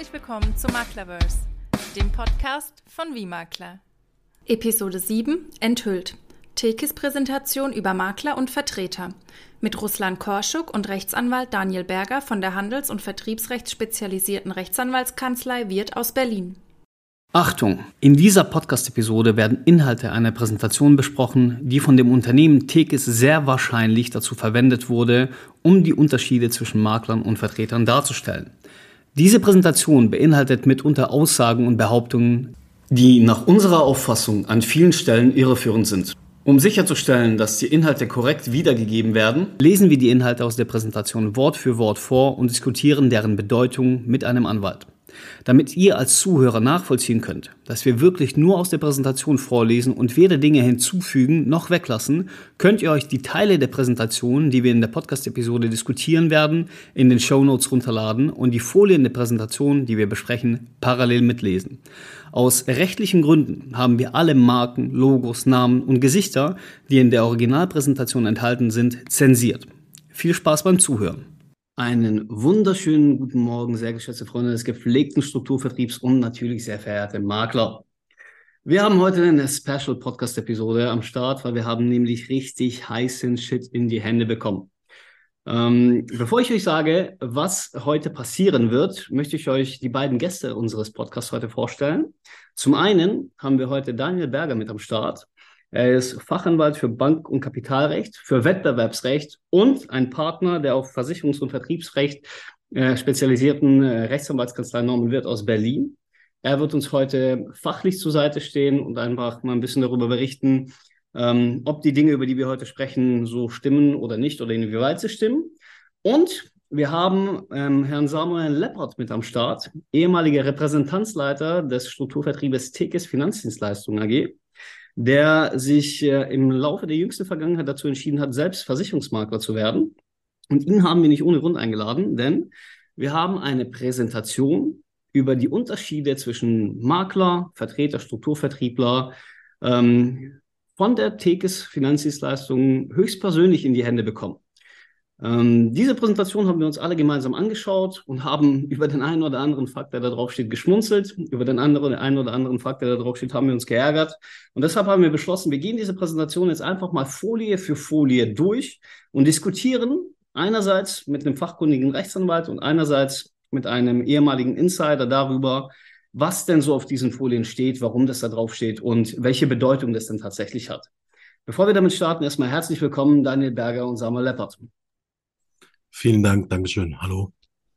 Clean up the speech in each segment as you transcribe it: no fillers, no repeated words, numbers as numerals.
Herzlich willkommen zu Maklerverse, dem Podcast von Wie-Makler. Episode 7 Enthüllt. Tekis Präsentation über Makler und Vertreter mit Ruslan Korschuk und Rechtsanwalt Daniel Berger von der Handels- und Vertriebsrechtsspezialisierten Rechtsanwaltskanzlei Wirth aus Berlin. Achtung! In dieser Podcast-Episode werden Inhalte einer Präsentation besprochen, die von dem Unternehmen Tekis sehr wahrscheinlich dazu verwendet wurde, um die Unterschiede zwischen Maklern und Vertretern darzustellen. Diese Präsentation beinhaltet mitunter Aussagen und Behauptungen, die nach unserer Auffassung an vielen Stellen irreführend sind. Um sicherzustellen, dass die Inhalte korrekt wiedergegeben werden, lesen wir die Inhalte aus der Präsentation Wort für Wort vor und diskutieren deren Bedeutung mit einem Anwalt. Damit ihr als Zuhörer nachvollziehen könnt, dass wir wirklich nur aus der Präsentation vorlesen und weder Dinge hinzufügen noch weglassen, könnt ihr euch die Teile der Präsentation, die wir in der Podcast-Episode diskutieren werden, in den Shownotes runterladen und die Folien der Präsentation, die wir besprechen, parallel mitlesen. Aus rechtlichen Gründen haben wir alle Marken, Logos, Namen und Gesichter, die in der Originalpräsentation enthalten sind, zensiert. Viel Spaß beim Zuhören. Einen wunderschönen guten Morgen, sehr geschätzte Freunde des gepflegten Strukturvertriebs und natürlich sehr verehrte Makler. Wir haben heute eine Special-Podcast-Episode am Start, weil wir haben nämlich richtig heißen Shit in die Hände bekommen. Bevor ich euch sage, was heute passieren wird, möchte ich euch die beiden Gäste unseres Podcasts heute vorstellen. Zum einen haben wir heute Daniel Berger mit am Start. Er ist Fachanwalt für Bank- und Kapitalrecht, für Wettbewerbsrecht und ein Partner der auf Versicherungs- und Vertriebsrecht spezialisierten Rechtsanwaltskanzlei Norman Wirth aus Berlin. Er wird uns heute fachlich zur Seite stehen und einfach mal ein bisschen darüber berichten, ob die Dinge, über die wir heute sprechen, so stimmen oder nicht oder inwieweit sie stimmen. Und wir haben Herrn Samuel Leppert mit am Start, ehemaliger Repräsentanzleiter des Strukturvertriebes Tekis Finanzdienstleistungen AG, der sich im Laufe der jüngsten Vergangenheit dazu entschieden hat, selbst Versicherungsmakler zu werden. Und ihn haben wir nicht ohne Grund eingeladen, denn wir haben eine Präsentation über die Unterschiede zwischen Makler, Vertreter, Strukturvertriebler von der Tekis Finanzdienstleistungen höchstpersönlich in die Hände bekommen. Diese Präsentation haben wir uns alle gemeinsam angeschaut und haben über den einen oder anderen Fakt, der da drauf steht, geschmunzelt. Über den einen oder anderen Fakt, der da drauf steht, haben wir uns geärgert. Und deshalb haben wir beschlossen, wir gehen diese Präsentation jetzt einfach mal Folie für Folie durch und diskutieren einerseits mit einem fachkundigen Rechtsanwalt und einerseits mit einem ehemaligen Insider darüber, was denn so auf diesen Folien steht, warum das da drauf steht und welche Bedeutung das denn tatsächlich hat. Bevor wir damit starten, erstmal herzlich willkommen, Daniel Berger und Samuel Leppert. Vielen Dank, Dankeschön. Hallo.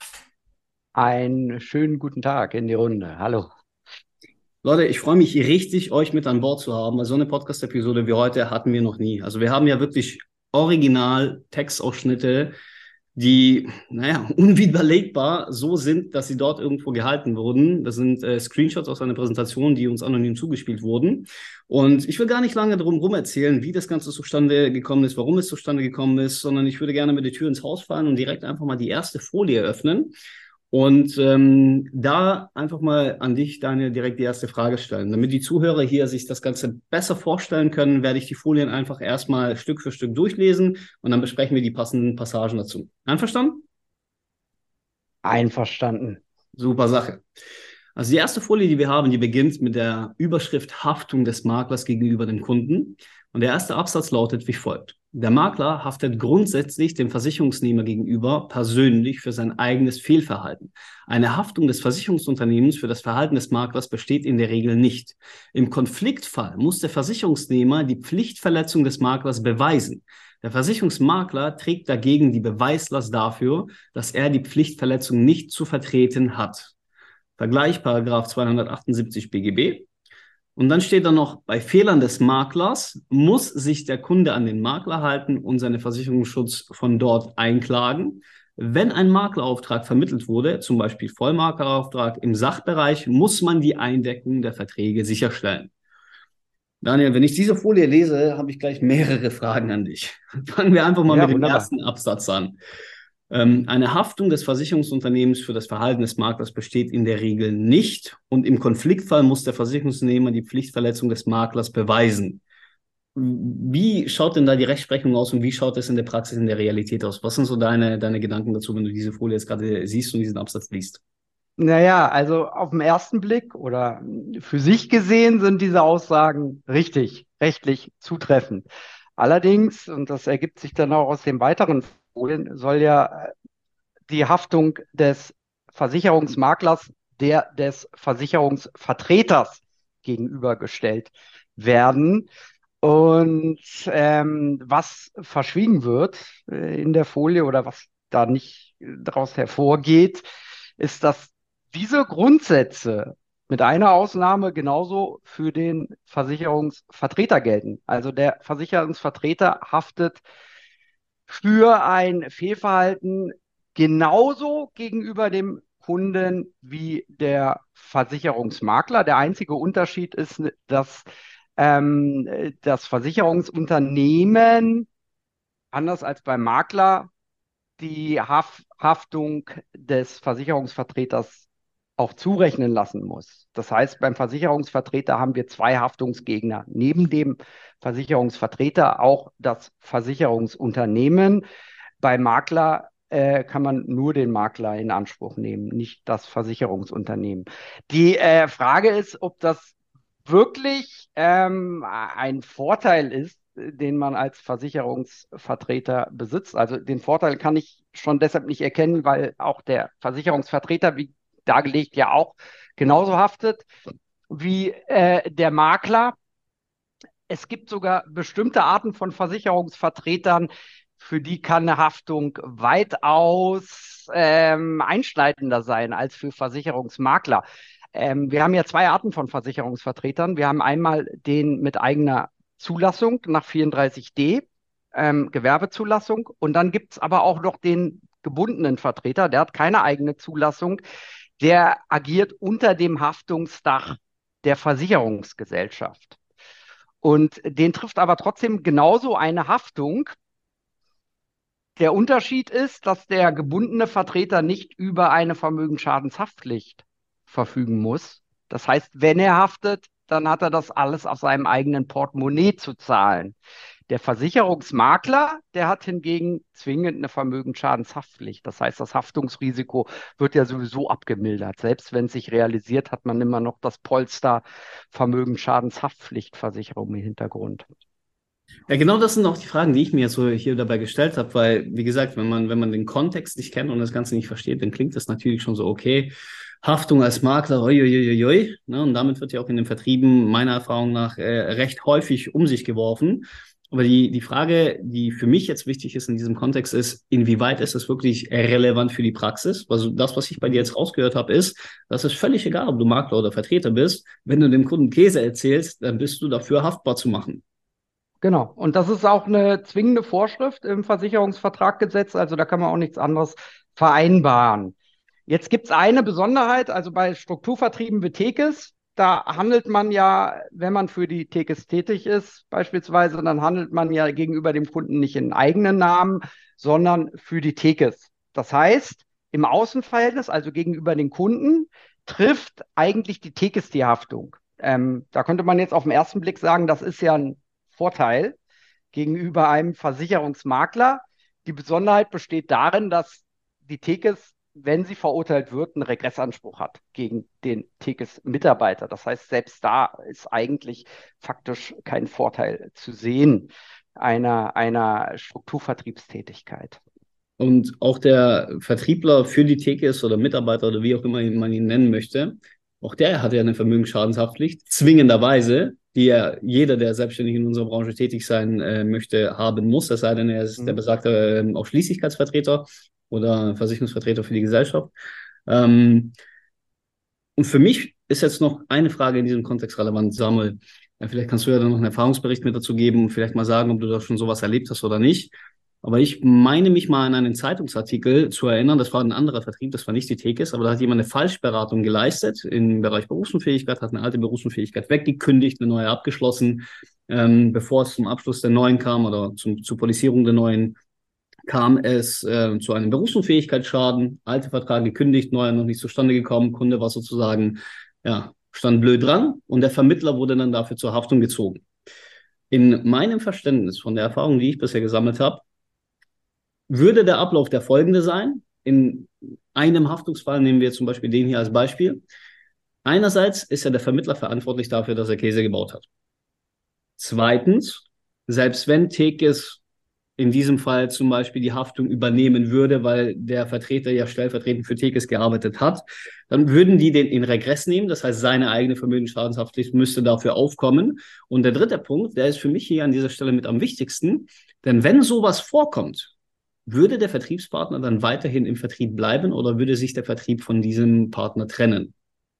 Einen schönen guten Tag in die Runde. Hallo. Leute, ich freue mich richtig, euch mit an Bord zu haben, weil so eine Podcast-Episode wie heute hatten wir noch nie. Also wir haben ja wirklich original Textausschnitte, die, unwiderlegbar so sind, dass sie dort irgendwo gehalten wurden. Das sind Screenshots aus einer Präsentation, die uns anonym zugespielt wurden. Und ich will gar nicht lange drum herum erzählen, wie das Ganze zustande gekommen ist, warum es zustande gekommen ist, sondern ich würde gerne mit der Tür ins Haus fallen und direkt einfach mal die erste Folie öffnen. Und da einfach mal an dich, Daniel, direkt die erste Frage stellen. Damit die Zuhörer hier sich das Ganze besser vorstellen können, werde ich die Folien einfach erstmal Stück für Stück durchlesen und dann besprechen wir die passenden Passagen dazu. Einverstanden? Einverstanden. Super Sache. Also die erste Folie, die wir haben, die beginnt mit der Überschrift Haftung des Maklers gegenüber dem Kunden. Und der erste Absatz lautet wie folgt. Der Makler haftet grundsätzlich dem Versicherungsnehmer gegenüber persönlich für sein eigenes Fehlverhalten. Eine Haftung des Versicherungsunternehmens für das Verhalten des Maklers besteht in der Regel nicht. Im Konfliktfall muss der Versicherungsnehmer die Pflichtverletzung des Maklers beweisen. Der Versicherungsmakler trägt dagegen die Beweislast dafür, dass er die Pflichtverletzung nicht zu vertreten hat. Vergleich Paragraph 278 BGB. Und dann steht da noch, bei Fehlern des Maklers muss sich der Kunde an den Makler halten und seinen Versicherungsschutz von dort einklagen. Wenn ein Maklerauftrag vermittelt wurde, zum Beispiel Vollmaklerauftrag im Sachbereich, muss man die Eindeckung der Verträge sicherstellen. Daniel, wenn ich diese Folie lese, habe ich gleich mehrere Fragen an dich. Fangen wir einfach mal mit dem ersten Absatz an. Eine Haftung des Versicherungsunternehmens für das Verhalten des Maklers besteht in der Regel nicht und im Konfliktfall muss der Versicherungsnehmer die Pflichtverletzung des Maklers beweisen. Wie schaut denn da die Rechtsprechung aus und wie schaut es in der Praxis, in der Realität aus? Was sind so deine Gedanken dazu, wenn du diese Folie jetzt gerade siehst und diesen Absatz liest? Naja, also auf den ersten Blick oder für sich gesehen sind diese Aussagen richtig, rechtlich zutreffend. Allerdings, und das ergibt sich dann auch aus den weiteren Folien, soll ja die Haftung des Versicherungsmaklers der des Versicherungsvertreters gegenübergestellt werden. Und was verschwiegen wird in der Folie oder was da nicht daraus hervorgeht, ist, dass diese Grundsätze mit einer Ausnahme genauso für den Versicherungsvertreter gelten. Also der Versicherungsvertreter haftet für ein Fehlverhalten genauso gegenüber dem Kunden wie der Versicherungsmakler. Der einzige Unterschied ist, dass das Versicherungsunternehmen, anders als beim Makler, die Haftung des Versicherungsvertreters auch zurechnen lassen muss. Das heißt, beim Versicherungsvertreter haben wir zwei Haftungsgegner. Neben dem Versicherungsvertreter auch das Versicherungsunternehmen. Beim Makler kann man nur den Makler in Anspruch nehmen, nicht das Versicherungsunternehmen. Die Frage ist, ob das wirklich ein Vorteil ist, den man als Versicherungsvertreter besitzt. Also den Vorteil kann ich schon deshalb nicht erkennen, weil auch der Versicherungsvertreter, wie dargelegt, ja auch genauso haftet wie der Makler. Es gibt sogar bestimmte Arten von Versicherungsvertretern, für die kann eine Haftung weitaus einschneidender sein als für Versicherungsmakler. Wir haben ja zwei Arten von Versicherungsvertretern. Wir haben einmal den mit eigener Zulassung nach 34d, Gewerbezulassung. Und dann gibt es aber auch noch den gebundenen Vertreter, der hat keine eigene Zulassung. Der agiert unter dem Haftungsdach der Versicherungsgesellschaft. Und den trifft aber trotzdem genauso eine Haftung. Der Unterschied ist, dass der gebundene Vertreter nicht über eine Vermögensschadenshaftpflicht verfügen muss. Das heißt, wenn er haftet, dann hat er das alles aus seinem eigenen Portemonnaie zu zahlen. Der Versicherungsmakler, der hat hingegen zwingend eine Vermögensschadenshaftpflicht. Das heißt, das Haftungsrisiko wird ja sowieso abgemildert. Selbst wenn es sich realisiert, hat man immer noch das Polster Vermögensschadenshaftpflichtversicherung im Hintergrund. Ja, genau das sind auch die Fragen, die ich mir jetzt so hier dabei gestellt habe, weil, wie gesagt, wenn man den Kontext nicht kennt und das Ganze nicht versteht, dann klingt das natürlich schon so, okay, Haftung als Makler, uiuiuiui, ne, und damit wird ja auch in den Vertrieben meiner Erfahrung nach recht häufig um sich geworfen. Aber die Frage, die für mich jetzt wichtig ist in diesem Kontext, ist, inwieweit ist das wirklich relevant für die Praxis? Also das, was ich bei dir jetzt rausgehört habe, ist, dass es völlig egal, ob du Makler oder Vertreter bist. Wenn du dem Kunden Käse erzählst, dann bist du dafür haftbar zu machen. Genau. Und das ist auch eine zwingende Vorschrift im Versicherungsvertraggesetz. Also da kann man auch nichts anderes vereinbaren. Jetzt gibt es eine Besonderheit, also bei Strukturvertrieben wie Tekes, da handelt man ja, wenn man für die Tekes tätig ist, beispielsweise, dann handelt man ja gegenüber dem Kunden nicht in eigenen Namen, sondern für die Tekes. Das heißt, im Außenverhältnis, also gegenüber den Kunden, trifft eigentlich die Tekes die Haftung. Da könnte man jetzt auf den ersten Blick sagen, das ist ja ein Vorteil gegenüber einem Versicherungsmakler. Die Besonderheit besteht darin, dass die Tekes, wenn sie verurteilt wird, einen Regressanspruch hat gegen den Tekes-Mitarbeiter. Das heißt, selbst da ist eigentlich faktisch kein Vorteil zu sehen einer Strukturvertriebstätigkeit. Und auch der Vertriebler für die Tekes oder Mitarbeiter oder wie auch immer man ihn nennen möchte, auch der hat ja eine Vermögensschadenshaftpflicht, zwingenderweise, die ja jeder, der selbstständig in unserer Branche tätig sein möchte, haben muss, es sei denn, er ist der besagte Ausschließlichkeitsvertreter oder Versicherungsvertreter für die Gesellschaft. Und für mich ist jetzt noch eine Frage in diesem Kontext relevant, Samuel. Vielleicht kannst du ja dann noch einen Erfahrungsbericht mit dazu geben und vielleicht mal sagen, ob du da schon sowas erlebt hast oder nicht. Aber ich meine mich mal an einen Zeitungsartikel zu erinnern, das war ein anderer Vertrieb, das war nicht die Tekes, aber da hat jemand eine Falschberatung geleistet im Bereich Berufsunfähigkeit, hat eine alte Berufsunfähigkeit weggekündigt, eine neue abgeschlossen, bevor es zum Abschluss der neuen kam oder zur Polizierung der neuen, kam es zu einem Berufsunfähigkeitsschaden, alte Vertrag gekündigt, neuer noch nicht zustande gekommen, Kunde war sozusagen, ja, stand blöd dran und der Vermittler wurde dann dafür zur Haftung gezogen. In meinem Verständnis von der Erfahrung, die ich bisher gesammelt habe, würde der Ablauf der folgende sein. In einem Haftungsfall, nehmen wir zum Beispiel den hier als Beispiel. Einerseits ist ja der Vermittler verantwortlich dafür, dass er Käse gebaut hat. Zweitens, selbst wenn Tekes in diesem Fall zum Beispiel die Haftung übernehmen würde, weil der Vertreter ja stellvertretend für Tekes gearbeitet hat, dann würden die den in Regress nehmen. Das heißt, seine eigene Vermögensschadenshaftpflicht müsste dafür aufkommen. Und der dritte Punkt, der ist für mich hier an dieser Stelle mit am wichtigsten, denn wenn sowas vorkommt, würde der Vertriebspartner dann weiterhin im Vertrieb bleiben oder würde sich der Vertrieb von diesem Partner trennen?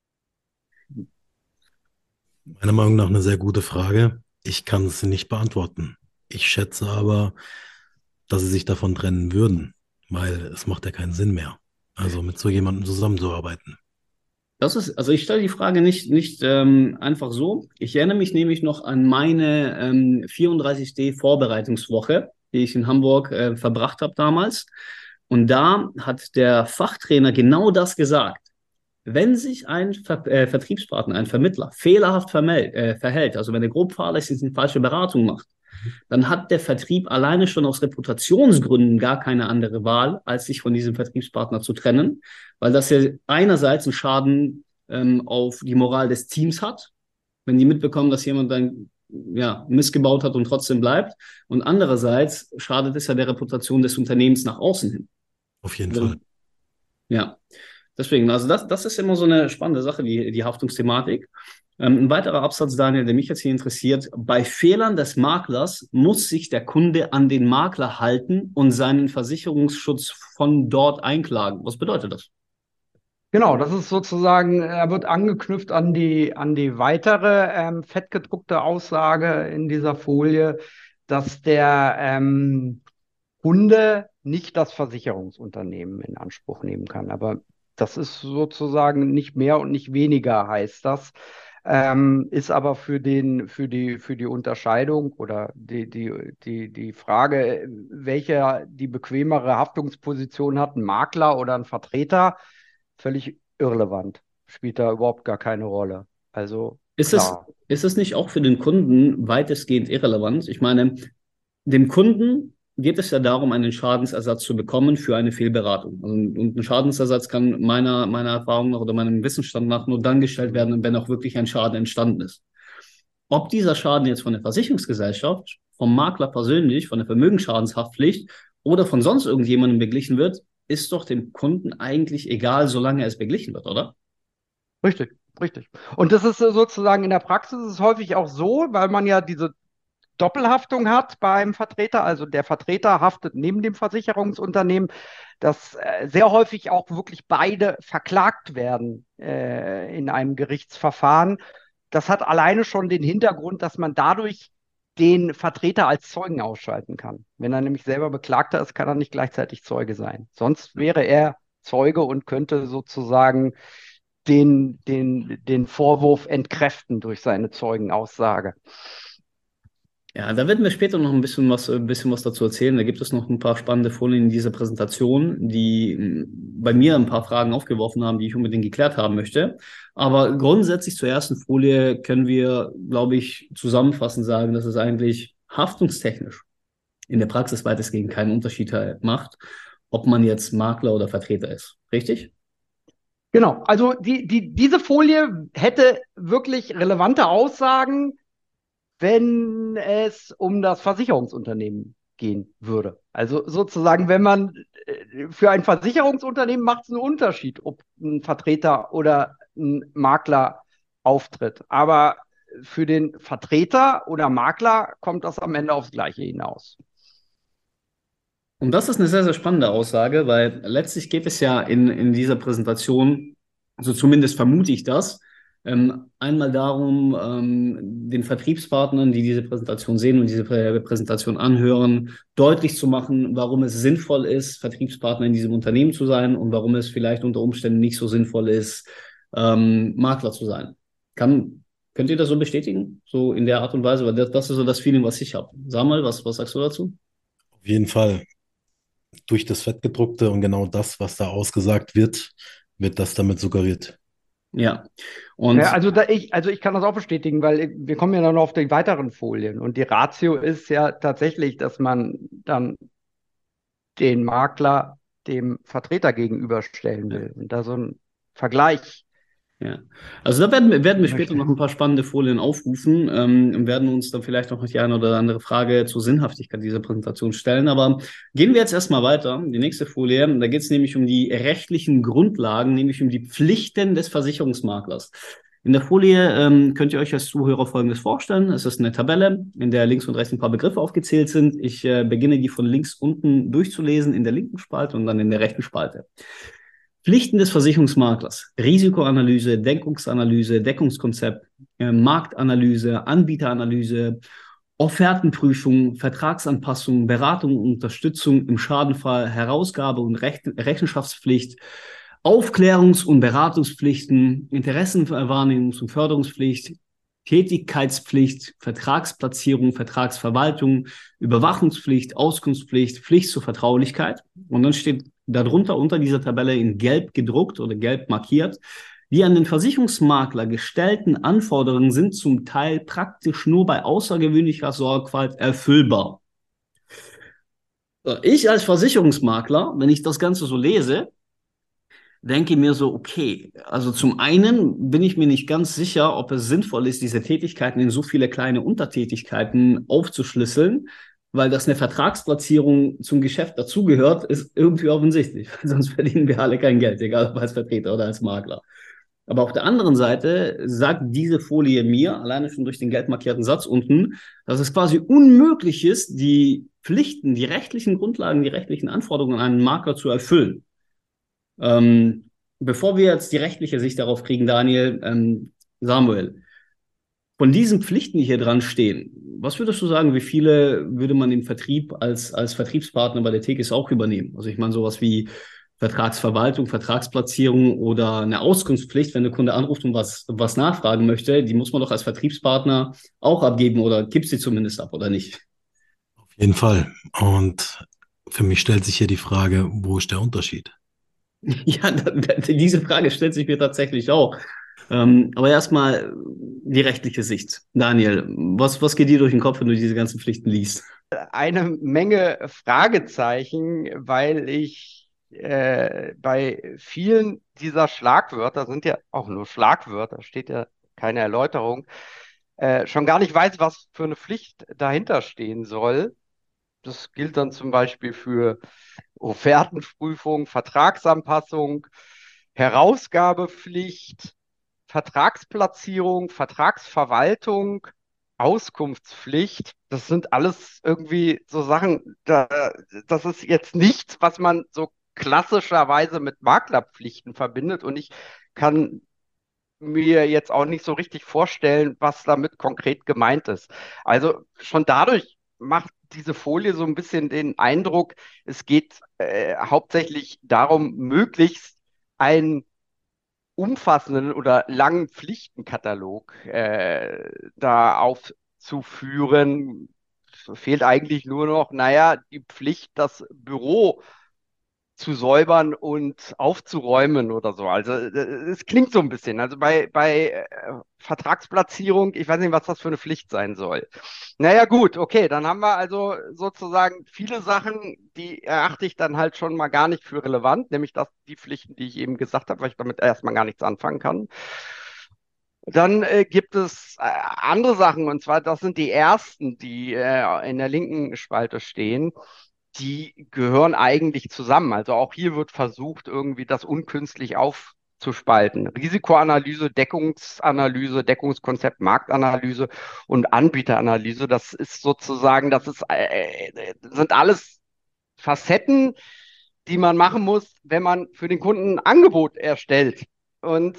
Meiner Meinung nach eine sehr gute Frage. Ich kann es nicht beantworten. Ich schätze aber, dass sie sich davon trennen würden, weil es macht ja keinen Sinn mehr. Also mit so jemandem zusammenzuarbeiten. Also ich stelle die Frage nicht einfach so. Ich erinnere mich nämlich noch an meine 34D Vorbereitungswoche, die ich in Hamburg verbracht habe damals. Und da hat der Fachtrainer genau das gesagt. Wenn sich ein Vertriebspartner, ein Vermittler fehlerhaft verhält, also wenn er grob fahrlässig eine falsche Beratung macht, dann hat der Vertrieb alleine schon aus Reputationsgründen gar keine andere Wahl, als sich von diesem Vertriebspartner zu trennen, weil das ja einerseits einen Schaden auf die Moral des Teams hat, wenn die mitbekommen, dass jemand dann missgebaut hat und trotzdem bleibt, und andererseits schadet es ja der Reputation des Unternehmens nach außen hin. Auf jeden Fall. Ja, deswegen, also das ist immer so eine spannende Sache, die Haftungsthematik. Ein weiterer Absatz, Daniel, der mich jetzt hier interessiert: Bei Fehlern des Maklers muss sich der Kunde an den Makler halten und seinen Versicherungsschutz von dort einklagen. Was bedeutet das? Genau, das ist sozusagen, er wird angeknüpft an die weitere fettgedruckte Aussage in dieser Folie, dass der Kunde nicht das Versicherungsunternehmen in Anspruch nehmen kann. Aber das ist sozusagen nicht mehr und nicht weniger, heißt das. Ist aber für die Unterscheidung oder die Frage, welcher die bequemere Haftungsposition hat, ein Makler oder ein Vertreter, völlig irrelevant. Spielt da überhaupt gar keine Rolle. Also klar. Ist es nicht auch für den Kunden weitestgehend irrelevant? Ich meine, dem Kunden geht es ja darum, einen Schadensersatz zu bekommen für eine Fehlberatung. Und ein Schadensersatz kann meiner Erfahrung nach oder meinem Wissensstand nach nur dann gestellt werden, wenn auch wirklich ein Schaden entstanden ist. Ob dieser Schaden jetzt von der Versicherungsgesellschaft, vom Makler persönlich, von der Vermögensschadenshaftpflicht oder von sonst irgendjemandem beglichen wird, ist doch dem Kunden eigentlich egal, solange es beglichen wird, oder? Richtig, richtig. Und das ist sozusagen in der Praxis ist es häufig auch so, weil man ja diese Doppelhaftung hat beim Vertreter, also der Vertreter haftet neben dem Versicherungsunternehmen, dass sehr häufig auch wirklich beide verklagt werden in einem Gerichtsverfahren. Das hat alleine schon den Hintergrund, dass man dadurch den Vertreter als Zeugen ausschalten kann. Wenn er nämlich selber Beklagter ist, kann er nicht gleichzeitig Zeuge sein. Sonst wäre er Zeuge und könnte sozusagen den Vorwurf entkräften durch seine Zeugenaussage. Ja, da werden wir später noch ein bisschen was dazu erzählen. Da gibt es noch ein paar spannende Folien in dieser Präsentation, die bei mir ein paar Fragen aufgeworfen haben, die ich unbedingt geklärt haben möchte. Aber grundsätzlich zur ersten Folie können wir, glaube ich, zusammenfassend sagen, dass es eigentlich haftungstechnisch in der Praxis weitestgehend keinen Unterschied macht, ob man jetzt Makler oder Vertreter ist. Richtig? Genau, also diese Folie hätte wirklich relevante Aussagen, wenn es um das Versicherungsunternehmen gehen würde. Also sozusagen, wenn man für ein Versicherungsunternehmen macht es einen Unterschied, ob ein Vertreter oder ein Makler auftritt. Aber für den Vertreter oder Makler kommt das am Ende aufs Gleiche hinaus. Und das ist eine sehr, sehr spannende Aussage, weil letztlich geht es ja in dieser Präsentation, also zumindest vermute ich das, einmal darum, den Vertriebspartnern, die diese Präsentation sehen und diese Präsentation anhören, deutlich zu machen, warum es sinnvoll ist, Vertriebspartner in diesem Unternehmen zu sein und warum es vielleicht unter Umständen nicht so sinnvoll ist, Makler zu sein. Könnt ihr das so bestätigen? So in der Art und Weise? Weil das ist so das Feeling, was ich habe. Samuel, was sagst du dazu? Auf jeden Fall. Durch das Fettgedruckte und genau das, was da ausgesagt wird, wird das damit suggeriert. Ja. Und ja, also ich kann das auch bestätigen, weil wir kommen ja dann noch auf die weiteren Folien. Und die Ratio ist ja tatsächlich, dass man dann den Makler dem Vertreter gegenüberstellen will und da so einen Vergleich Ja, also da werden wir später möchte. noch ein paar spannende Folien aufrufen und werden uns dann vielleicht noch die eine oder andere Frage zur Sinnhaftigkeit dieser Präsentation stellen. Aber gehen wir jetzt erstmal weiter. Die nächste Folie, da geht es nämlich um die rechtlichen Grundlagen, nämlich um die Pflichten des Versicherungsmaklers. In der Folie könnt ihr euch als Zuhörer Folgendes vorstellen. Es ist eine Tabelle, in der links und rechts ein paar Begriffe aufgezählt sind. Ich beginne die von links unten durchzulesen in der linken Spalte und dann in der rechten Spalte. Pflichten des Versicherungsmaklers: Risikoanalyse, Deckungsanalyse, Deckungskonzept, Marktanalyse, Anbieteranalyse, Offertenprüfung, Vertragsanpassung, Beratung und Unterstützung im Schadenfall, Herausgabe und Rechenschaftspflicht, Aufklärungs- und Beratungspflichten, Interessenwahrnehmungs- und Förderungspflicht, Tätigkeitspflicht, Vertragsplatzierung, Vertragsverwaltung, Überwachungspflicht, Auskunftspflicht, Pflicht zur Vertraulichkeit. Und dann steht darunter unter dieser Tabelle in gelb gedruckt oder gelb markiert: Die an den Versicherungsmakler gestellten Anforderungen sind zum Teil praktisch nur bei außergewöhnlicher Sorgfalt erfüllbar. Ich als Versicherungsmakler, wenn ich das Ganze so lese, denke mir so, okay, also zum einen bin ich mir nicht ganz sicher, ob es sinnvoll ist, diese Tätigkeiten in so viele kleine Untertätigkeiten aufzuschlüsseln, weil das eine Vertragsplatzierung zum Geschäft dazugehört, ist irgendwie offensichtlich. Sonst verdienen wir alle kein Geld, egal ob als Vertreter oder als Makler. Aber auf der anderen Seite sagt diese Folie mir, alleine schon durch den gelb markierten Satz unten, dass es quasi unmöglich ist, die Pflichten, die rechtlichen Grundlagen, die rechtlichen Anforderungen an einen Makler zu erfüllen. Bevor wir jetzt die rechtliche Sicht darauf kriegen, Daniel, Samuel, von diesen Pflichten, die hier dran stehen, was würdest du sagen, wie viele würde man im Vertrieb als Vertriebspartner bei der TKS auch übernehmen? Also ich meine sowas wie Vertragsverwaltung, Vertragsplatzierung oder eine Auskunftspflicht, wenn der Kunde anruft und was nachfragen möchte, die muss man doch als Vertriebspartner auch abgeben oder gibt sie zumindest ab oder nicht? Auf jeden Fall. Und für mich stellt sich hier die Frage, wo ist der Unterschied? Ja, diese Frage stellt sich mir tatsächlich auch. Aber erstmal die rechtliche Sicht. Daniel, was geht dir durch den Kopf, wenn du diese ganzen Pflichten liest? Eine Menge Fragezeichen, weil ich bei vielen dieser Schlagwörter, sind ja auch nur Schlagwörter, steht ja keine Erläuterung, schon gar nicht weiß, was für eine Pflicht dahinter stehen soll. Das gilt dann zum Beispiel für Offertenprüfung, Vertragsanpassung, Herausgabepflicht, Vertragsplatzierung, Vertragsverwaltung, Auskunftspflicht. Das sind alles irgendwie so Sachen, das ist jetzt nichts, was man so klassischerweise mit Maklerpflichten verbindet. Und ich kann mir jetzt auch nicht so richtig vorstellen, was damit konkret gemeint ist. Also schon dadurch macht diese Folie so ein bisschen den Eindruck, es geht hauptsächlich darum, möglichst einen umfassenden oder langen Pflichtenkatalog da aufzuführen. Fehlt eigentlich nur noch, naja, die Pflicht, das Büro zu säubern und aufzuräumen oder so. Also es klingt so ein bisschen. Also bei Vertragsplatzierung, ich weiß nicht, was das für eine Pflicht sein soll. Naja, gut, okay, dann haben wir also sozusagen viele Sachen, die erachte ich dann halt schon mal gar nicht für relevant, nämlich die Pflichten, die ich eben gesagt habe, weil ich damit erstmal gar nichts anfangen kann. Dann gibt es andere Sachen, und zwar das sind die ersten, die in der linken Spalte stehen. Die gehören eigentlich zusammen. Also auch hier wird versucht, irgendwie das unkünstlich aufzuspalten. Risikoanalyse, Deckungsanalyse, Deckungskonzept, Marktanalyse und Anbieteranalyse. Das ist sozusagen, sind alles Facetten, die man machen muss, wenn man für den Kunden ein Angebot erstellt. Und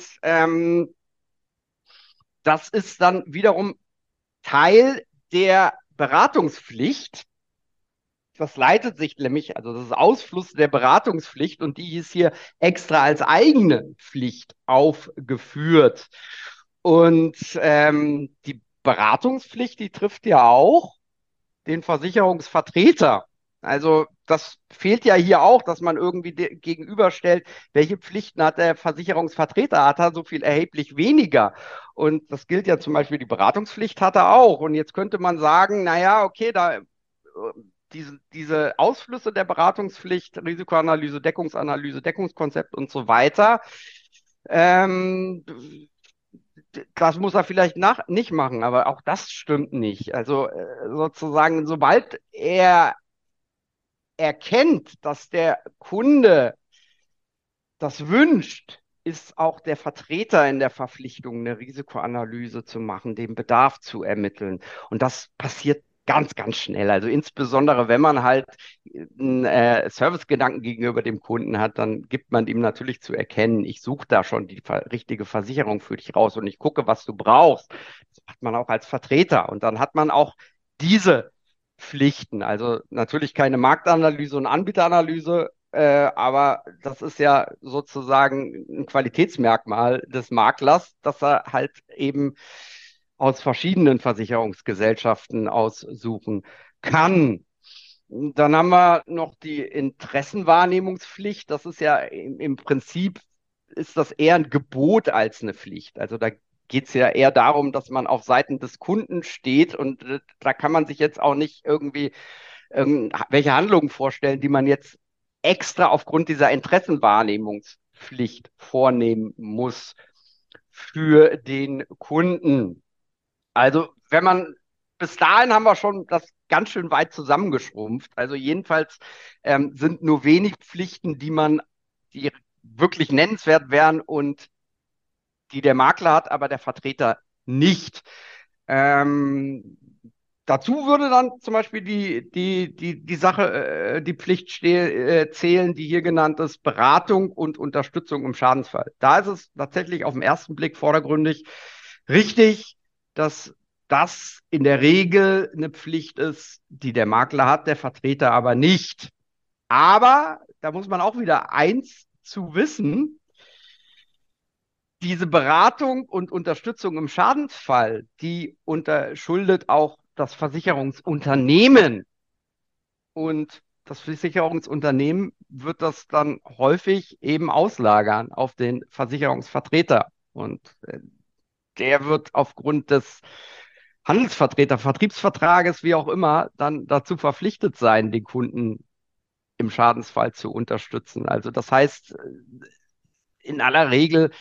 das ist dann wiederum Teil der Beratungspflicht. Das leitet sich nämlich, also das ist Ausfluss der Beratungspflicht und die ist hier extra als eigene Pflicht aufgeführt. Und die Beratungspflicht, die trifft ja auch den Versicherungsvertreter. Also das fehlt ja hier auch, dass man irgendwie gegenüberstellt, welche Pflichten hat der Versicherungsvertreter, hat er so viel erheblich weniger. Und das gilt ja zum Beispiel, die Beratungspflicht hat er auch. Und jetzt könnte man sagen, naja, okay, da diese Ausflüsse der Beratungspflicht, Risikoanalyse, Deckungsanalyse, Deckungskonzept und so weiter, ähm, das muss er vielleicht nicht machen, aber auch das stimmt nicht. Also sozusagen, sobald er erkennt, dass der Kunde das wünscht, ist auch der Vertreter in der Verpflichtung, eine Risikoanalyse zu machen, den Bedarf zu ermitteln. Und das passiert ganz, ganz schnell. Also insbesondere, wenn man halt einen Servicegedanken gegenüber dem Kunden hat, dann gibt man ihm natürlich zu erkennen, ich suche da schon die richtige Versicherung für dich raus und ich gucke, was du brauchst. Das macht man auch als Vertreter. Und dann hat man auch diese Pflichten. Also natürlich keine Marktanalyse und Anbieteranalyse, aber das ist ja sozusagen ein Qualitätsmerkmal des Maklers, dass er halt eben aus verschiedenen Versicherungsgesellschaften aussuchen kann. Dann haben wir noch die Interessenwahrnehmungspflicht. Das ist ja im Prinzip ist das eher ein Gebot als eine Pflicht. Also da geht es ja eher darum, dass man auf Seiten des Kunden steht und da kann man sich jetzt auch nicht irgendwie welche Handlungen vorstellen, die man jetzt extra aufgrund dieser Interessenwahrnehmungspflicht vornehmen muss für den Kunden. Also wenn man bis dahin haben wir schon das ganz schön weit zusammengeschrumpft. Also jedenfalls sind nur wenig Pflichten, die wirklich nennenswert wären und die der Makler hat, aber der Vertreter nicht. Ähm, Dazu würde dann zum Beispiel die Sache, die Pflicht zählen, die hier genannt ist, Beratung und Unterstützung im Schadensfall. Da ist es tatsächlich auf den ersten Blick vordergründig richtig, dass das in der Regel eine Pflicht ist, die der Makler hat, der Vertreter aber nicht. Aber da muss man auch wieder eins zu wissen, diese Beratung und Unterstützung im Schadensfall, die unterschuldet auch das Versicherungsunternehmen. Und das Versicherungsunternehmen wird das dann häufig eben auslagern auf den Versicherungsvertreter. Und der wird aufgrund des Handelsvertreter, Vertriebsvertrages, wie auch immer, dann dazu verpflichtet sein, den Kunden im Schadensfall zu unterstützen. Also das heißt, in aller Regel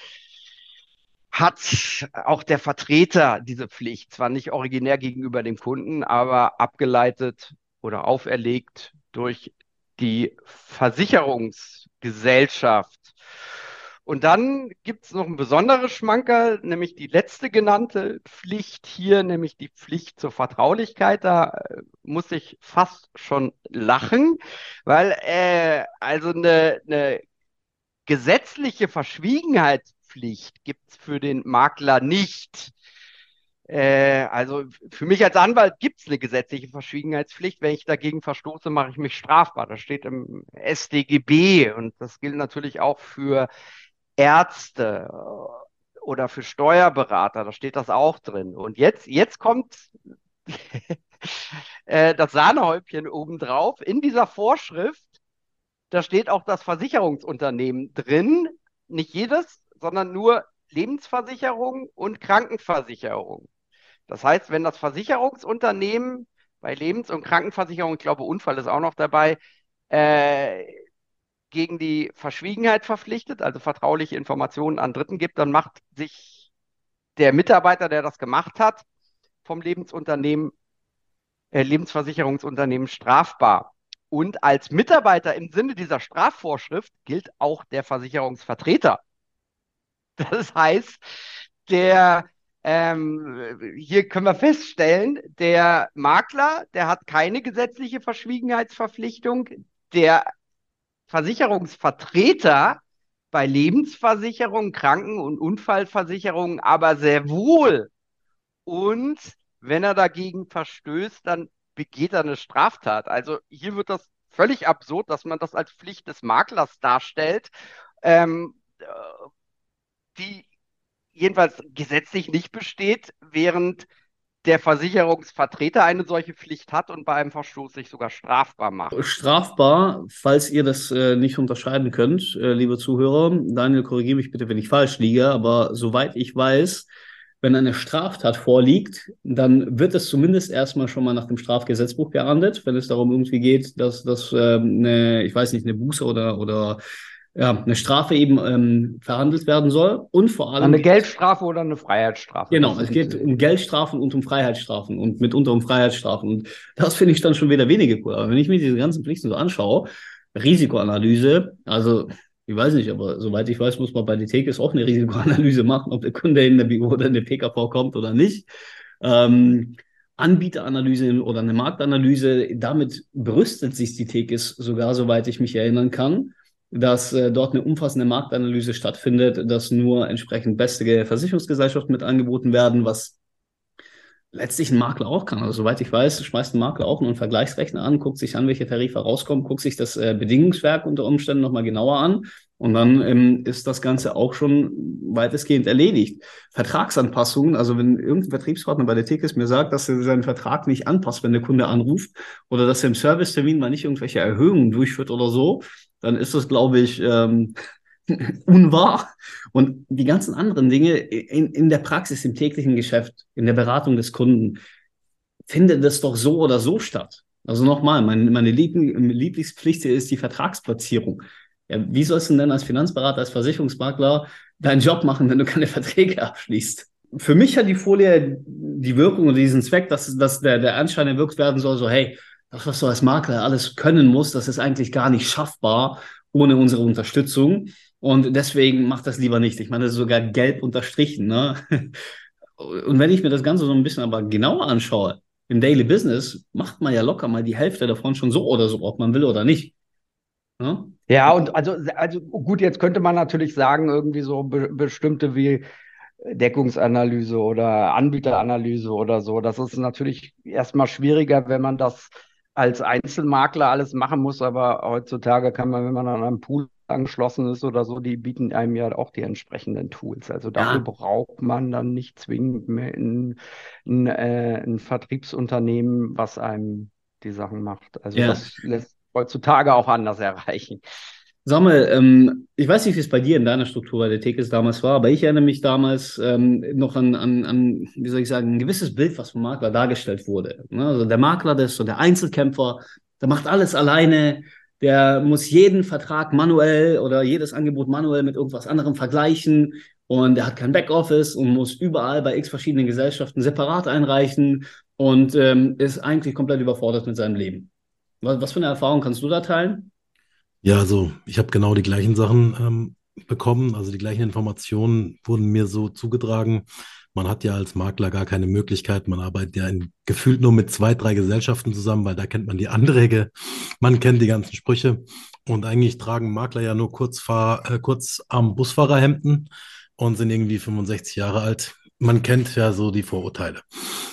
hat auch der Vertreter diese Pflicht, zwar nicht originär gegenüber dem Kunden, aber abgeleitet oder auferlegt durch die Versicherungsgesellschaft. Und dann gibt es noch ein besonderes Schmankerl, nämlich die letzte genannte Pflicht hier, nämlich die Pflicht zur Vertraulichkeit. Da muss ich fast schon lachen, weil also eine gesetzliche Verschwiegenheitspflicht gibt es für den Makler nicht. Also für mich als Anwalt gibt es eine gesetzliche Verschwiegenheitspflicht. Wenn ich dagegen verstoße, mache ich mich strafbar. Das steht im StGB und das gilt natürlich auch für Ärzte oder für Steuerberater. Da steht das auch drin. Und jetzt kommt das Sahnehäubchen obendrauf. In dieser Vorschrift, da steht auch das Versicherungsunternehmen drin. Nicht jedes, sondern nur Lebensversicherung und Krankenversicherung. Das heißt, wenn das Versicherungsunternehmen bei Lebens- und Krankenversicherung, ich glaube, Unfall ist auch noch dabei, gegen die Verschwiegenheit verpflichtet, also vertrauliche Informationen an Dritten gibt, dann macht sich der Mitarbeiter, der das gemacht hat, vom Lebensversicherungsunternehmen strafbar. Und als Mitarbeiter im Sinne dieser Strafvorschrift gilt auch der Versicherungsvertreter. Das heißt, hier können wir feststellen, der Makler, der hat keine gesetzliche Verschwiegenheitsverpflichtung. Der Versicherungsvertreter bei Lebensversicherungen, Kranken- und Unfallversicherungen aber sehr wohl. Und wenn er dagegen verstößt, dann begeht er eine Straftat. Also hier wird das völlig absurd, dass man das als Pflicht des Maklers darstellt, die jedenfalls gesetzlich nicht besteht, während der Versicherungsvertreter eine solche Pflicht hat und bei einem Verstoß sich sogar strafbar macht. Strafbar, falls ihr das nicht unterscheiden könnt, liebe Zuhörer. Daniel, korrigiere mich bitte, wenn ich falsch liege, aber soweit ich weiß, wenn eine Straftat vorliegt, dann wird es zumindest erstmal schon mal nach dem Strafgesetzbuch geahndet, wenn es darum irgendwie geht, dass ich weiß nicht, eine Buße oder ja, eine Strafe eben verhandelt werden soll. Und vor allem Eine Geldstrafe oder eine Freiheitsstrafe? genau, es geht um Geldstrafen und um Freiheitsstrafen und mitunter um Freiheitsstrafen. Und das finde ich dann schon wieder weniger cool. Aber wenn ich mir diese ganzen Pflichten so anschaue, Risikoanalyse, also ich weiß nicht, aber soweit ich weiß, muss man bei der Tekes auch eine Risikoanalyse machen, ob der Kunde in der BU oder in der PKV kommt oder nicht. Anbieteranalyse oder eine Marktanalyse, damit berüstet sich die Tekes sogar, soweit ich mich erinnern kann, dass dort eine umfassende Marktanalyse stattfindet, dass nur entsprechend beste Versicherungsgesellschaften mit angeboten werden, was letztlich ein Makler auch kann. Also soweit ich weiß, schmeißt ein Makler auch nur einen Vergleichsrechner an, guckt sich an, welche Tarife rauskommen, guckt sich das Bedingungswerk unter Umständen nochmal genauer an und dann ist das Ganze auch schon weitestgehend erledigt. Vertragsanpassungen, also wenn irgendein Vertriebspartner bei der Tekes mir sagt, dass er seinen Vertrag nicht anpasst, wenn der Kunde anruft oder dass er im Servicetermin mal nicht irgendwelche Erhöhungen durchführt oder so, dann ist das, glaube ich, unwahr. Und die ganzen anderen Dinge in der Praxis, im täglichen Geschäft, in der Beratung des Kunden, findet das doch so oder so statt. Also nochmal, meine Lieblingspflicht ist die Vertragsplatzierung. Ja, wie sollst du denn als Finanzberater, als Versicherungsmakler deinen Job machen, wenn du keine Verträge abschließt? Für mich hat die Folie die Wirkung und diesen Zweck, dass der Anschein erwirkt werden soll, so hey, das, was du als Makler alles können musst, das ist eigentlich gar nicht schaffbar ohne unsere Unterstützung. Und deswegen macht das lieber nicht. Ich meine, das ist sogar gelb unterstrichen. Ne? Und wenn ich mir das Ganze so ein bisschen aber genauer anschaue, im Daily Business macht man ja locker mal die Hälfte davon schon so oder so, ob man will oder nicht. Ne? Ja, und also gut, jetzt könnte man natürlich sagen, irgendwie so bestimmte wie Deckungsanalyse oder Anbieteranalyse oder so. Das ist natürlich erstmal schwieriger, wenn man das als Einzelmakler alles machen muss, aber heutzutage kann man, wenn man an einem Pool angeschlossen ist oder so, die bieten einem ja auch die entsprechenden Tools. Also dafür braucht man dann nicht zwingend mehr ein Vertriebsunternehmen, was einem die Sachen macht. Also das lässt heutzutage auch anders erreichen. Sag mal, ich weiß nicht, wie es bei dir in deiner Struktur bei der Tekes damals war, aber ich erinnere mich damals noch an, wie soll ich sagen, ein gewisses Bild, was vom Makler dargestellt wurde. Ne? Also der Makler, der ist so der Einzelkämpfer, der macht alles alleine, der muss jeden Vertrag manuell oder jedes Angebot manuell mit irgendwas anderem vergleichen und der hat kein Backoffice und muss überall bei x verschiedenen Gesellschaften separat einreichen und ist eigentlich komplett überfordert mit seinem Leben. Was für eine Erfahrung kannst du da teilen? Ja, also ich habe genau die gleichen Sachen bekommen, also die gleichen Informationen wurden mir so zugetragen. Man hat ja als Makler gar keine Möglichkeit, man arbeitet ja gefühlt nur mit 2, 3 Gesellschaften zusammen, weil da kennt man die Anträge, man kennt die ganzen Sprüche und eigentlich tragen Makler ja nur kurz am Busfahrerhemden und sind irgendwie 65 Jahre alt. Man kennt ja so die Vorurteile.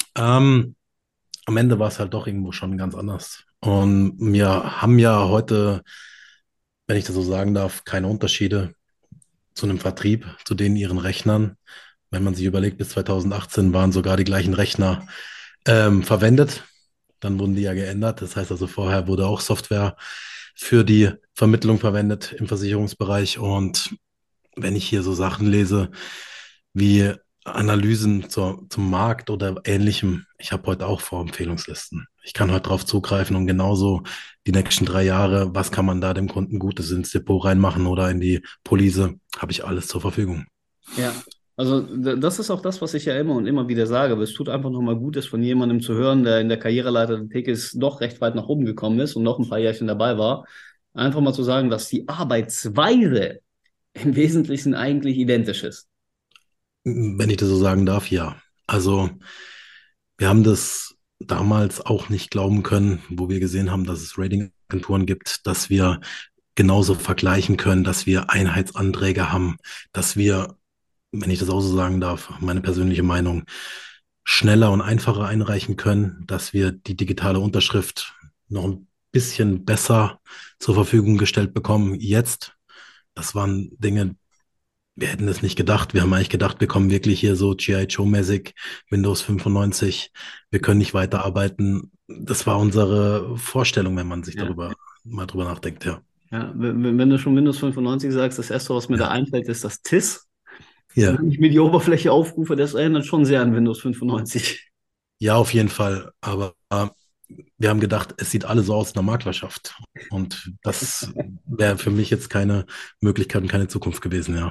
Am Ende war es halt doch irgendwo schon ganz anders. Und wir haben ja heute, wenn ich das so sagen darf, keine Unterschiede zu einem Vertrieb, zu denen ihren Rechnern. Wenn man sich überlegt, bis 2018 waren sogar die gleichen Rechner verwendet. Dann wurden die ja geändert. Das heißt also, vorher wurde auch Software für die Vermittlung verwendet im Versicherungsbereich. Und wenn ich hier so Sachen lese wie Analysen zum Markt oder ähnlichem, ich habe heute auch Vorempfehlungslisten. Ich kann heute drauf zugreifen und genauso die nächsten 3 Jahre, was kann man da dem Kunden Gutes ins Depot reinmachen oder in die Police, habe ich alles zur Verfügung. Ja, also das ist auch das, was ich ja immer und immer wieder sage, aber es tut einfach nochmal Gutes von jemandem zu hören, der in der Karriereleiter der Tekes doch recht weit nach oben gekommen ist und noch ein paar Jährchen dabei war. Einfach mal zu sagen, dass die Arbeitsweise im Wesentlichen eigentlich identisch ist. Wenn ich das so sagen darf, ja. Also wir haben das damals auch nicht glauben können, wo wir gesehen haben, dass es Ratingagenturen gibt, dass wir genauso vergleichen können, dass wir Einheitsanträge haben, dass wir, wenn ich das auch so sagen darf, meine persönliche Meinung, schneller und einfacher einreichen können, dass wir die digitale Unterschrift noch ein bisschen besser zur Verfügung gestellt bekommen. Jetzt, das waren Dinge, wir hätten es nicht gedacht. Wir haben eigentlich gedacht, wir kommen wirklich hier so G.I. Joe-mäßig, Windows 95, wir können nicht weiterarbeiten. Das war unsere Vorstellung, wenn man sich darüber mal drüber nachdenkt, ja. Ja, wenn du schon Windows 95 sagst, das erste, was mir da einfällt, ist das TIS. Ja. Wenn ich mir die Oberfläche aufrufe, das erinnert schon sehr an Windows 95. Ja, auf jeden Fall. Aber wir haben gedacht, es sieht alle so aus in der Maklerschaft. Und das wäre für mich jetzt keine Möglichkeit und keine Zukunft gewesen, ja.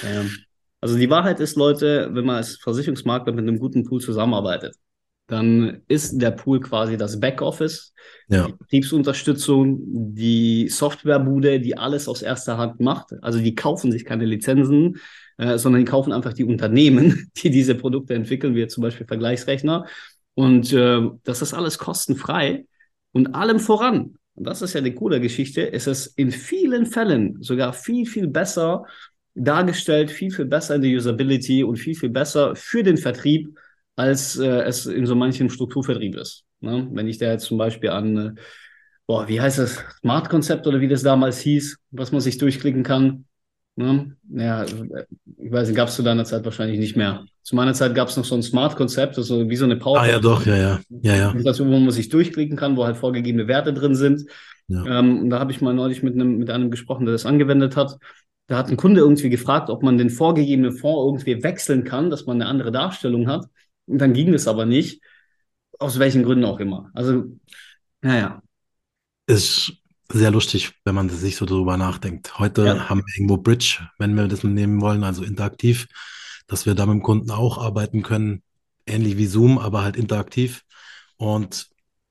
Also die Wahrheit ist, Leute, wenn man als Versicherungsmakler mit einem guten Pool zusammenarbeitet, dann ist der Pool quasi das Backoffice, Ja, die Betriebsunterstützung, die Softwarebude, die alles aus erster Hand macht. Also die kaufen sich keine Lizenzen, sondern die kaufen einfach die Unternehmen, die diese Produkte entwickeln, wie zum Beispiel Vergleichsrechner. Und das ist alles kostenfrei und allem voran. Und das ist ja die coole Geschichte, ist es in vielen Fällen sogar viel, viel besser dargestellt, viel, viel besser in der Usability und viel, viel besser für den Vertrieb, als es in so manchen Strukturvertrieb ist. Ne? Wenn ich da jetzt zum Beispiel an, wie heißt das, Smart-Konzept oder wie das damals hieß, was man sich durchklicken kann. Ne? Ja, ich weiß nicht, gab es zu deiner Zeit wahrscheinlich nicht mehr. Zu meiner Zeit gab es noch so ein Smart-Konzept, also wie so eine ah ja, doch, ja. wo man sich durchklicken kann, wo halt vorgegebene Werte drin sind. Ja. Und da habe ich mal neulich mit einem gesprochen, der das angewendet hat. Da hat ein Kunde irgendwie gefragt, ob man den vorgegebenen Fonds irgendwie wechseln kann, dass man eine andere Darstellung hat. Und dann ging das aber nicht, aus welchen Gründen auch immer. Also, naja. Ist sehr lustig, wenn man sich so drüber nachdenkt. Heute haben wir irgendwo Bridge, wenn wir das nehmen wollen, also interaktiv, dass wir da mit dem Kunden auch arbeiten können, ähnlich wie Zoom, aber halt interaktiv. Und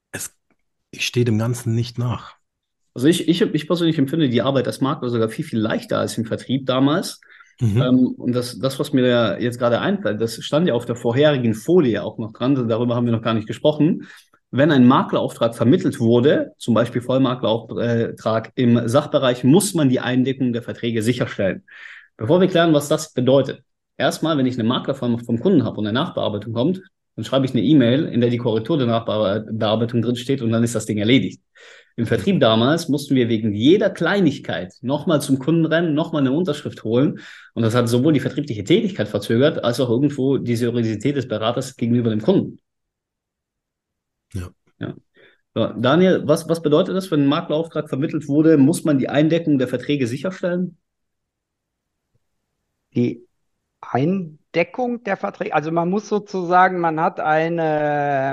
ich stehe dem Ganzen nicht nach. Also ich persönlich empfinde die Arbeit als Makler sogar viel, viel leichter als im Vertrieb damals. Und das, was mir da jetzt gerade einfällt, das stand ja auf der vorherigen Folie auch noch dran, darüber haben wir noch gar nicht gesprochen. Wenn ein Maklerauftrag vermittelt wurde, zum Beispiel Vollmaklerauftrag im Sachbereich, muss man die Eindeckung der Verträge sicherstellen. Bevor wir klären, was das bedeutet. Erstmal, wenn ich eine Maklervollmacht vom Kunden habe und eine Nachbearbeitung kommt, dann schreibe ich eine E-Mail, in der die Korrektur der Nachbearbeitung drin steht und dann ist das Ding erledigt. Im Vertrieb damals mussten wir wegen jeder Kleinigkeit nochmal zum Kunden rennen, nochmal eine Unterschrift holen. Und das hat sowohl die vertriebliche Tätigkeit verzögert, als auch irgendwo die Seriosität des Beraters gegenüber dem Kunden. Ja. So, Daniel, was bedeutet das, wenn ein Maklerauftrag vermittelt wurde, muss man die Eindeckung der Verträge sicherstellen? Die Eindeckung der Verträge, also man muss sozusagen, man hat eine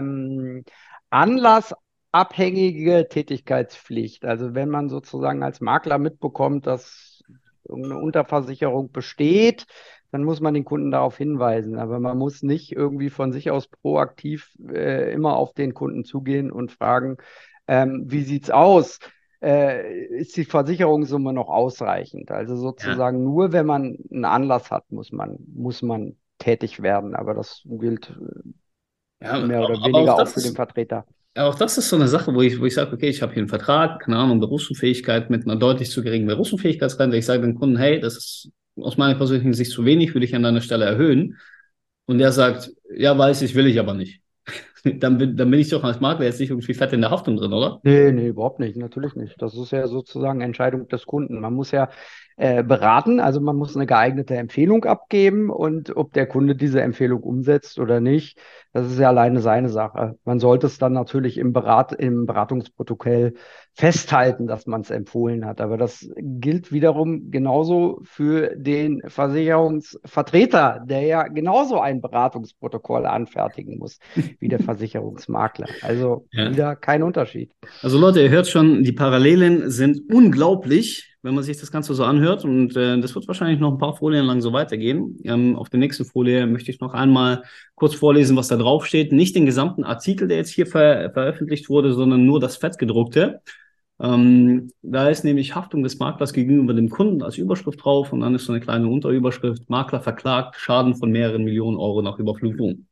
anlassabhängige Tätigkeitspflicht. Also wenn man sozusagen als Makler mitbekommt, dass irgendeine Unterversicherung besteht, dann muss man den Kunden darauf hinweisen. Aber man muss nicht irgendwie von sich aus proaktiv immer auf den Kunden zugehen und fragen, wie sieht's aus? Ist die Versicherungssumme noch ausreichend? Also sozusagen nur, wenn man einen Anlass hat, muss man tätig werden. Aber das gilt mehr oder weniger auch für den Vertreter. Auch das ist so eine Sache, wo ich sage, okay, ich habe hier einen Vertrag, keine Ahnung, Berufsunfähigkeit mit einer deutlich zu geringen Berufsunfähigkeitsrente. Ich sage dem Kunden, hey, das ist aus meiner persönlichen Sicht zu wenig, würde ich an deiner Stelle erhöhen. Und der sagt, ja, weiß ich, will ich aber nicht. Dann bin ich doch als Makler jetzt nicht irgendwie fett in der Haftung drin, oder? Nee, überhaupt nicht, natürlich nicht. Das ist ja sozusagen Entscheidung des Kunden. Man muss ja beraten, also man muss eine geeignete Empfehlung abgeben und ob der Kunde diese Empfehlung umsetzt oder nicht, das ist ja alleine seine Sache. Man sollte es dann natürlich im Beratungsprotokoll festhalten, dass man es empfohlen hat. Aber das gilt wiederum genauso für den Versicherungsvertreter, der ja genauso ein Beratungsprotokoll anfertigen muss wie der Versicherungsmakler. Also wieder kein Unterschied. Also Leute, ihr hört schon, die Parallelen sind unglaublich, wenn man sich das Ganze so anhört. Und das wird wahrscheinlich noch ein paar Folien lang so weitergehen. Auf der nächsten Folie möchte ich noch einmal kurz vorlesen, was da drauf steht. Nicht den gesamten Artikel, der jetzt hier veröffentlicht wurde, sondern nur das Fettgedruckte. Da ist nämlich Haftung des Maklers gegenüber dem Kunden als Überschrift drauf und dann ist so eine kleine Unterüberschrift: Makler verklagt, Schaden von mehreren Millionen Euro nach Überflutung.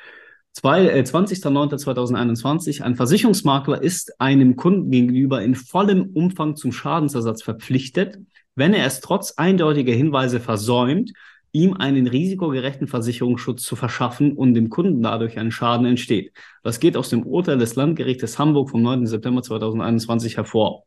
20.09.2021, ein Versicherungsmakler ist einem Kunden gegenüber in vollem Umfang zum Schadensersatz verpflichtet, wenn er es trotz eindeutiger Hinweise versäumt, ihm einen risikogerechten Versicherungsschutz zu verschaffen und dem Kunden dadurch ein Schaden entsteht. Das geht aus dem Urteil des Landgerichtes Hamburg vom 9. September 2021 hervor.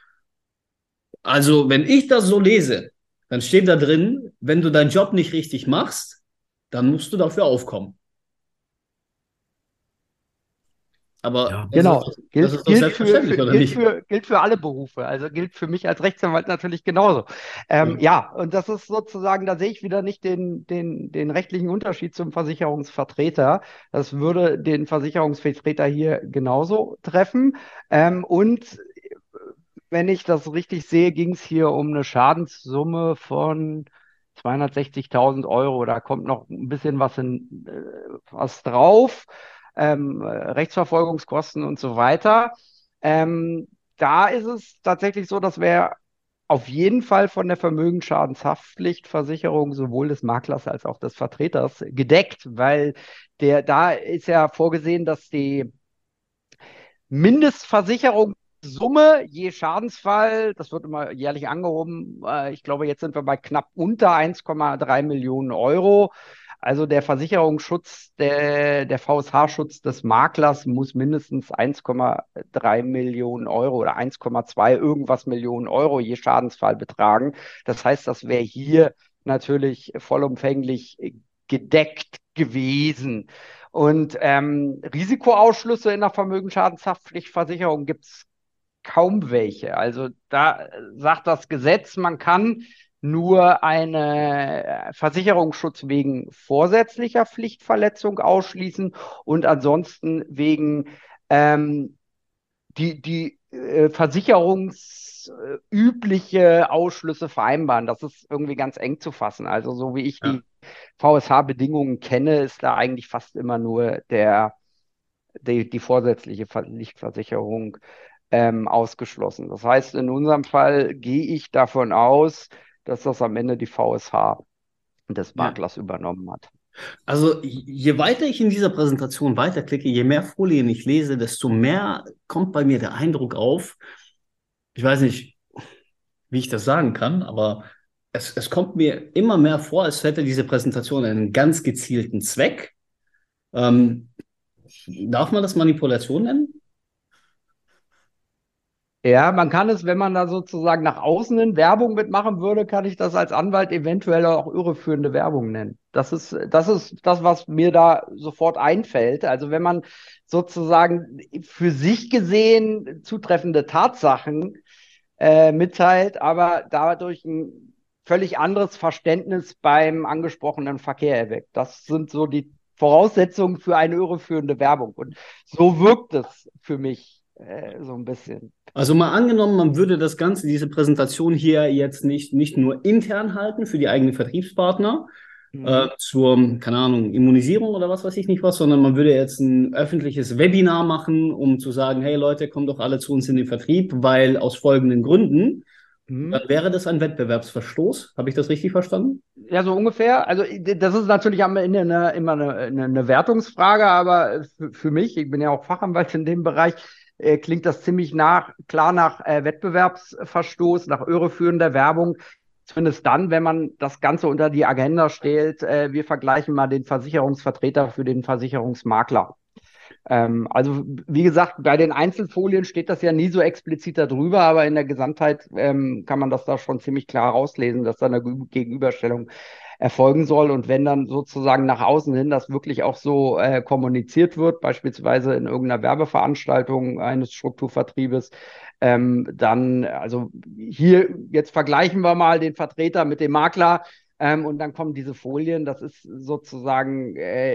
Also, wenn ich das so lese, dann steht da drin, wenn du deinen Job nicht richtig machst, dann musst du dafür aufkommen. Aber Ja. Genau, das ist doch selbstverständlich, oder nicht? gilt für alle Berufe, also gilt für mich als Rechtsanwalt natürlich genauso. Ja. Ja, und das ist sozusagen, da sehe ich wieder nicht den rechtlichen Unterschied zum Versicherungsvertreter. Das würde den Versicherungsvertreter hier genauso treffen. Und wenn ich das richtig sehe, ging es hier um eine Schadenssumme von 260.000 Euro. Da kommt noch ein bisschen was drauf, Rechtsverfolgungskosten und so weiter. Da ist es tatsächlich so, dass wir auf jeden Fall von der Vermögensschadenshaftpflichtversicherung sowohl des Maklers als auch des Vertreters gedeckt, weil da ist ja vorgesehen, dass die Mindestversicherungssumme je Schadensfall, das wird immer jährlich angehoben. Ich glaube, jetzt sind wir bei knapp unter 1,3 Millionen Euro. Also der Versicherungsschutz, der VSH-Schutz des Maklers muss mindestens 1,3 Millionen Euro oder 1,2 irgendwas Millionen Euro je Schadensfall betragen. Das heißt, das wäre hier natürlich vollumfänglich gedeckt gewesen. Und Risikoausschlüsse in der Vermögensschadenshaftpflichtversicherung gibt es kaum welche. Also da sagt das Gesetz, man kann nur eine Versicherungsschutz wegen vorsätzlicher Pflichtverletzung ausschließen und ansonsten wegen die versicherungsübliche Ausschlüsse vereinbaren. Das ist irgendwie ganz eng zu fassen. Also so wie ich Ja. die VSH-Bedingungen kenne, ist da eigentlich fast immer nur die vorsätzliche Pflichtversicherung ausgeschlossen. Das heißt, in unserem Fall gehe ich davon aus, dass das am Ende die VSH des Ja. Maklers übernommen hat. Also je weiter ich in dieser Präsentation weiterklicke, je mehr Folien ich lese, desto mehr kommt bei mir der Eindruck auf, ich weiß nicht, wie ich das sagen kann, aber es kommt mir immer mehr vor, als hätte diese Präsentation einen ganz gezielten Zweck. Ähm, Darf man das Manipulation nennen? Ja, man kann es, wenn man da sozusagen nach außen hin Werbung mitmachen würde, kann ich das als Anwalt eventuell auch irreführende Werbung nennen. Das ist das, was mir da sofort einfällt. Also wenn man sozusagen für sich gesehen zutreffende Tatsachen mitteilt, aber dadurch ein völlig anderes Verständnis beim angesprochenen Verkehr erweckt. Das sind so die Voraussetzungen für eine irreführende Werbung. Und so wirkt es für mich so ein bisschen. Also mal angenommen, man würde das Ganze, diese Präsentation hier jetzt nicht nur intern halten für die eigenen Vertriebspartner, Mhm. zur, keine Ahnung, Immunisierung oder was weiß ich nicht was, sondern man würde jetzt ein öffentliches Webinar machen, um zu sagen, hey Leute, kommt doch alle zu uns in den Vertrieb, weil aus folgenden Gründen, dann Mhm. wäre das ein Wettbewerbsverstoß. Habe ich das richtig verstanden? Ja, so ungefähr. Also das ist natürlich am Ende immer eine Wertungsfrage, aber für mich, ich bin ja auch Fachanwalt in dem Bereich, klingt das ziemlich klar nach Wettbewerbsverstoß, nach irreführender Werbung. Zumindest dann, wenn man das Ganze unter die Agenda stellt, wir vergleichen mal den Versicherungsvertreter für den Versicherungsmakler. Also wie gesagt, bei den Einzelfolien steht das ja nie so explizit darüber, aber in der Gesamtheit kann man das da schon ziemlich klar rauslesen, dass da eine Gegenüberstellung erfolgen soll. Und wenn dann sozusagen nach außen hin das wirklich auch so kommuniziert wird, beispielsweise in irgendeiner Werbeveranstaltung eines Strukturvertriebes, dann, also hier, jetzt vergleichen wir mal den Vertreter mit dem Makler. Und dann kommen diese Folien, das ist sozusagen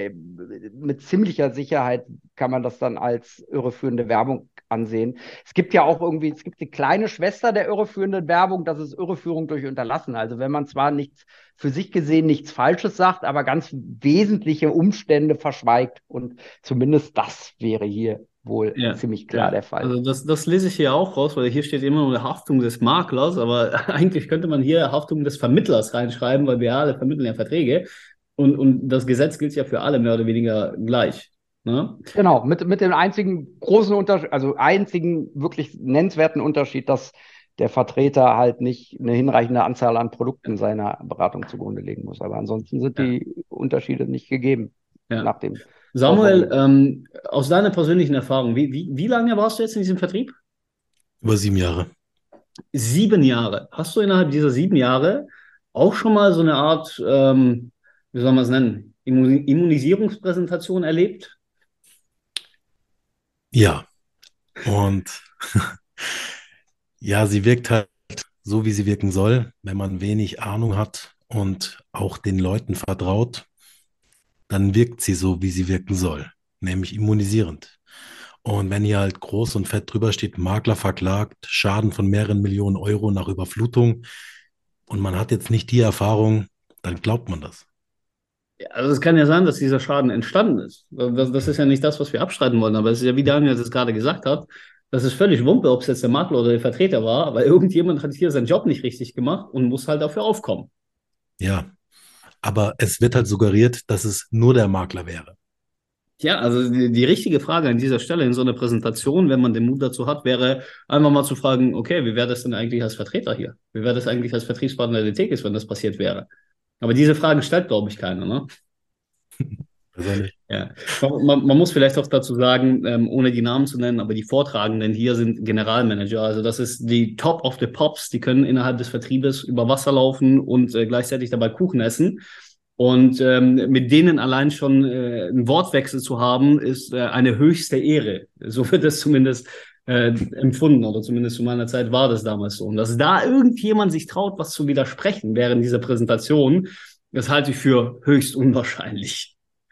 mit ziemlicher Sicherheit kann man das dann als irreführende Werbung ansehen. Es gibt ja auch irgendwie, es gibt die kleine Schwester der irreführenden Werbung, das ist Irreführung durch Unterlassen. Also wenn man zwar nichts für sich gesehen nichts Falsches sagt, aber ganz wesentliche Umstände verschweigt. Und zumindest das wäre hier wohl Ja, ziemlich klar ja. der Fall. Also das lese ich hier auch raus, weil hier steht immer nur Haftung des Maklers, aber eigentlich könnte man hier Haftung des Vermittlers reinschreiben, weil wir alle vermitteln ja Verträge und das Gesetz gilt ja für alle mehr oder weniger gleich. Ne? Genau, mit dem einzigen großen Unterschied, also einzigen wirklich nennenswerten Unterschied, dass der Vertreter halt nicht eine hinreichende Anzahl an Produkten seiner Beratung zugrunde legen muss. Aber ansonsten sind Ja, die Unterschiede nicht gegeben ja. nach dem Samuel, VVG. aus deiner persönlichen Erfahrung, wie lange warst du jetzt in diesem Vertrieb? Über 7 Jahre. 7 Jahre. Hast du innerhalb dieser 7 Jahre auch schon mal so eine Art, wie soll man es nennen, Immunisierungspräsentation erlebt? Ja, und ja, sie wirkt halt so, wie sie wirken soll, wenn man wenig Ahnung hat und auch den Leuten vertraut, dann wirkt sie so, wie sie wirken soll, nämlich immunisierend. Und wenn hier halt groß und fett drüber steht, Makler verklagt, Schaden von mehreren Millionen Euro nach Überflutung und man hat jetzt nicht die Erfahrung, dann glaubt man das. Ja, also es kann ja sein, dass dieser Schaden entstanden ist. Das ist ja nicht das, was wir abstreiten wollen, aber es ist ja, wie Daniel das gerade gesagt hat, das ist völlig Wumpe, ob es jetzt der Makler oder der Vertreter war, aber irgendjemand hat hier seinen Job nicht richtig gemacht und muss halt dafür aufkommen. Ja, aber es wird halt suggeriert, dass es nur der Makler wäre. Ja, also die richtige Frage an dieser Stelle in so einer Präsentation, wenn man den Mut dazu hat, wäre einfach mal zu fragen, okay, wie wäre das denn eigentlich als Vertreter hier? Wie wäre das eigentlich als Vertriebspartner der Tekis, wenn das passiert wäre? Aber diese Frage stellt, glaube ich, keiner, ne? Weiß auch nicht. Ja, man muss vielleicht auch dazu sagen, ohne die Namen zu nennen, aber die Vortragenden hier sind Generalmanager. Also das ist die Top of the Pops. Die können innerhalb des Vertriebes über Wasser laufen und gleichzeitig dabei Kuchen essen. Und mit denen allein schon einen Wortwechsel zu haben, ist eine höchste Ehre. So wird es zumindest empfunden oder zumindest zu meiner Zeit war das damals so. Und dass da irgendjemand sich traut, was zu widersprechen während dieser Präsentation, das halte ich für höchst unwahrscheinlich.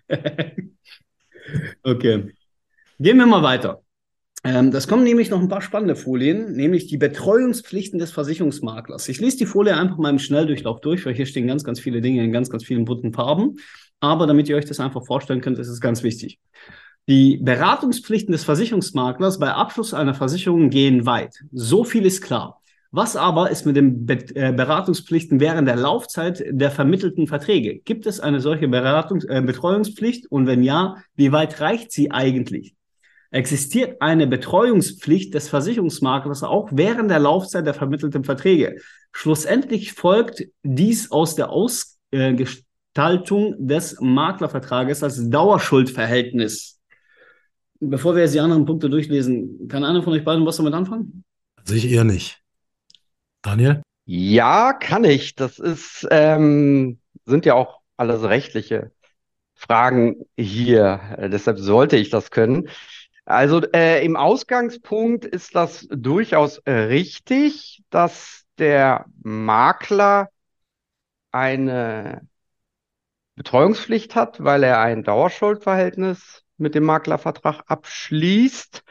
Okay, gehen wir mal weiter. Das kommen nämlich noch ein paar spannende Folien, nämlich die Betreuungspflichten des Versicherungsmaklers. Ich lese die Folie einfach mal im Schnelldurchlauf durch, weil hier stehen ganz, ganz viele Dinge in ganz, ganz vielen bunten Farben. Aber damit ihr euch das einfach vorstellen könnt, ist es ganz wichtig. Die Beratungspflichten des Versicherungsmaklers bei Abschluss einer Versicherung gehen weit. So viel ist klar. Was aber ist mit den Beratungspflichten während der Laufzeit der vermittelten Verträge? Gibt es eine solche Betreuungspflicht? Und wenn ja, wie weit reicht sie eigentlich? Existiert eine Betreuungspflicht des Versicherungsmaklers auch während der Laufzeit der vermittelten Verträge? Schlussendlich folgt dies aus der Ausgestaltung des Maklervertrages als Dauerschuldverhältnis. Bevor wir jetzt die anderen Punkte durchlesen, kann einer von euch beiden was damit anfangen? Also ich eher nicht. Daniel? Ja, kann ich. Das sind ja auch alles rechtliche Fragen hier. Deshalb sollte ich das können. Also im Ausgangspunkt ist das durchaus richtig, dass der Makler eine Betreuungspflicht hat, weil er ein Dauerschuldverhältnis mit dem Maklervertrag abschließt.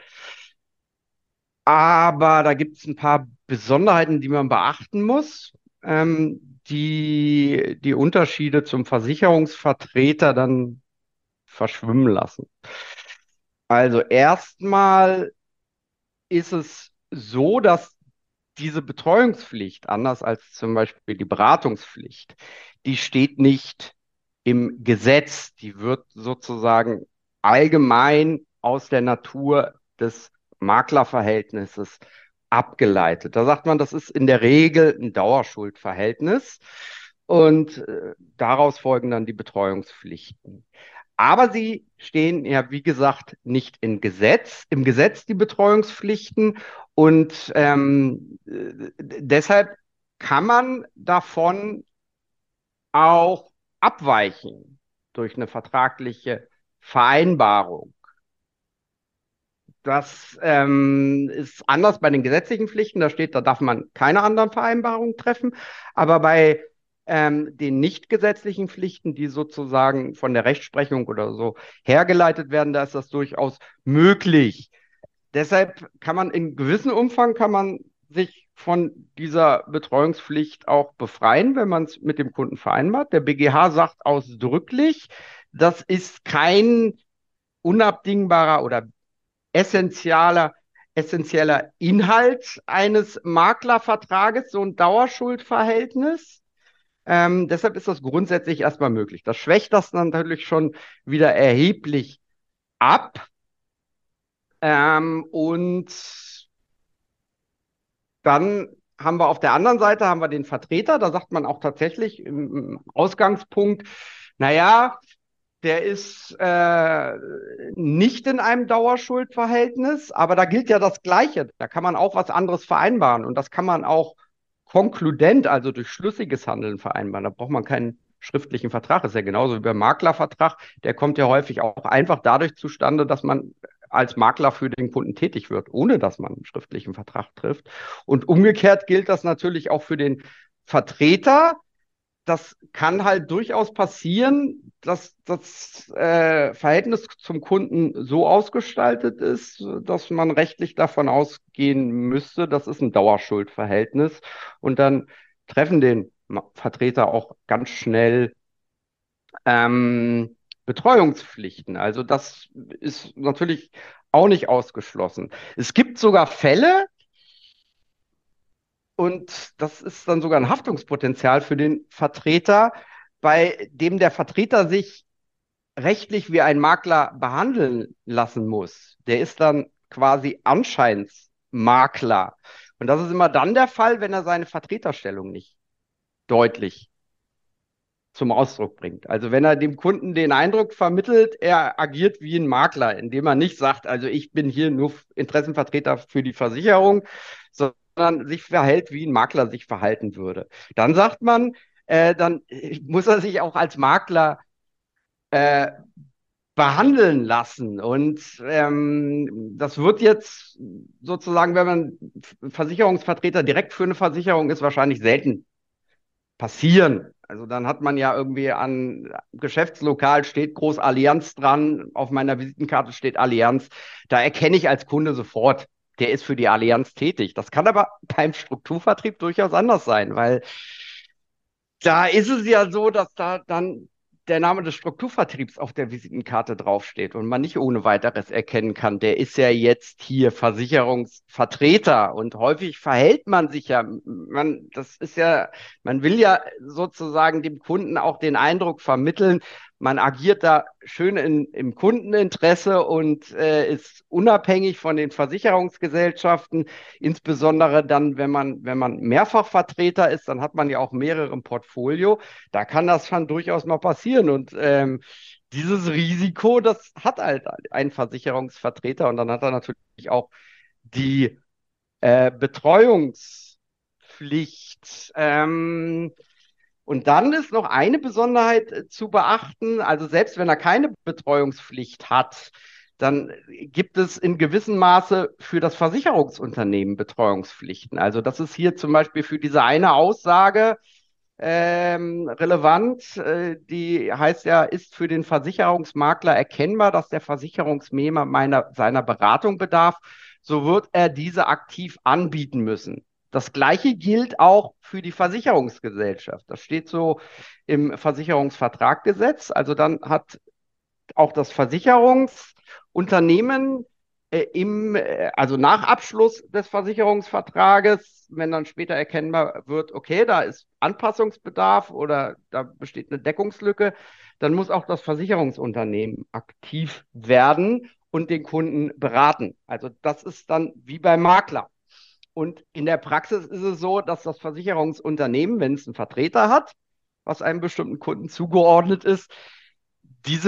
Aber da gibt es ein paar Besonderheiten, die man beachten muss, die Unterschiede zum Versicherungsvertreter dann verschwimmen lassen. Also erstmal ist es so, dass diese Betreuungspflicht, anders als zum Beispiel die Beratungspflicht, die steht nicht im Gesetz. Die wird sozusagen allgemein aus der Natur des Maklerverhältnisses abgeleitet. Da sagt man, das ist in der Regel ein Dauerschuldverhältnis und daraus folgen dann die Betreuungspflichten. Aber sie stehen ja, wie gesagt, nicht im Gesetz die Betreuungspflichten. Und deshalb kann man davon auch abweichen durch eine vertragliche Vereinbarung. Das ist anders bei den gesetzlichen Pflichten. Da steht, da darf man keine anderen Vereinbarungen treffen. Aber bei den nicht gesetzlichen Pflichten, die sozusagen von der Rechtsprechung oder so hergeleitet werden, da ist das durchaus möglich. Deshalb kann man in gewissem Umfang kann man sich von dieser Betreuungspflicht auch befreien, wenn man es mit dem Kunden vereinbart. Der BGH sagt ausdrücklich, das ist kein unabdingbarer oder essentieller Inhalt eines Maklervertrages, so ein Dauerschuldverhältnis. Deshalb ist das grundsätzlich erstmal möglich. Das schwächt das natürlich schon wieder erheblich ab. Und dann haben wir auf der anderen Seite haben wir den Vertreter. Da sagt man auch tatsächlich im Ausgangspunkt, naja, der ist nicht in einem Dauerschuldverhältnis, aber da gilt ja das Gleiche. Da kann man auch was anderes vereinbaren und das kann man auch konkludent, also durch schlüssiges Handeln vereinbaren. Da braucht man keinen schriftlichen Vertrag. Das ist ja genauso wie beim Maklervertrag. Der kommt ja häufig auch einfach dadurch zustande, dass man als Makler für den Kunden tätig wird, ohne dass man einen schriftlichen Vertrag trifft. Und umgekehrt gilt das natürlich auch für den Vertreter. Das kann halt durchaus passieren, dass das Verhältnis zum Kunden so ausgestaltet ist, dass man rechtlich davon ausgehen müsste, das ist ein Dauerschuldverhältnis. Und dann treffen den Vertreter auch ganz schnell Betreuungspflichten. Also das ist natürlich auch nicht ausgeschlossen. Es gibt sogar Fälle, und das ist dann sogar ein Haftungspotenzial für den Vertreter, bei dem der Vertreter sich rechtlich wie ein Makler behandeln lassen muss. Der ist dann quasi Anscheinsmakler. Und das ist immer dann der Fall, wenn er seine Vertreterstellung nicht deutlich zum Ausdruck bringt. Also wenn er dem Kunden den Eindruck vermittelt, er agiert wie ein Makler, indem er nicht sagt, also ich bin hier nur Interessenvertreter für die Versicherung, sondern sich verhält, wie ein Makler sich verhalten würde. Dann sagt man, dann muss er sich auch als Makler behandeln lassen. Und das wird jetzt sozusagen, wenn man Versicherungsvertreter direkt für eine Versicherung ist, wahrscheinlich selten passieren. Also dann hat man ja irgendwie an Geschäftslokal steht groß Allianz dran, auf meiner Visitenkarte steht Allianz. Da erkenne ich als Kunde sofort, der ist für die Allianz tätig. Das kann aber beim Strukturvertrieb durchaus anders sein, weil da ist es ja so, dass da dann der Name des Strukturvertriebs auf der Visitenkarte draufsteht und man nicht ohne weiteres erkennen kann, der ist ja jetzt hier Versicherungsvertreter. Und häufig verhält man sich ja, man will ja sozusagen dem Kunden auch den Eindruck vermitteln, man agiert da schön im Kundeninteresse und ist unabhängig von den Versicherungsgesellschaften. Insbesondere dann, wenn man Mehrfachvertreter ist, dann hat man ja auch mehrere im Portfolio. Da kann das dann durchaus mal passieren. Und dieses Risiko, das hat halt ein Versicherungsvertreter. Und dann hat er natürlich auch die Betreuungspflicht. Und dann ist noch eine Besonderheit zu beachten. Also selbst wenn er keine Betreuungspflicht hat, dann gibt es in gewissem Maße für das Versicherungsunternehmen Betreuungspflichten. Also das ist hier zum Beispiel für diese eine Aussage relevant. Die heißt ja, ist für den Versicherungsmakler erkennbar, dass der Versicherungsnehmer seiner Beratung bedarf, so wird er diese aktiv anbieten müssen. Das Gleiche gilt auch für die Versicherungsgesellschaft. Das steht so im Versicherungsvertraggesetz. Also dann hat auch das Versicherungsunternehmen also nach Abschluss des Versicherungsvertrages, wenn dann später erkennbar wird, okay, da ist Anpassungsbedarf oder da besteht eine Deckungslücke, dann muss auch das Versicherungsunternehmen aktiv werden und den Kunden beraten. Also das ist dann wie beim Makler. Und in der Praxis ist es so, dass das Versicherungsunternehmen, wenn es einen Vertreter hat, was einem bestimmten Kunden zugeordnet ist, diese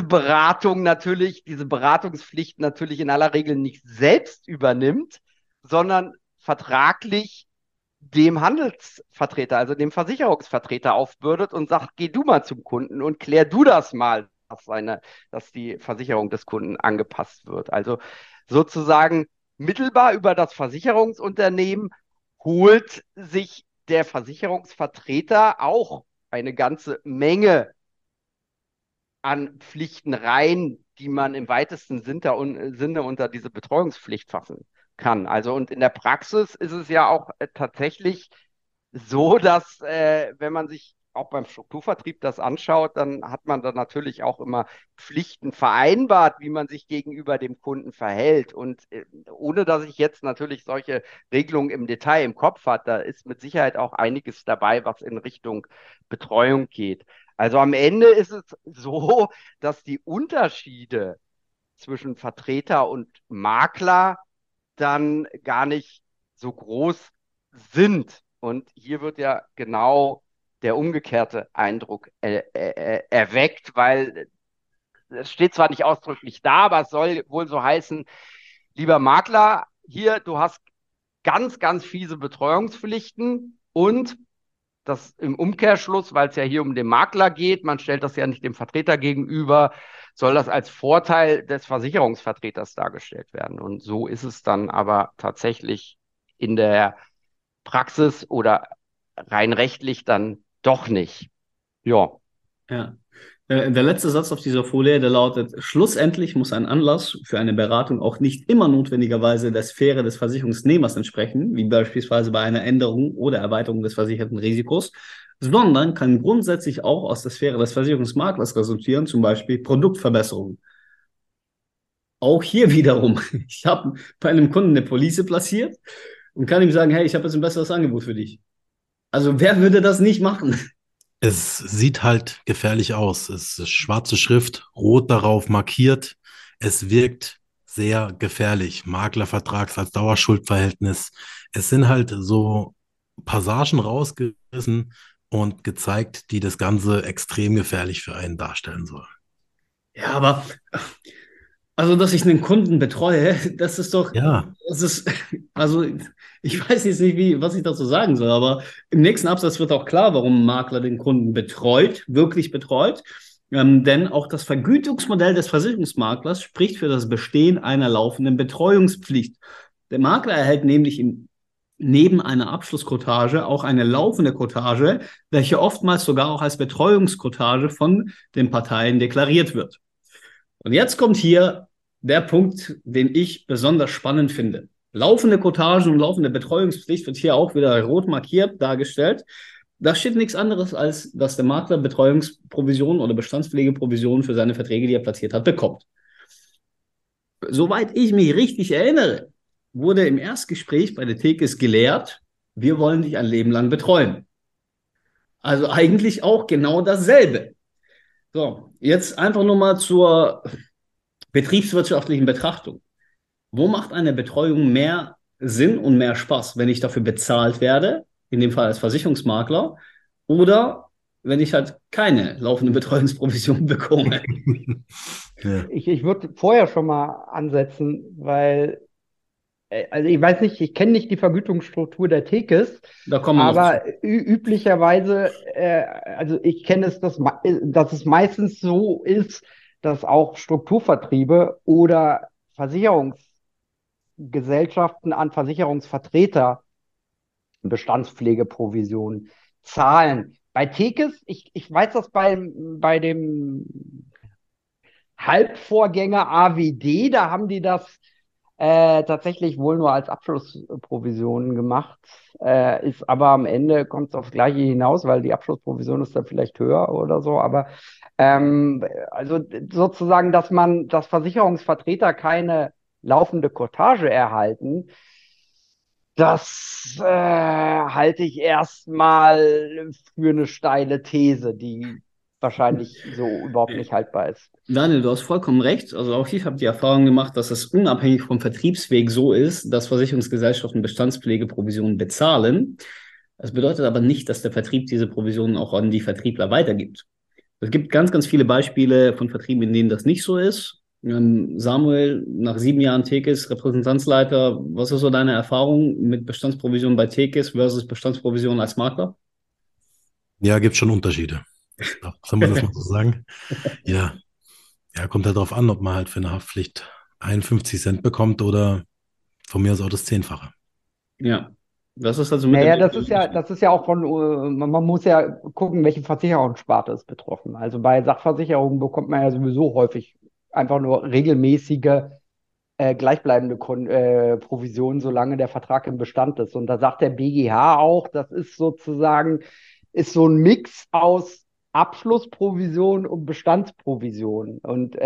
Beratungspflicht natürlich in aller Regel nicht selbst übernimmt, sondern vertraglich dem Handelsvertreter, also dem Versicherungsvertreter aufbürdet und sagt, geh du mal zum Kunden und klär du das mal, dass die Versicherung des Kunden angepasst wird. Also sozusagen mittelbar über das Versicherungsunternehmen holt sich der Versicherungsvertreter auch eine ganze Menge an Pflichten rein, die man im weitesten Sinne unter diese Betreuungspflicht fassen kann. Also und in der Praxis ist es ja auch tatsächlich so, dass wenn man sich auch beim Strukturvertrieb das anschaut, dann hat man da natürlich auch immer Pflichten vereinbart, wie man sich gegenüber dem Kunden verhält. Und ohne dass ich jetzt natürlich solche Regelungen im Detail im Kopf habe, da ist mit Sicherheit auch einiges dabei, was in Richtung Betreuung geht. Also am Ende ist es so, dass die Unterschiede zwischen Vertreter und Makler dann gar nicht so groß sind. Und hier wird ja genau der umgekehrte Eindruck erweckt, weil es steht zwar nicht ausdrücklich da, aber es soll wohl so heißen, lieber Makler, hier, du hast ganz, ganz fiese Betreuungspflichten und das im Umkehrschluss, weil es ja hier um den Makler geht, man stellt das ja nicht dem Vertreter gegenüber, soll das als Vorteil des Versicherungsvertreters dargestellt werden. Und so ist es dann aber tatsächlich in der Praxis oder rein rechtlich dann doch nicht. Ja. Ja. Der letzte Satz auf dieser Folie, der lautet: Schlussendlich muss ein Anlass für eine Beratung auch nicht immer notwendigerweise der Sphäre des Versicherungsnehmers entsprechen, wie beispielsweise bei einer Änderung oder Erweiterung des versicherten Risikos, sondern kann grundsätzlich auch aus der Sphäre des Versicherungsmaklers resultieren, zum Beispiel Produktverbesserungen. Auch hier wiederum, ich habe bei einem Kunden eine Police platziert und kann ihm sagen, hey, ich habe jetzt ein besseres Angebot für dich. Also wer würde das nicht machen? Es sieht halt gefährlich aus. Es ist schwarze Schrift, rot darauf markiert. Es wirkt sehr gefährlich. Maklervertrags als Dauerschuldverhältnis. Es sind halt so Passagen rausgerissen und gezeigt, die das Ganze extrem gefährlich für einen darstellen sollen. Ja, aber also, dass ich einen Kunden betreue, das ist doch, Ja, das ist, also ich weiß jetzt nicht, was ich dazu sagen soll, aber im nächsten Absatz wird auch klar, warum ein Makler den Kunden betreut, wirklich betreut. Denn auch das Vergütungsmodell des Versicherungsmaklers spricht für das Bestehen einer laufenden Betreuungspflicht. Der Makler erhält nämlich neben einer Abschlusskotage auch eine laufende Kotage, welche oftmals sogar auch als Betreuungskotage von den Parteien deklariert wird. Und jetzt kommt hier der Punkt, den ich besonders spannend finde. Laufende Kotagen und laufende Betreuungspflicht wird hier auch wieder rot markiert dargestellt. Da steht nichts anderes, als dass der Makler Betreuungsprovision oder Bestandspflegeprovision für seine Verträge, die er platziert hat, bekommt. Soweit ich mich richtig erinnere, wurde im Erstgespräch bei der Tekes gelehrt, wir wollen dich ein Leben lang betreuen. Also eigentlich auch genau dasselbe. So, jetzt einfach nur mal zur betriebswirtschaftlichen Betrachtung. Wo macht eine Betreuung mehr Sinn und mehr Spaß, wenn ich dafür bezahlt werde, in dem Fall als Versicherungsmakler, oder wenn ich halt keine laufende Betreuungsprovision bekomme? ja. Ich würde vorher schon mal ansetzen, weil, also ich weiß nicht, ich kenne nicht die Vergütungsstruktur der Tekes, Da kommen wir noch zu. aber üblicherweise, also ich kenne es, dass es meistens so ist, dass auch Strukturvertriebe oder Versicherungsgesellschaften an Versicherungsvertreter Bestandspflegeprovisionen zahlen. Bei Tekes, ich weiß das bei dem Halbvorgänger AWD, da haben die das tatsächlich wohl nur als Abschlussprovision gemacht, ist aber am Ende kommt es aufs Gleiche hinaus, weil die Abschlussprovision ist dann vielleicht höher oder so, aber also sozusagen, dass Versicherungsvertreter keine laufende Cottage erhalten, das halte ich erstmal für eine steile These, die wahrscheinlich so überhaupt nicht haltbar ist. Daniel, du hast vollkommen recht. Also auch ich habe die Erfahrung gemacht, dass es unabhängig vom Vertriebsweg so ist, dass Versicherungsgesellschaften Bestandspflegeprovisionen bezahlen. Das bedeutet aber nicht, dass der Vertrieb diese Provisionen auch an die Vertriebler weitergibt. Es gibt ganz, ganz viele Beispiele von Vertrieben, in denen das nicht so ist. Samuel, nach 7 Jahren Tekes, Repräsentanzleiter, was ist so deine Erfahrung mit Bestandsprovision bei Tekes versus Bestandsprovision als Makler? Ja, gibt schon Unterschiede. Soll man das mal so sagen? Ja. Ja, kommt halt darauf an, ob man halt für eine Haftpflicht 51 Cent bekommt oder von mir aus auch das Zehnfache. Ja, das ist also mit Naja, dem das ist ja auch man muss ja gucken, welche Versicherungssparte ist betroffen. Also bei Sachversicherungen bekommt man ja sowieso häufig einfach nur regelmäßige, gleichbleibende Provisionen, solange der Vertrag im Bestand ist. Und da sagt der BGH auch, das ist sozusagen, ist so ein Mix aus Abschlussprovision und Bestandsprovision. Und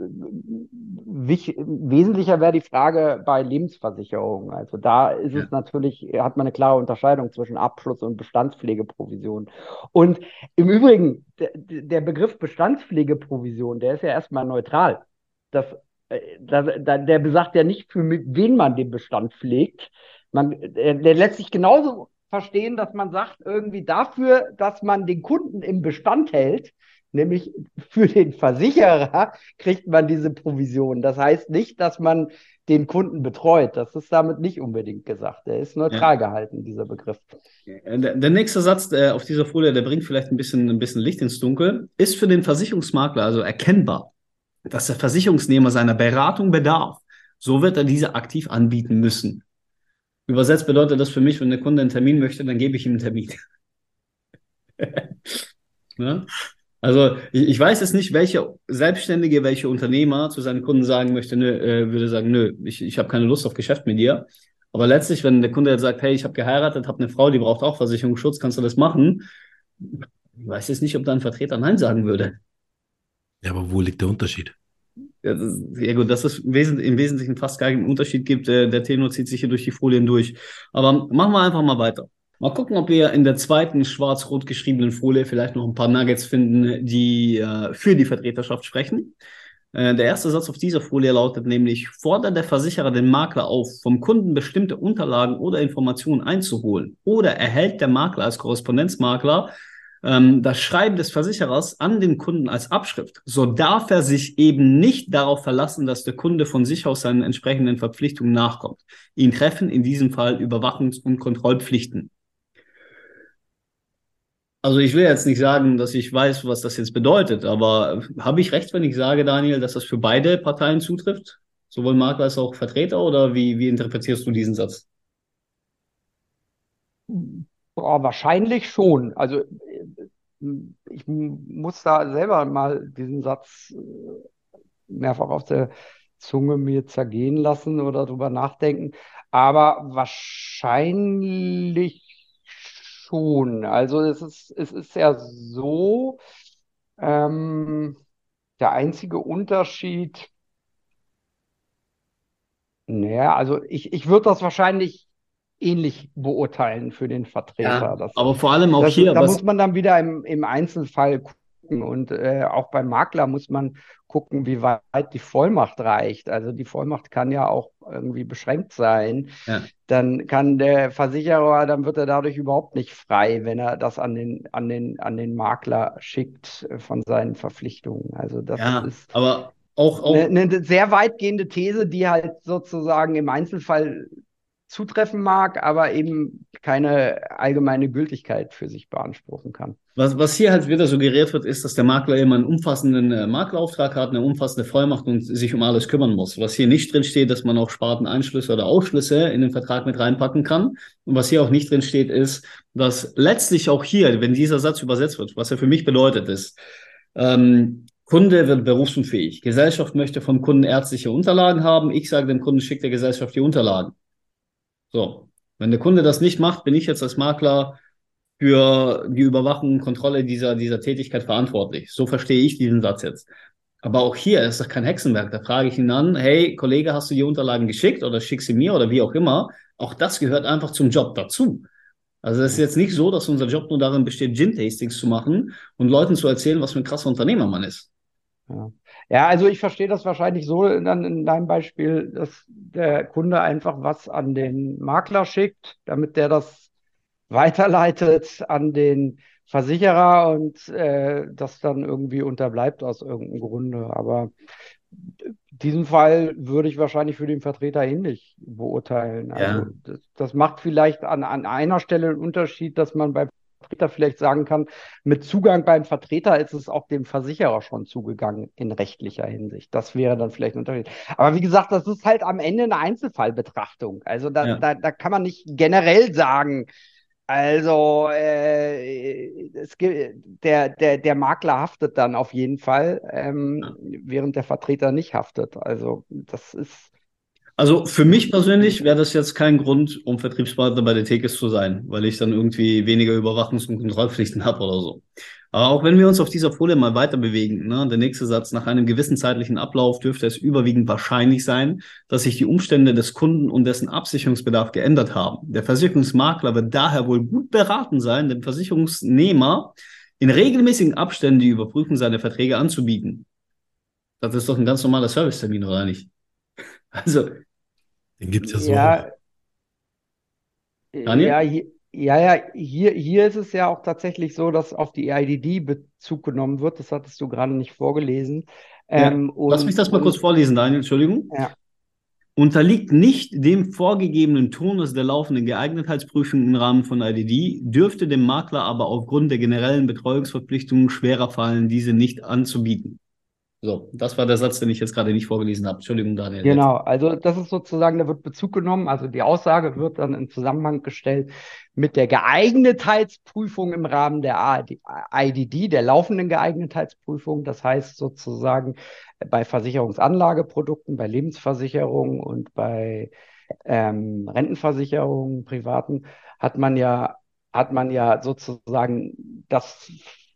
wesentlicher wäre die Frage bei Lebensversicherungen. Also da ist es natürlich, hat man eine klare Unterscheidung zwischen Abschluss- und Bestandspflegeprovision. Und im Übrigen, der Begriff Bestandspflegeprovision, der ist ja erstmal neutral. Der besagt ja nicht, für wen man den Bestand pflegt. Der lässt sich genauso verstehen, dass man sagt, irgendwie dafür, dass man den Kunden im Bestand hält, nämlich für den Versicherer, kriegt man diese Provision. Das heißt nicht, dass man den Kunden betreut. Das ist damit nicht unbedingt gesagt. Der ist neutral gehalten, dieser Begriff. Der nächste Satz auf dieser Folie, der bringt vielleicht ein bisschen Licht ins Dunkel, ist für den Versicherungsmakler also erkennbar. dass der Versicherungsnehmer seiner Beratung bedarf, so wird er diese aktiv anbieten müssen. Übersetzt bedeutet das für mich, wenn der Kunde einen Termin möchte, dann gebe ich ihm einen Termin. Ne? Also ich weiß jetzt nicht, welcher Selbstständige, welcher Unternehmer zu seinen Kunden sagen möchte, würde sagen, nö, ich habe keine Lust auf Geschäft mit dir. Aber letztlich, wenn der Kunde jetzt sagt, hey, ich habe geheiratet, habe eine Frau, die braucht auch Versicherungsschutz, kannst du das machen? Ich weiß jetzt nicht, ob da ein Vertreter Nein sagen würde. Ja, aber wo liegt der Unterschied? Ja gut, dass es im Wesentlichen fast gar keinen Unterschied gibt. Der Tenor zieht sich hier durch die Folien durch. Aber machen wir einfach mal weiter. Mal gucken, ob wir in der zweiten schwarz-rot geschriebenen Folie vielleicht noch ein paar Nuggets finden, die für die Vertreterschaft sprechen. Der erste Satz auf dieser Folie lautet nämlich: Fordert der Versicherer den Makler auf, vom Kunden bestimmte Unterlagen oder Informationen einzuholen, oder erhält der Makler als Korrespondenzmakler das Schreiben des Versicherers an den Kunden als Abschrift, so darf er sich eben nicht darauf verlassen, dass der Kunde von sich aus seinen entsprechenden Verpflichtungen nachkommt. Ihn treffen in diesem Fall Überwachungs- und Kontrollpflichten. Also ich will jetzt nicht sagen, dass ich weiß, was das jetzt bedeutet, aber habe ich recht, wenn ich sage, Daniel, dass das für beide Parteien zutrifft? Sowohl Makler als auch Vertreter, oder wie interpretierst du diesen Satz? Boah, wahrscheinlich schon. Also ich muss da selber mal diesen Satz mehrfach auf der Zunge mir zergehen lassen oder drüber nachdenken. Aber wahrscheinlich schon. Also es ist ja so, ähm, der einzige Unterschied, naja, also ich würde das wahrscheinlich ähnlich beurteilen für den Ja, Vertreter. aber vor allem auch hier, Da was, muss man dann wieder im Einzelfall gucken. Und auch beim Makler muss man gucken, wie weit die Vollmacht reicht. Also die Vollmacht kann ja auch irgendwie beschränkt sein. ja, Dann kann der Versicherer, dann wird er dadurch überhaupt nicht frei, wenn er das an den Makler schickt von seinen Verpflichtungen. Also das ja, ist aber auch, eine sehr weitgehende These, die halt sozusagen im Einzelfall zutreffen mag, aber eben keine allgemeine Gültigkeit für sich beanspruchen kann. was hier halt wieder suggeriert wird, ist, dass der Makler immer einen umfassenden Maklerauftrag hat, eine umfassende Vollmacht und sich um alles kümmern muss. Was hier nicht drin steht, dass man auch Sparteneinschlüsse oder Ausschlüsse in den Vertrag mit reinpacken kann. Und was hier auch nicht drin steht, ist, dass letztlich auch hier, wenn dieser Satz übersetzt wird, was er für mich bedeutet, ist, Kunde wird berufsunfähig. Gesellschaft möchte vom Kunden ärztliche Unterlagen haben. Ich sage dem Kunden, schickt der Gesellschaft die Unterlagen. So. Wenn der Kunde das nicht macht, bin ich jetzt als Makler für die Überwachung und Kontrolle dieser Tätigkeit verantwortlich. So verstehe ich diesen Satz jetzt. Aber auch hier ist doch kein Hexenwerk. Da frage ich ihn an, hey, Kollege, hast du die Unterlagen geschickt oder schick sie mir oder wie auch immer? Auch das gehört einfach zum Job dazu. Also es ist jetzt nicht so, dass unser Job nur darin besteht, Gin-Tastings zu machen und Leuten zu erzählen, was für ein krasser Unternehmer man ist. Ja. Ja, also ich verstehe das wahrscheinlich so dann in deinem Beispiel, dass der Kunde einfach was an den Makler schickt, damit der das weiterleitet an den Versicherer und das dann irgendwie unterbleibt aus irgendeinem Grunde. Aber diesen Fall würde ich wahrscheinlich für den Vertreter ähnlich beurteilen. Also Ja, das macht vielleicht an einer Stelle einen Unterschied, dass man beim Vertreter vielleicht sagen kann, mit Zugang beim Vertreter ist es auch dem Versicherer schon zugegangen in rechtlicher Hinsicht. Das wäre dann vielleicht ein Unterschied. Aber wie gesagt, das ist halt am Ende eine Einzelfallbetrachtung. Also ja. da kann man nicht generell sagen, also der Makler haftet dann auf jeden Fall, während der Vertreter nicht haftet. Also das ist, Also für mich persönlich wäre das jetzt kein Grund, um Vertriebspartner bei der Tekes zu sein, weil ich dann irgendwie weniger Überwachungs- und Kontrollpflichten habe oder so. Aber auch wenn wir uns auf dieser Folie mal weiter bewegen, ne, der nächste Satz: Nach einem gewissen zeitlichen Ablauf dürfte es überwiegend wahrscheinlich sein, dass sich die Umstände des Kunden und dessen Absicherungsbedarf geändert haben. Der Versicherungsmakler wird daher wohl gut beraten sein, dem Versicherungsnehmer in regelmäßigen Abständen die Überprüfung seiner Verträge anzubieten. Das ist doch ein ganz normaler Servicetermin, oder nicht? Also, Den gibt es ja so auch. ja, Daniel? hier ist es ja auch tatsächlich so, dass auf die EIDD Bezug genommen wird. Das hattest du gerade nicht vorgelesen. Ja. Lass mich das mal kurz vorlesen, Daniel, Entschuldigung. Ja, Unterliegt nicht dem vorgegebenen Turnus der laufenden Geeignetheitsprüfung im Rahmen von IDD, dürfte dem Makler aber aufgrund der generellen Betreuungsverpflichtungen schwerer fallen, diese nicht anzubieten. So, das war der Satz, den ich jetzt gerade nicht vorgelesen habe. Entschuldigung, Daniel. Genau, also das ist sozusagen, da wird Bezug genommen, also die Aussage wird dann in Zusammenhang gestellt mit der Geeignetheitsprüfung im Rahmen der IDD, der laufenden Geeignetheitsprüfung. Das heißt sozusagen bei Versicherungsanlageprodukten, bei Lebensversicherungen und bei Rentenversicherungen, privaten, hat man ja sozusagen das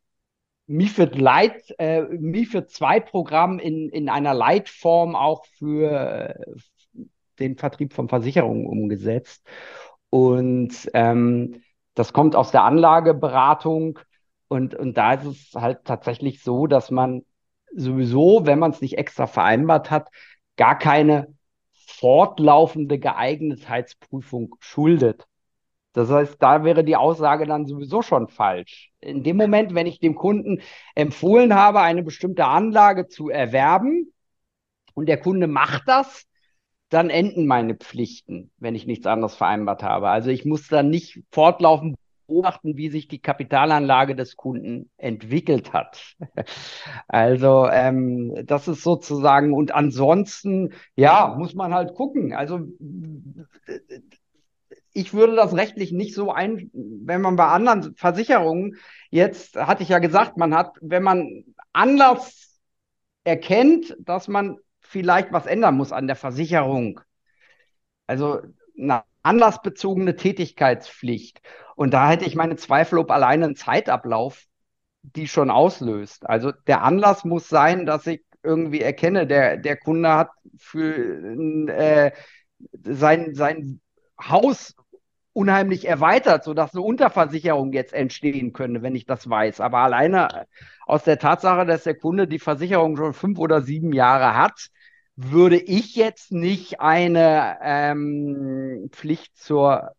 MiFID 2 Programm in einer Leitform auch für den Vertrieb von Versicherungen umgesetzt. Und das kommt aus der Anlageberatung. Und da ist es halt tatsächlich so, dass man sowieso, wenn man es nicht extra vereinbart hat, gar keine fortlaufende Geeignetheitsprüfung schuldet. Das heißt, da wäre die Aussage dann sowieso schon falsch. In dem Moment, wenn ich dem Kunden empfohlen habe, eine bestimmte Anlage zu erwerben und der Kunde macht das, dann enden meine Pflichten, wenn ich nichts anderes vereinbart habe. Also ich muss dann nicht fortlaufend beobachten, wie sich die Kapitalanlage des Kunden entwickelt hat. Also das ist sozusagen, und ansonsten, ja, muss man halt gucken. Also ich würde das rechtlich nicht so wenn man bei anderen Versicherungen, jetzt hatte ich ja gesagt, wenn man Anlass erkennt, dass man vielleicht was ändern muss an der Versicherung, also eine anlassbezogene Tätigkeitspflicht. Und da hätte ich meine Zweifel, ob alleine ein Zeitablauf die schon auslöst. Also der Anlass muss sein, dass ich irgendwie erkenne, der Kunde hat für sein Haus unheimlich erweitert, sodass eine Unterversicherung jetzt entstehen könnte, wenn ich das weiß. Aber alleine aus der Tatsache, dass der Kunde die Versicherung schon 5 oder 7 Jahre hat, würde ich jetzt nicht eine Pflicht zur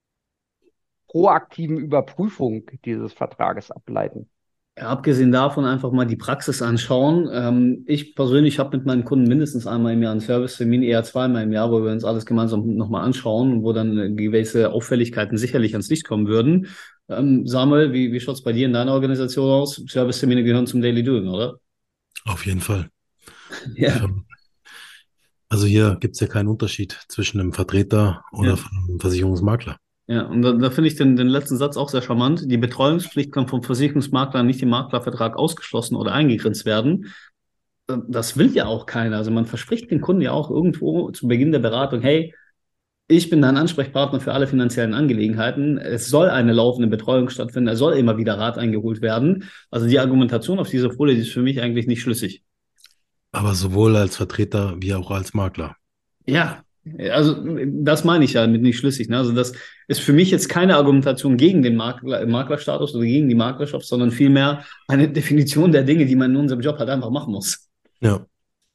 proaktiven Überprüfung dieses Vertrages ableiten. Ja, abgesehen davon einfach mal die Praxis anschauen. Ich persönlich habe mit meinen Kunden mindestens einmal im Jahr einen Servicetermin, eher zweimal im Jahr, wo wir uns alles gemeinsam nochmal anschauen und wo dann gewisse Auffälligkeiten sicherlich ans Licht kommen würden. Samuel, wie schaut es bei dir in deiner Organisation aus? Servicetermine gehören zum Daily Doing, oder? Auf jeden Fall. Ja. Also hier gibt es ja keinen Unterschied zwischen einem Vertreter oder einem Versicherungsmakler. Ja, und da finde ich den letzten Satz auch sehr charmant. Die Betreuungspflicht kann vom Versicherungsmakler nicht im Maklervertrag ausgeschlossen oder eingegrenzt werden. Das will ja auch keiner. Also man verspricht den Kunden ja auch irgendwo zu Beginn der Beratung, hey, ich bin dein Ansprechpartner für alle finanziellen Angelegenheiten. Es soll eine laufende Betreuung stattfinden. Es soll immer wieder Rat eingeholt werden. Also die Argumentation auf dieser Folie, die ist für mich eigentlich nicht schlüssig. Aber sowohl als Vertreter wie auch als Makler. Ja, also das meine ich ja mit nicht schlüssig. Ne? Also das ist für mich jetzt keine Argumentation gegen den Maklerstatus oder gegen die Maklerschaft, sondern vielmehr eine Definition der Dinge, die man in unserem Job halt einfach machen muss. Ja.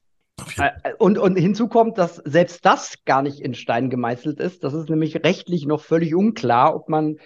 Und hinzu kommt, dass selbst das gar nicht in Stein gemeißelt ist. Das ist nämlich rechtlich noch völlig unklar, ob man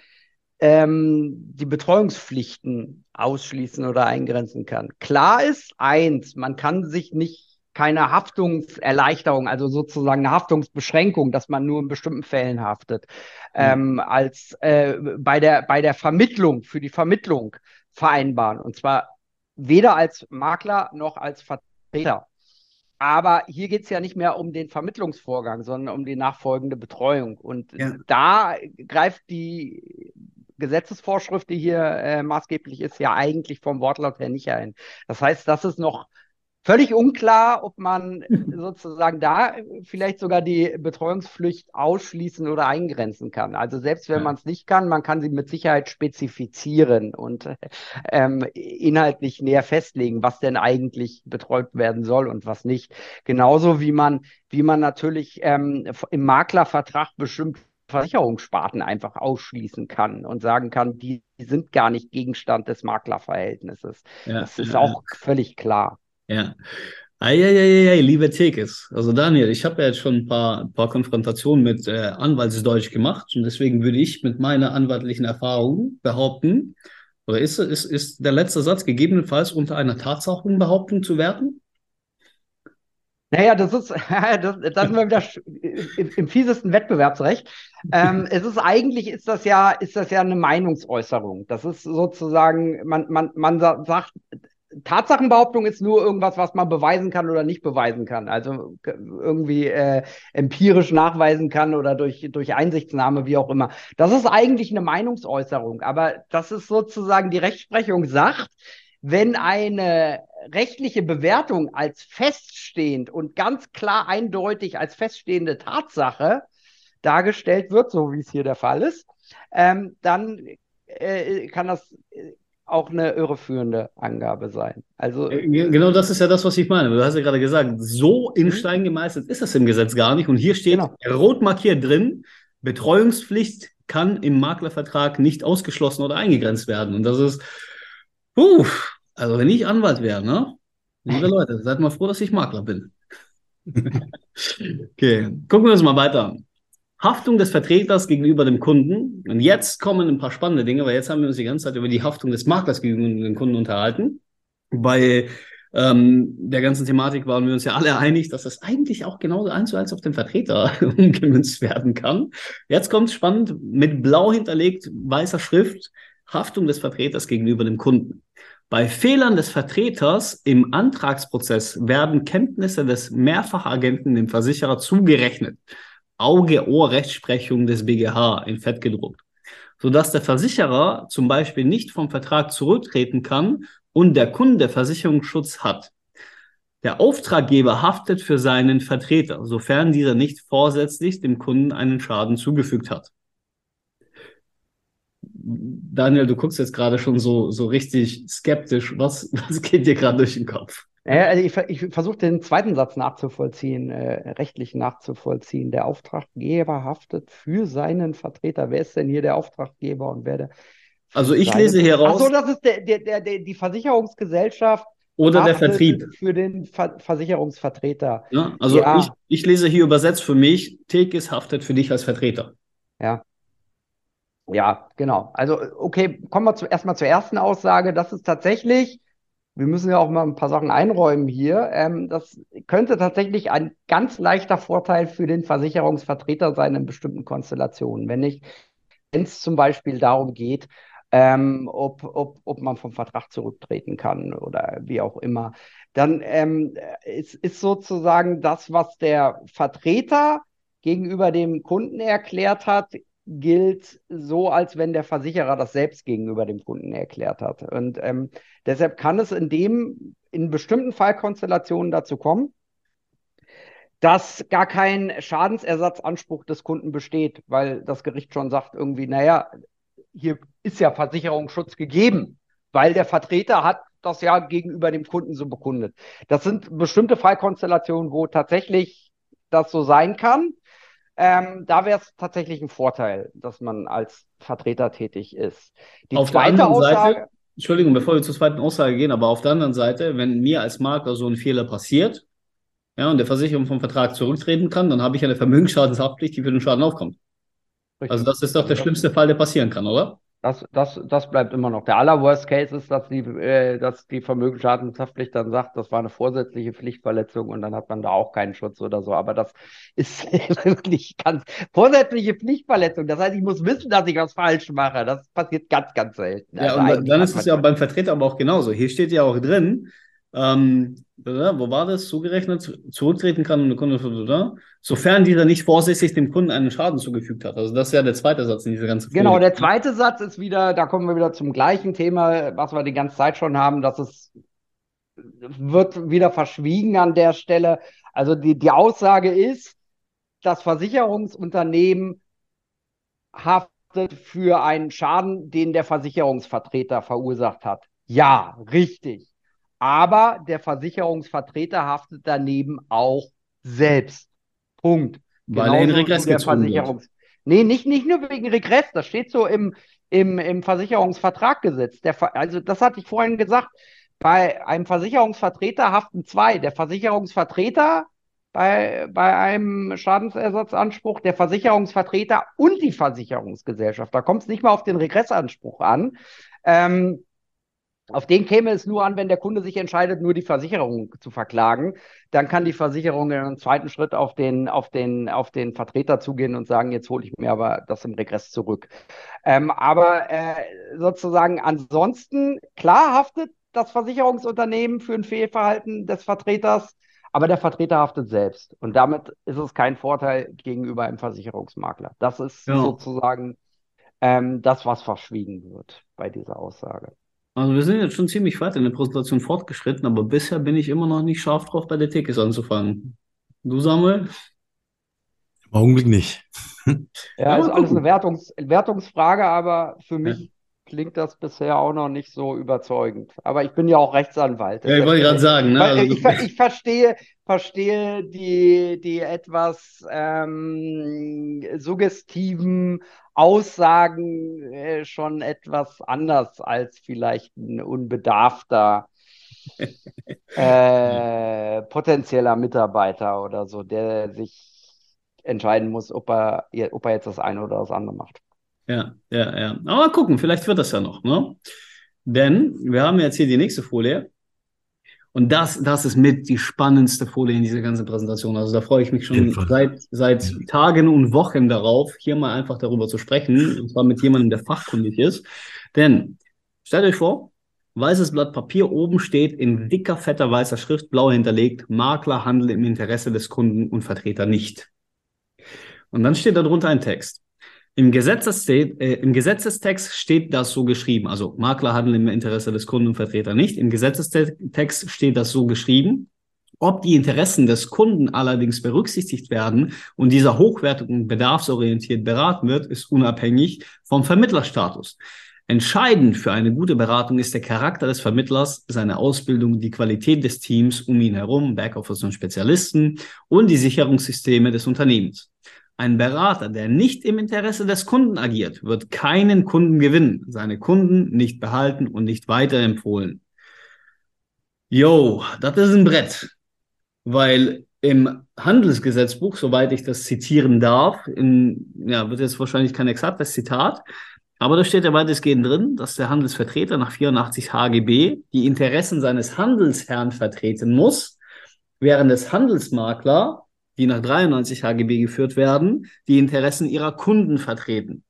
die Betreuungspflichten ausschließen oder eingrenzen kann. Klar ist eins, man kann sich nicht keine Haftungserleichterung, also sozusagen eine Haftungsbeschränkung, dass man nur in bestimmten Fällen haftet, als bei der Vermittlung, für die Vermittlung vereinbaren. Und zwar weder als Makler noch als Vertreter. Aber hier geht es ja nicht mehr um den Vermittlungsvorgang, sondern um die nachfolgende Betreuung. Und da greift die Gesetzesvorschrift, die hier maßgeblich ist, ja eigentlich vom Wortlaut her nicht ein. Das heißt, das ist noch völlig unklar, ob man sozusagen da vielleicht sogar die Betreuungspflicht ausschließen oder eingrenzen kann. Also selbst wenn man es nicht kann, man kann sie mit Sicherheit spezifizieren und inhaltlich näher festlegen, was denn eigentlich betreut werden soll und was nicht. Genauso wie man natürlich im Maklervertrag bestimmt Versicherungssparten einfach ausschließen kann und sagen kann, die sind gar nicht Gegenstand des Maklerverhältnisses. Das ist auch völlig klar. Ja. Eieieiei, liebe Tekes. Also Daniel, ich habe ja jetzt schon ein paar Konfrontationen mit Anwaltsdeutsch gemacht und deswegen würde ich mit meiner anwaltlichen Erfahrung behaupten, oder ist der letzte Satz gegebenenfalls unter einer Tatsachenbehauptung zu werten? Naja, da sind wir wieder im fiesesten Wettbewerbsrecht. Ist das ja eine Meinungsäußerung. Das ist sozusagen, man sagt, Tatsachenbehauptung ist nur irgendwas, was man beweisen kann oder nicht beweisen kann. Also irgendwie empirisch nachweisen kann oder durch Einsichtsnahme, wie auch immer. Das ist eigentlich eine Meinungsäußerung, aber das ist sozusagen die Rechtsprechung sagt, wenn eine rechtliche Bewertung als feststehend und ganz klar eindeutig als feststehende Tatsache dargestellt wird, so wie es hier der Fall ist, dann kann das auch eine irreführende Angabe sein. Also Genau das ist ja das, was ich meine. Du hast ja gerade gesagt, so in Stein gemeißelt ist das im Gesetz gar nicht. Und hier steht genau. rot markiert drin, Betreuungspflicht kann im Maklervertrag nicht ausgeschlossen oder eingegrenzt werden. Und das ist, also wenn ich Anwalt wäre, ne? Liebe Leute, seid mal froh, dass ich Makler bin. Okay, gucken wir uns mal weiter an. Haftung des Vertreters gegenüber dem Kunden. Und jetzt kommen ein paar spannende Dinge, weil jetzt haben wir uns die ganze Zeit über die Haftung des Maklers gegenüber dem Kunden unterhalten. Bei der ganzen Thematik waren wir uns ja alle einig, dass das eigentlich auch genauso 1:1 auf den Vertreter umgemünzt werden kann. Jetzt kommt es spannend, mit blau hinterlegt, weißer Schrift, Haftung des Vertreters gegenüber dem Kunden. Bei Fehlern des Vertreters im Antragsprozess werden Kenntnisse des Mehrfachagenten dem Versicherer zugerechnet. Auge-Ohr-Rechtsprechung des BGH in Fett gedruckt, sodass der Versicherer zum Beispiel nicht vom Vertrag zurücktreten kann und der Kunde Versicherungsschutz hat. Der Auftraggeber haftet für seinen Vertreter, sofern dieser nicht vorsätzlich dem Kunden einen Schaden zugefügt hat. Daniel, du guckst jetzt gerade schon so richtig skeptisch. Was geht dir gerade durch den Kopf? Also ich versuche den zweiten Satz nachzuvollziehen, rechtlich nachzuvollziehen. Der Auftraggeber haftet für seinen Vertreter. Wer ist denn hier der Auftraggeber und wer der? Also ich lese hier raus. Ach so, das ist die Versicherungsgesellschaft oder der haftet Vertrieb. Für den Ja, Versicherungsvertreter. also Ja. ich lese hier übersetzt für mich, Tekis haftet für dich als Vertreter. Ja. Ja, genau. Also, okay, kommen wir erstmal zur ersten Aussage. Das ist tatsächlich, wir müssen ja auch mal ein paar Sachen einräumen hier. Das könnte tatsächlich ein ganz leichter Vorteil für den Versicherungsvertreter sein in bestimmten Konstellationen. Wenn es zum Beispiel darum geht, ob man vom Vertrag zurücktreten kann oder wie auch immer, dann ist sozusagen das, was der Vertreter gegenüber dem Kunden erklärt hat, gilt so, als wenn der Versicherer das selbst gegenüber dem Kunden erklärt hat. Und deshalb kann es in bestimmten Fallkonstellationen dazu kommen, dass gar kein Schadensersatzanspruch des Kunden besteht, weil das Gericht schon sagt irgendwie, naja, hier ist ja Versicherungsschutz gegeben, weil der Vertreter hat das ja gegenüber dem Kunden so bekundet. Das sind bestimmte Fallkonstellationen, wo tatsächlich das so sein kann. Da wäre es tatsächlich ein Vorteil, dass man als Vertreter tätig ist. Die auf zweite der anderen Aussage. Seite, Entschuldigung, bevor wir zur zweiten Aussage gehen, aber auf der anderen Seite, wenn mir als Makler so ein Fehler passiert, ja, und der Versicherung vom Vertrag zurücktreten kann, dann habe ich eine Vermögensschadenshaftpflicht, die für den Schaden aufkommt. Richtig. Also das ist doch der schlimmste Fall, der passieren kann, oder? Das bleibt immer noch. Der Worst Case ist, dass die Vermögensschadenshaftpflicht dann sagt, das war eine vorsätzliche Pflichtverletzung und dann hat man da auch keinen Schutz oder so. Aber das ist wirklich ganz vorsätzliche Pflichtverletzung. Das heißt, ich muss wissen, dass ich was falsch mache. Das passiert ganz, ganz selten. Ja, Also und dann ist es ja beim Vertreter aber auch genauso. Hier steht ja auch drin, wo war das? Zugerechnet, zurücktreten kann und der Kunde, sofern dieser nicht vorsätzlich dem Kunden einen Schaden zugefügt hat. Also das ist ja der zweite Satz in dieser ganzen Folie. Genau, der zweite Satz ist wieder, da kommen wir wieder zum gleichen Thema, was wir die ganze Zeit schon haben, wird wieder verschwiegen an der Stelle. Also die Aussage ist, das Versicherungsunternehmen haftet für einen Schaden, den der Versicherungsvertreter verursacht hat. Ja, richtig. Aber der Versicherungsvertreter haftet daneben auch selbst. Punkt. Weil er in Regress gezogen wird. Nee, nicht nur wegen Regress. Das steht so im Versicherungsvertraggesetz. Also das hatte ich vorhin gesagt. Bei einem Versicherungsvertreter haften zwei. Der Versicherungsvertreter bei einem Schadensersatzanspruch, der Versicherungsvertreter und die Versicherungsgesellschaft. Da kommt es nicht mal auf den Regressanspruch an. Auf den käme es nur an, wenn der Kunde sich entscheidet, nur die Versicherung zu verklagen. Dann kann die Versicherung in einem zweiten Schritt auf den Vertreter zugehen und sagen, jetzt hole ich mir aber das im Regress zurück. Aber sozusagen ansonsten, klar haftet das Versicherungsunternehmen für ein Fehlverhalten des Vertreters, aber der Vertreter haftet selbst. Und damit ist es kein Vorteil gegenüber einem Versicherungsmakler. Das ist Ja. sozusagen das, was verschwiegen wird bei dieser Aussage. Also wir sind jetzt schon ziemlich weit in der Präsentation fortgeschritten, aber bisher bin ich immer noch nicht scharf drauf, bei der Tekis anzufangen. Du, Samuel? Im Augenblick nicht. Ja, Ja, ist mal alles eine gucken. Wertungsfrage, aber für Ja, mich klingt das bisher auch noch nicht so überzeugend. Aber ich bin ja auch Rechtsanwalt. ja, ich Deshalb, wollte gerade sagen, ne? Also ich verstehe die etwas suggestiven Aussagen schon etwas anders als vielleicht ein unbedarfter potenzieller Mitarbeiter oder so, der sich entscheiden muss, ob er jetzt das eine oder das andere macht. ja, ja, ja. Aber mal gucken, vielleicht wird das ja noch, ne? Denn wir haben jetzt hier die nächste Folie. Und das ist mit die spannendste Folie in dieser ganzen Präsentation. Also da freue ich mich Auf jeden schon Fall. seit Tagen und Wochen darauf, hier mal einfach darüber zu sprechen. Und zwar mit jemandem, der fachkundig ist. Denn stellt euch vor, weißes Blatt Papier, oben steht in dicker, fetter, weißer Schrift, blau hinterlegt, Makler handeln im Interesse des Kunden und Vertreter nicht. Und dann steht darunter ein Text. Im Gesetzestext steht das so geschrieben. Also Makler handeln im Interesse des Kunden und Vertreter nicht. Im Gesetzestext steht das so geschrieben. Ob die Interessen des Kunden allerdings berücksichtigt werden und dieser hochwertig und bedarfsorientiert beraten wird, ist unabhängig vom Vermittlerstatus. Entscheidend für eine gute Beratung ist der Charakter des Vermittlers, seine Ausbildung, die Qualität des Teams um ihn herum, Backoffice und Spezialisten und die Sicherungssysteme des Unternehmens. Ein Berater, der nicht im Interesse des Kunden agiert, wird keinen Kunden gewinnen, seine Kunden nicht behalten und nicht weiterempfohlen. Jo, das ist ein Brett, weil im Handelsgesetzbuch, soweit ich das zitieren darf, wird jetzt wahrscheinlich kein exaktes Zitat, aber da steht ja weitestgehend drin, dass der Handelsvertreter nach 84 HGB die Interessen seines Handelsherrn vertreten muss, während des Handelsmakler, die nach 93 HGB geführt werden, die Interessen ihrer Kunden vertreten.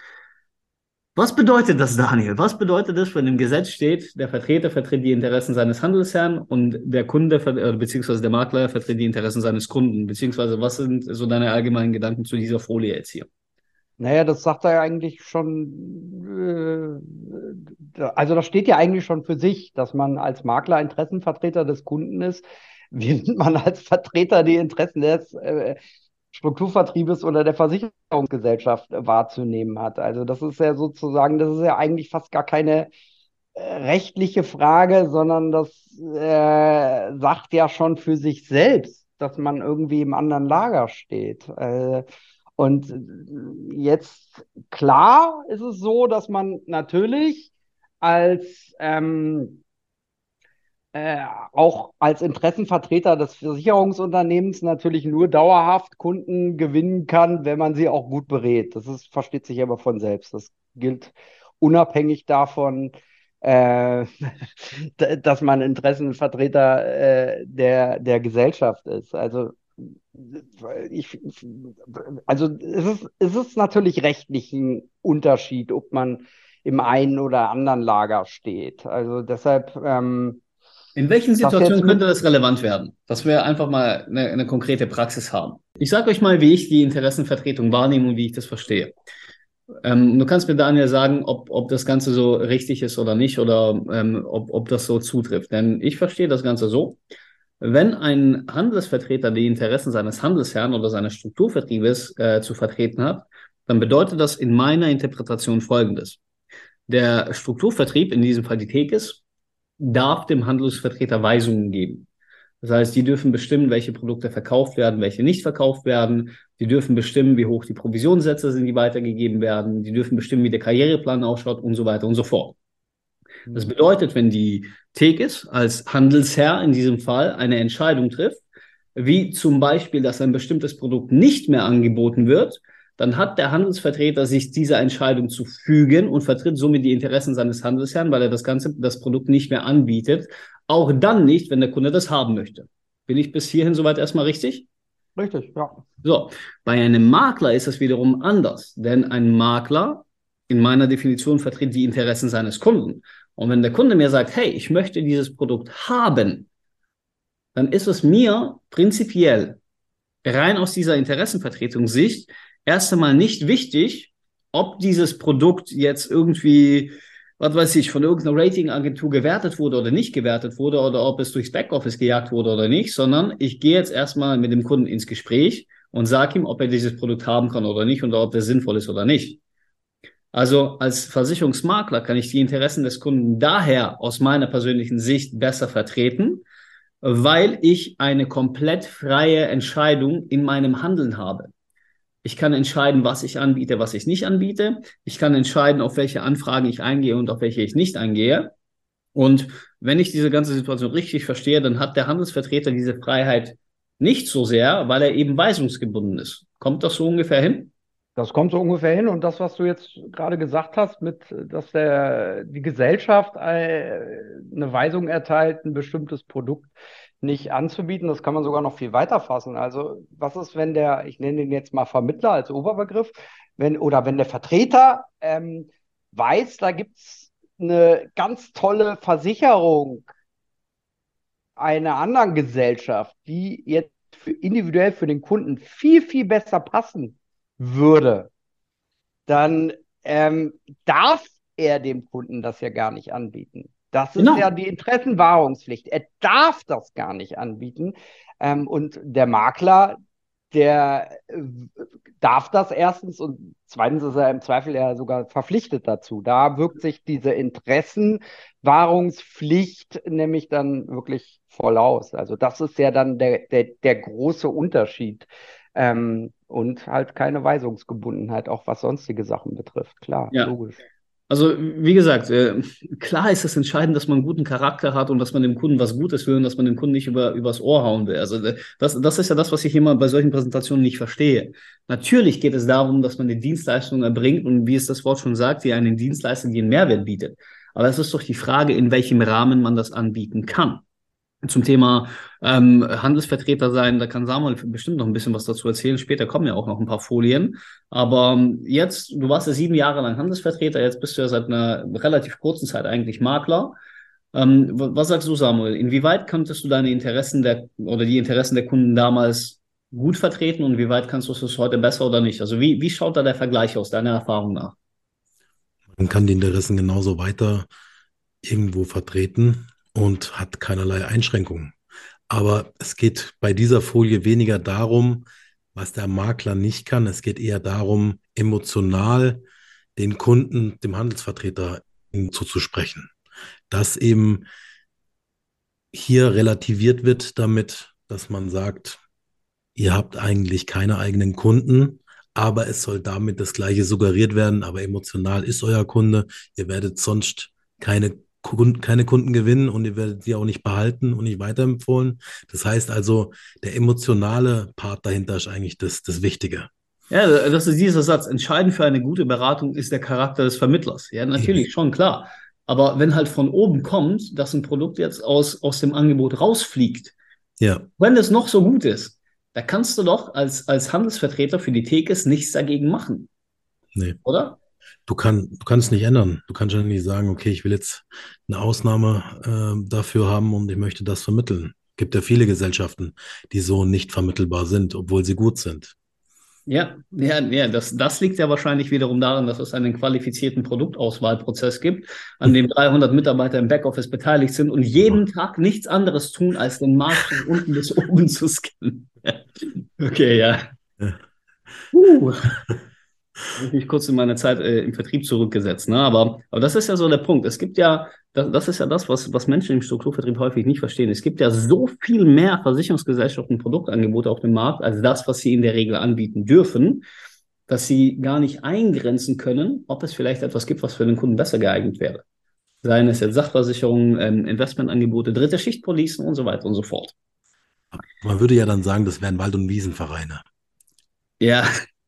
Was bedeutet das, Daniel? Was bedeutet das, wenn im Gesetz steht, der Vertreter vertritt die Interessen seines Handelsherrn und der Kunde beziehungsweise der Makler vertritt die Interessen seines Kunden? Beziehungsweise was sind so deine allgemeinen Gedanken zu dieser Folie jetzt hier? Naja, das sagt er ja eigentlich schon, also das steht ja eigentlich schon für sich, dass man als Makler Interessenvertreter des Kunden ist, während man als Vertreter die Interessen des Strukturvertriebes oder der Versicherungsgesellschaft wahrzunehmen hat. Also das ist ja sozusagen, das ist ja eigentlich fast gar keine rechtliche Frage, sondern das sagt ja schon für sich selbst, dass man irgendwie im anderen Lager steht. Und jetzt, klar ist es so, dass man natürlich als auch als Interessenvertreter des Versicherungsunternehmens natürlich nur dauerhaft Kunden gewinnen kann, wenn man sie auch gut berät. Versteht sich aber von selbst. Das gilt unabhängig davon, äh, dass man Interessenvertreter der Gesellschaft ist. Ich, es ist natürlich rechtlich ein Unterschied, ob man im einen oder anderen Lager steht. Also deshalb In welchen das jetzt Situationen könnte das relevant werden, dass wir einfach mal eine konkrete Praxis haben? Ich sage euch mal, wie ich die Interessenvertretung wahrnehme und wie ich das verstehe. Du kannst mir, Daniel, sagen, ob das Ganze so richtig ist oder nicht oder ob das so zutrifft. Denn ich verstehe das Ganze so, wenn ein Handelsvertreter die Interessen seines Handelsherrn oder seines Strukturvertriebes zu vertreten hat, dann bedeutet das in meiner Interpretation Folgendes. Der Strukturvertrieb, in diesem Fall die Tekis, darf dem Handelsvertreter Weisungen geben. Das heißt, die dürfen bestimmen, welche Produkte verkauft werden, welche nicht verkauft werden. Die dürfen bestimmen, wie hoch die Provisionssätze sind, die weitergegeben werden. Die dürfen bestimmen, wie der Karriereplan ausschaut und so weiter und so fort. Das bedeutet, wenn die Tekis als Handelsherr in diesem Fall eine Entscheidung trifft, wie zum Beispiel, dass ein bestimmtes Produkt nicht mehr angeboten wird, dann hat der Handelsvertreter sich dieser Entscheidung zu fügen und vertritt somit die Interessen seines Handelsherrn, weil er das Produkt nicht mehr anbietet. Auch dann nicht, wenn der Kunde das haben möchte. Bin ich bis hierhin soweit erstmal richtig? Richtig, ja. So, bei einem Makler ist es wiederum anders, denn ein Makler in meiner Definition vertritt die Interessen seines Kunden. Und wenn der Kunde mir sagt, hey, ich möchte dieses Produkt haben, dann ist es mir prinzipiell rein aus dieser Interessenvertretungssicht erst einmal nicht wichtig, ob dieses Produkt jetzt irgendwie, was weiß ich, von irgendeiner Ratingagentur gewertet wurde oder nicht gewertet wurde oder ob es durchs Backoffice gejagt wurde oder nicht, sondern ich gehe jetzt erstmal mit dem Kunden ins Gespräch und sage ihm, ob er dieses Produkt haben kann oder nicht und ob das sinnvoll ist oder nicht. Also als Versicherungsmakler kann ich die Interessen des Kunden daher aus meiner persönlichen Sicht besser vertreten, weil ich eine komplett freie Entscheidung in meinem Handeln habe. Ich kann entscheiden, was ich anbiete, was ich nicht anbiete. Ich kann entscheiden, auf welche Anfragen ich eingehe und auf welche ich nicht eingehe. Und wenn ich diese ganze Situation richtig verstehe, dann hat der Handelsvertreter diese Freiheit nicht so sehr, weil er eben weisungsgebunden ist. Kommt das so ungefähr hin? Das kommt so ungefähr hin. Und das, was du jetzt gerade gesagt hast, dass die Gesellschaft eine Weisung erteilt, ein bestimmtes Produkt nicht anzubieten, das kann man sogar noch viel weiter fassen. Also, was ist, wenn ich nenne den jetzt mal Vermittler als Oberbegriff, wenn der Vertreter weiß, da gibt es eine ganz tolle Versicherung einer anderen Gesellschaft, die jetzt individuell für den Kunden viel, viel besser passen würde, dann darf er dem Kunden das ja gar nicht anbieten. Das ist ja die Interessenwahrungspflicht. Er darf das gar nicht anbieten. Und der Makler, der darf das erstens und zweitens ist er im Zweifel ja sogar verpflichtet dazu. Da wirkt sich diese Interessenwahrungspflicht nämlich dann wirklich voll aus. Also das ist ja dann der große Unterschied. Und halt keine Weisungsgebundenheit, auch was sonstige Sachen betrifft. Klar, logisch. Also wie gesagt, klar ist es entscheidend, dass man einen guten Charakter hat und dass man dem Kunden was Gutes will und dass man dem Kunden nicht übers Ohr hauen will. Also das ist ja das, was ich immer bei solchen Präsentationen nicht verstehe. Natürlich geht es darum, dass man eine Dienstleistung erbringt und wie es das Wort schon sagt, die einen Dienstleister, die einen Mehrwert bietet. Aber es ist doch die Frage, in welchem Rahmen man das anbieten kann. Zum Thema Handelsvertreter sein, da kann Samuel bestimmt noch ein bisschen was dazu erzählen. Später kommen ja auch noch ein paar Folien. Aber jetzt, du warst ja 7 Jahre lang Handelsvertreter, jetzt bist du ja seit einer relativ kurzen Zeit eigentlich Makler. Was sagst du, Samuel? Inwieweit konntest du deine Interessen die Interessen der Kunden damals gut vertreten und wie weit kannst du es heute besser oder nicht? Also wie schaut da der Vergleich aus, deiner Erfahrung nach? Man kann die Interessen genauso weiter irgendwo vertreten und hat keinerlei Einschränkungen. Aber es geht bei dieser Folie weniger darum, was der Makler nicht kann. Es geht eher darum, emotional den Kunden, dem Handelsvertreter zuzusprechen. Dass eben hier relativiert wird damit, dass man sagt, ihr habt eigentlich keine eigenen Kunden, aber es soll damit das Gleiche suggeriert werden, aber emotional ist euer Kunde. Ihr werdet sonst keine Kunden gewinnen und ihr werdet sie auch nicht behalten und nicht weiterempfohlen. Das heißt also, der emotionale Part dahinter ist eigentlich das Wichtige. Ja, das ist dieser Satz. Entscheidend für eine gute Beratung ist der Charakter des Vermittlers. Ja, natürlich, schon klar. Aber wenn halt von oben kommt, dass ein Produkt jetzt aus dem Angebot rausfliegt, wenn es noch so gut ist, da kannst du doch als Handelsvertreter für die Thekes nichts dagegen machen. Nee. Oder? Du kannst nicht ändern. Du kannst ja nicht sagen, okay, ich will jetzt eine Ausnahme dafür haben und ich möchte das vermitteln. Es gibt ja viele Gesellschaften, die so nicht vermittelbar sind, obwohl sie gut sind. Ja, das liegt ja wahrscheinlich wiederum daran, dass es einen qualifizierten Produktauswahlprozess gibt, an dem 300 Mitarbeiter im Backoffice beteiligt sind und jeden Tag nichts anderes tun, als den Markt von unten bis oben zu scannen. Okay, ja. Habe ich mich kurz in meine Zeit im Vertrieb zurückgesetzt. Ne? Aber das ist ja so der Punkt. Es gibt ja, das ist ja das, was Menschen im Strukturvertrieb häufig nicht verstehen. Es gibt ja so viel mehr Versicherungsgesellschaften und Produktangebote auf dem Markt, als das, was sie in der Regel anbieten dürfen, dass sie gar nicht eingrenzen können, ob es vielleicht etwas gibt, was für den Kunden besser geeignet wäre. Seien es jetzt Sachversicherungen, Investmentangebote, dritte Schichtpolicen und so weiter und so fort. Man würde ja dann sagen, das wären Wald- und Wiesenvereine. Ja,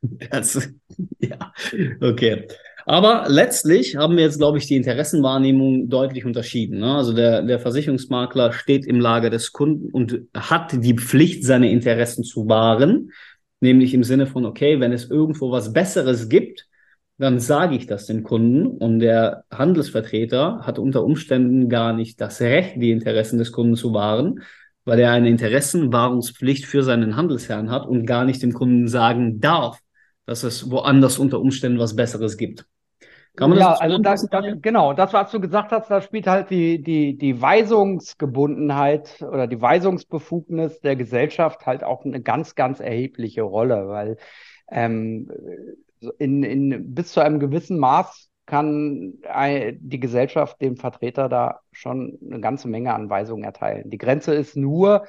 okay. Aber letztlich haben wir jetzt, glaube ich, die Interessenwahrnehmung deutlich unterschieden. Ne? Also der Versicherungsmakler steht im Lager des Kunden und hat die Pflicht, seine Interessen zu wahren. Nämlich im Sinne von, okay, wenn es irgendwo was Besseres gibt, dann sage ich das dem Kunden und der Handelsvertreter hat unter Umständen gar nicht das Recht, die Interessen des Kunden zu wahren, weil er eine Interessenwahrungspflicht für seinen Handelsherrn hat und gar nicht dem Kunden sagen darf, dass es woanders unter Umständen was Besseres gibt. Kann man das Ja, so also zusammenfassen, Daniel? genau, das, was du gesagt hast, da spielt halt die Weisungsgebundenheit oder die Weisungsbefugnis der Gesellschaft halt auch eine ganz, ganz erhebliche Rolle, weil ähm, bis zu einem gewissen Maß kann die Gesellschaft dem Vertreter da schon eine ganze Menge an Weisungen erteilen. Die Grenze ist nur,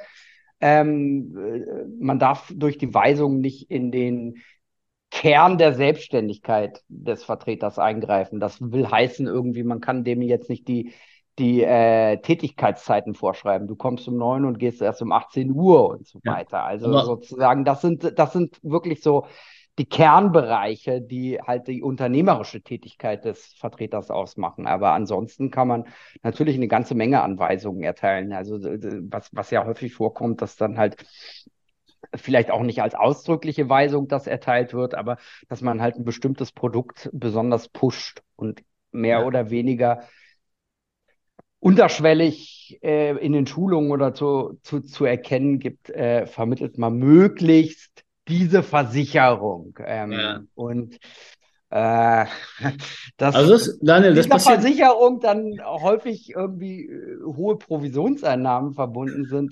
man darf durch die Weisung nicht in den Kern der Selbstständigkeit des Vertreters eingreifen. Das will heißen, irgendwie, man kann dem jetzt nicht die Tätigkeitszeiten vorschreiben. Du kommst um 9 und gehst erst um 18 Uhr und so Ja. weiter. Also Aber sozusagen, das sind wirklich so die Kernbereiche, die halt die unternehmerische Tätigkeit des Vertreters ausmachen. Aber ansonsten kann man natürlich eine ganze Menge Anweisungen erteilen. Also was ja häufig vorkommt, dass dann halt vielleicht auch nicht als ausdrückliche Weisung das erteilt wird, aber dass man halt ein bestimmtes Produkt besonders pusht und mehr ja. oder weniger unterschwellig in den Schulungen oder zu erkennen gibt, vermittelt man möglichst diese Versicherung. Ja. Und äh, Also dass mit Daniel, das dieser passiert. Versicherung dann häufig irgendwie hohe Provisionseinnahmen verbunden sind,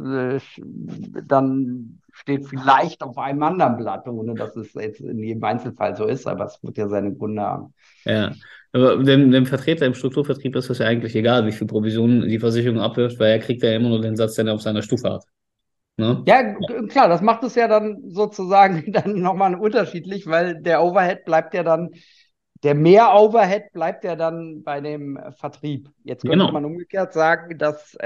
dann steht vielleicht auf einem anderen Blatt, ohne dass es jetzt in jedem Einzelfall so ist, aber es wird ja seine Gründe haben. Ja, aber dem Vertreter im Strukturvertrieb ist es ja eigentlich egal, wie viel Provision die Versicherung abwirft, weil er kriegt ja immer nur den Satz, den er auf seiner Stufe hat. Ne? Ja, klar, das macht es ja dann sozusagen dann nochmal unterschiedlich, weil der Overhead bleibt ja dann, der Mehr-Overhead bleibt ja dann bei dem Vertrieb. Jetzt könnte Genau. man umgekehrt sagen, dass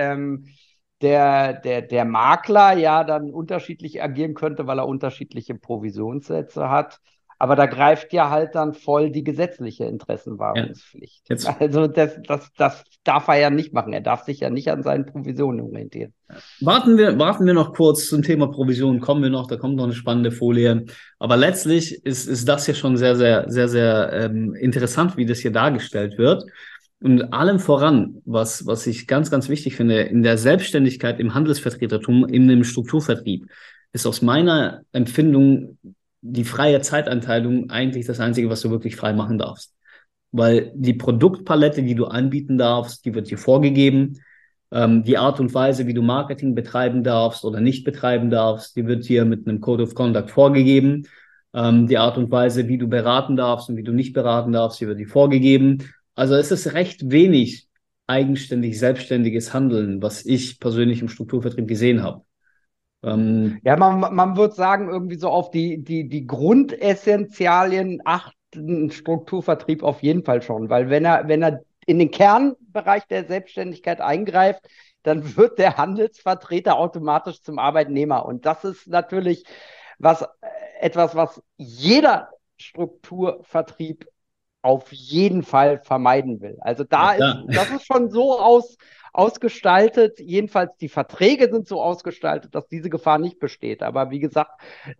der Makler ja dann unterschiedlich agieren könnte, weil er unterschiedliche Provisionssätze hat. Aber da greift ja halt dann voll die gesetzliche Ja. Interessenwahrungspflicht. Jetzt Also das darf er ja nicht machen. Er darf sich ja nicht an seinen Provisionen orientieren. warten wir noch kurz zum Thema Provision. Kommen wir noch, da kommt noch eine spannende Folie. Aber letztlich ist das hier schon sehr, sehr, sehr, sehr interessant, wie das hier dargestellt wird. Und allem voran, was ich ganz, ganz wichtig finde, in der Selbstständigkeit im Handelsvertretertum, in dem Strukturvertrieb, ist aus meiner Empfindung die freie Zeiteinteilung eigentlich das Einzige, was du wirklich frei machen darfst. Weil die Produktpalette, die du anbieten darfst, die wird dir vorgegeben. Die Art und Weise, wie du Marketing betreiben darfst oder nicht betreiben darfst, die wird dir mit einem Code of Conduct vorgegeben. Die Art und Weise, wie du beraten darfst und wie du nicht beraten darfst, die wird dir vorgegeben. Also es ist recht wenig eigenständig, selbstständiges Handeln, was ich persönlich im Strukturvertrieb gesehen habe. Ja, man würde sagen, irgendwie so auf die Grundessentialien achten ein Strukturvertrieb auf jeden Fall schon, weil wenn er in den Kernbereich der Selbstständigkeit eingreift, dann wird der Handelsvertreter automatisch zum Arbeitnehmer. Und das ist natürlich was, etwas, was jeder Strukturvertrieb auf jeden Fall vermeiden will. Also Ja, klar. das ist schon so ausgestaltet, jedenfalls die Verträge sind so ausgestaltet, dass diese Gefahr nicht besteht. Aber wie gesagt,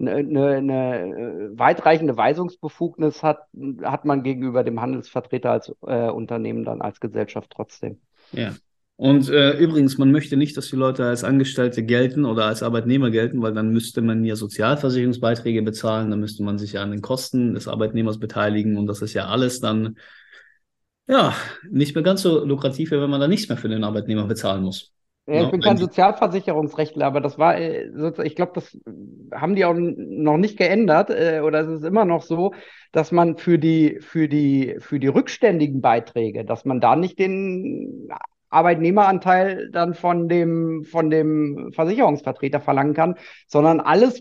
eine weitreichende Weisungsbefugnis hat man gegenüber dem Handelsvertreter als Unternehmen dann als Gesellschaft trotzdem. Ja. Und übrigens, man möchte nicht, dass die Leute als Angestellte gelten oder als Arbeitnehmer gelten, weil dann müsste man ja Sozialversicherungsbeiträge bezahlen, dann müsste man sich ja an den Kosten des Arbeitnehmers beteiligen und das ist ja alles dann ja nicht mehr ganz so lukrativ, wenn man dann nichts mehr für den Arbeitnehmer bezahlen muss. Ja, ich Ne? bin kein Sozialversicherungsrechtler, aber das war, ich glaube, das haben die auch noch nicht geändert, oder es ist immer noch so, dass man für die rückständigen Beiträge, dass man da nicht den Arbeitnehmeranteil dann von dem Versicherungsvertreter verlangen kann, sondern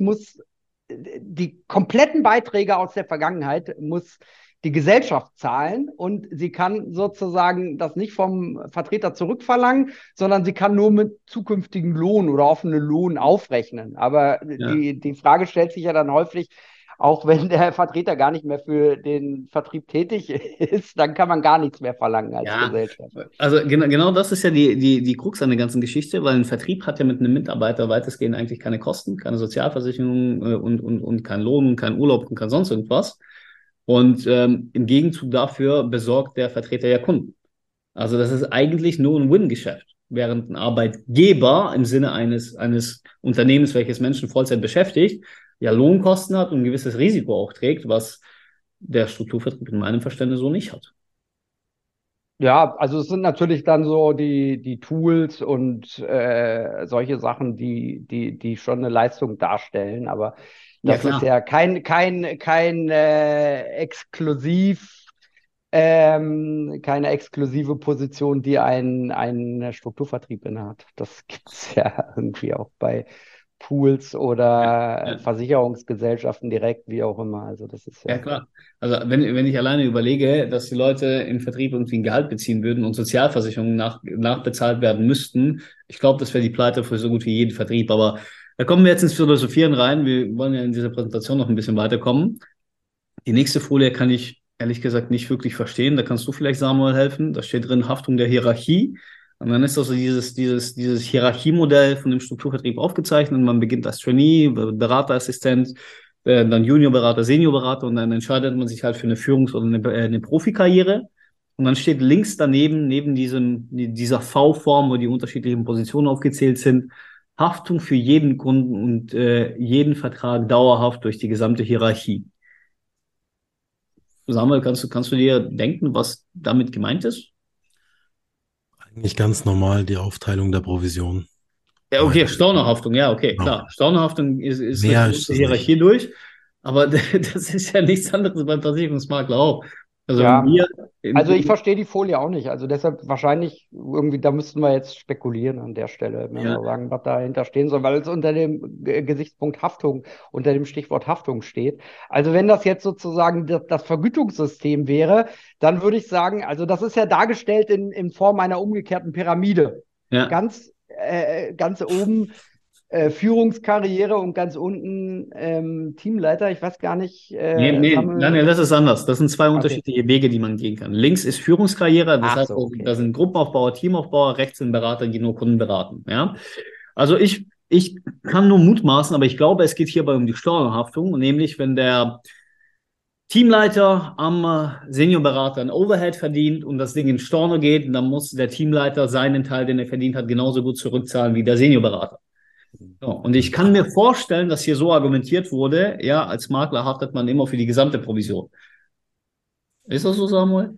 die kompletten Beiträge aus der Vergangenheit muss die Gesellschaft zahlen und sie kann sozusagen das nicht vom Vertreter zurückverlangen, sondern sie kann nur mit zukünftigen Lohn oder offenen Lohn aufrechnen. Aber Ja. die Frage stellt sich ja dann häufig, auch wenn der Vertreter gar nicht mehr für den Vertrieb tätig ist, dann kann man gar nichts mehr verlangen als Ja, Gesellschaft. also genau das ist ja die Krux an der ganzen Geschichte, weil ein Vertrieb hat ja mit einem Mitarbeiter weitestgehend eigentlich keine Kosten, keine Sozialversicherung und kein Lohn, kein Urlaub und kein sonst irgendwas. Und im Gegenzug dafür besorgt der Vertreter ja Kunden. Also das ist eigentlich nur ein Win-Geschäft. Während ein Arbeitgeber im Sinne eines Unternehmens, welches Menschen Vollzeit beschäftigt, ja Lohnkosten hat und ein gewisses Risiko auch trägt, was der Strukturvertrieb in meinem Verständnis so nicht hat. Ja, also es sind natürlich dann so die Tools und solche Sachen, die schon eine Leistung darstellen, aber Ja, das ist klar. ja keine exklusive Position, die ein Strukturvertrieb innehat. Das gibt's ja irgendwie auch bei Pools Ja, oder ja. Versicherungsgesellschaften direkt, wie auch immer. Also das ist Ja, ja. klar. Also wenn ich alleine überlege, dass die Leute im Vertrieb irgendwie ein Gehalt beziehen würden und Sozialversicherungen nachbezahlt werden müssten, ich glaube, das wäre die Pleite für so gut wie jeden Vertrieb. Aber da kommen wir jetzt ins Philosophieren rein. Wir wollen ja in dieser Präsentation noch ein bisschen weiterkommen. Die nächste Folie kann ich ehrlich gesagt nicht wirklich verstehen. Da kannst du vielleicht, Samuel, helfen. Da steht drin Haftung der Hierarchie. Und dann ist also dieses Hierarchiemodell von dem Strukturvertrieb aufgezeichnet. Man beginnt als Trainee, Beraterassistent, dann Juniorberater, Seniorberater und dann entscheidet man sich halt für eine Führungs- oder eine Profikarriere. Und dann steht links daneben, neben dieser V-Form, wo die unterschiedlichen Positionen aufgezählt sind, Haftung für jeden Kunden und jeden Vertrag dauerhaft durch die gesamte Hierarchie. Samuel, kannst du dir denken, was damit gemeint ist? Eigentlich ganz normal die Aufteilung der Provision. Ja, Weil, okay, Stornohaftung, ja, okay, genau, klar. Stornohaftung ist durch mehr die ist ganze es Hierarchie nicht. durch, aber das ist ja nichts anderes beim Versicherungsmakler auch. Also wenn Ja, wir also ich verstehe die Folie auch nicht. Also deshalb wahrscheinlich irgendwie, da müssten wir jetzt spekulieren an der Stelle, wenn ja, wir sagen, was dahinter stehen soll, weil es unter dem Gesichtspunkt Haftung, unter dem Stichwort Haftung steht. Also wenn das jetzt sozusagen das Vergütungssystem wäre, dann würde ich sagen, also das ist ja dargestellt in Form einer umgekehrten Pyramide. ja. Ganz oben Führungskarriere und ganz unten Teamleiter. Ich weiß gar nicht, Nee, Daniel, Samuel. das ist anders. Das sind zwei Okay. unterschiedliche Wege, die man gehen kann. Links ist Führungskarriere, das Ach heißt, so, da okay. sind Gruppenaufbauer, Teamaufbauer, rechts sind Berater, die nur Kunden beraten. Ja? Also ich kann nur mutmaßen, aber ich glaube, es geht hierbei um die Steuerhaftung, nämlich wenn der Teamleiter am Seniorberater ein Overhead verdient und das Ding in Storno geht, dann muss der Teamleiter seinen Teil, den er verdient hat, genauso gut zurückzahlen wie der Seniorberater. So, und ich kann mir vorstellen, dass hier so argumentiert wurde, ja, als Makler haftet man immer für die gesamte Provision. Ist das so, Samuel?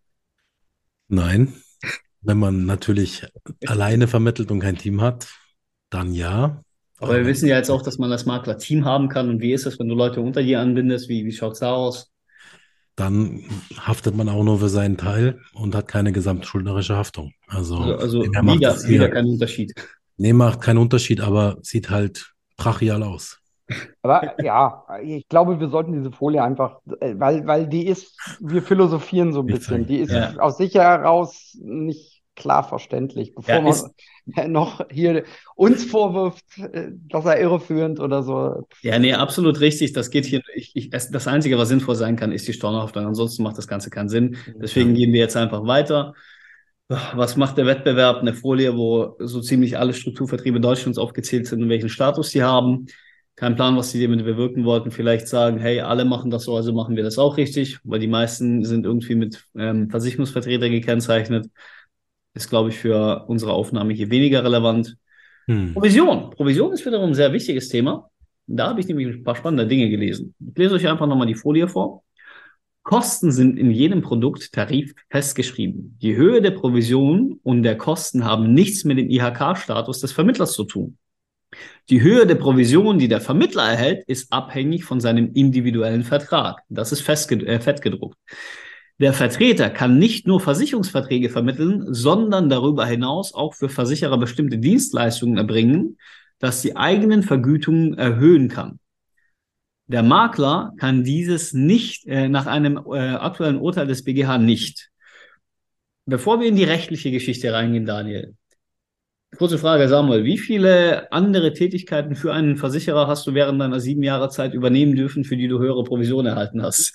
Nein, wenn man natürlich alleine vermittelt und kein Team hat, dann ja. Aber wir Aber wissen ja jetzt auch, dass man als Makler Team haben kann. Und wie ist es, wenn du Leute unter dir anbindest? Wie schaut es da aus? dann haftet man auch nur für seinen Teil und hat keine gesamtschuldnerische Haftung. Also, Also er macht wieder, das wieder hier. kein Unterschied. Nee, macht keinen Unterschied, aber sieht halt brachial aus. Aber ja, ich glaube, wir sollten diese Folie einfach, weil die ist, wir philosophieren so ein Nicht bisschen, zeigen. die ist Ja, aus sich heraus nicht klar verständlich, ja, bevor man noch hier uns vorwirft, dass er irreführend oder so. ja, nee, absolut richtig. Das geht hier. Das Einzige, was sinnvoll sein kann, ist die Stornohaftung. Ansonsten macht das Ganze keinen Sinn. Ja. Deswegen gehen wir jetzt einfach weiter. Was macht der Wettbewerb? Eine Folie, wo so ziemlich alle Strukturvertriebe Deutschlands aufgezählt sind und welchen Status sie haben. Kein Plan, was sie damit bewirken wollten. Vielleicht sagen, hey, alle machen das so, also machen wir das auch richtig, weil die meisten sind irgendwie mit Versicherungsvertreter gekennzeichnet. Ist, glaube ich, für unsere Aufnahme hier weniger relevant. Hm. Provision. Provision ist wiederum ein sehr wichtiges Thema. Da habe ich nämlich ein paar spannende Dinge gelesen. Ich lese euch einfach nochmal die Folie vor. Kosten sind in jedem Produkttarif festgeschrieben. Die Höhe der Provision und der Kosten haben nichts mit dem IHK-Status des Vermittlers zu tun. Die Höhe der Provision, die der Vermittler erhält, ist abhängig von seinem individuellen Vertrag. Das ist fettgedruckt. Der Vertreter kann nicht nur Versicherungsverträge vermitteln, sondern darüber hinaus auch für Versicherer bestimmte Dienstleistungen erbringen, das die eigenen Vergütungen erhöhen kann. Der Makler kann dieses nicht nach einem aktuellen Urteil des BGH nicht. Bevor wir in die rechtliche Geschichte reingehen, Daniel, kurze Frage, Samuel, wie viele andere Tätigkeiten für einen Versicherer hast du während deiner 7 Jahre Zeit übernehmen dürfen, für die du höhere Provision erhalten hast?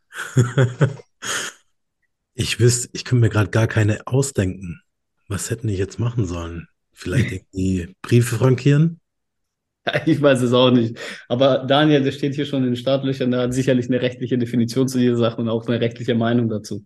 Ich könnte mir gerade gar keine ausdenken. Was hätten die jetzt machen sollen? Vielleicht irgendwie Briefe frankieren? Ich weiß es auch nicht. Aber Daniel, der steht hier schon in den Startlöchern, der hat sicherlich eine rechtliche Definition zu dieser Sache und auch eine rechtliche Meinung dazu.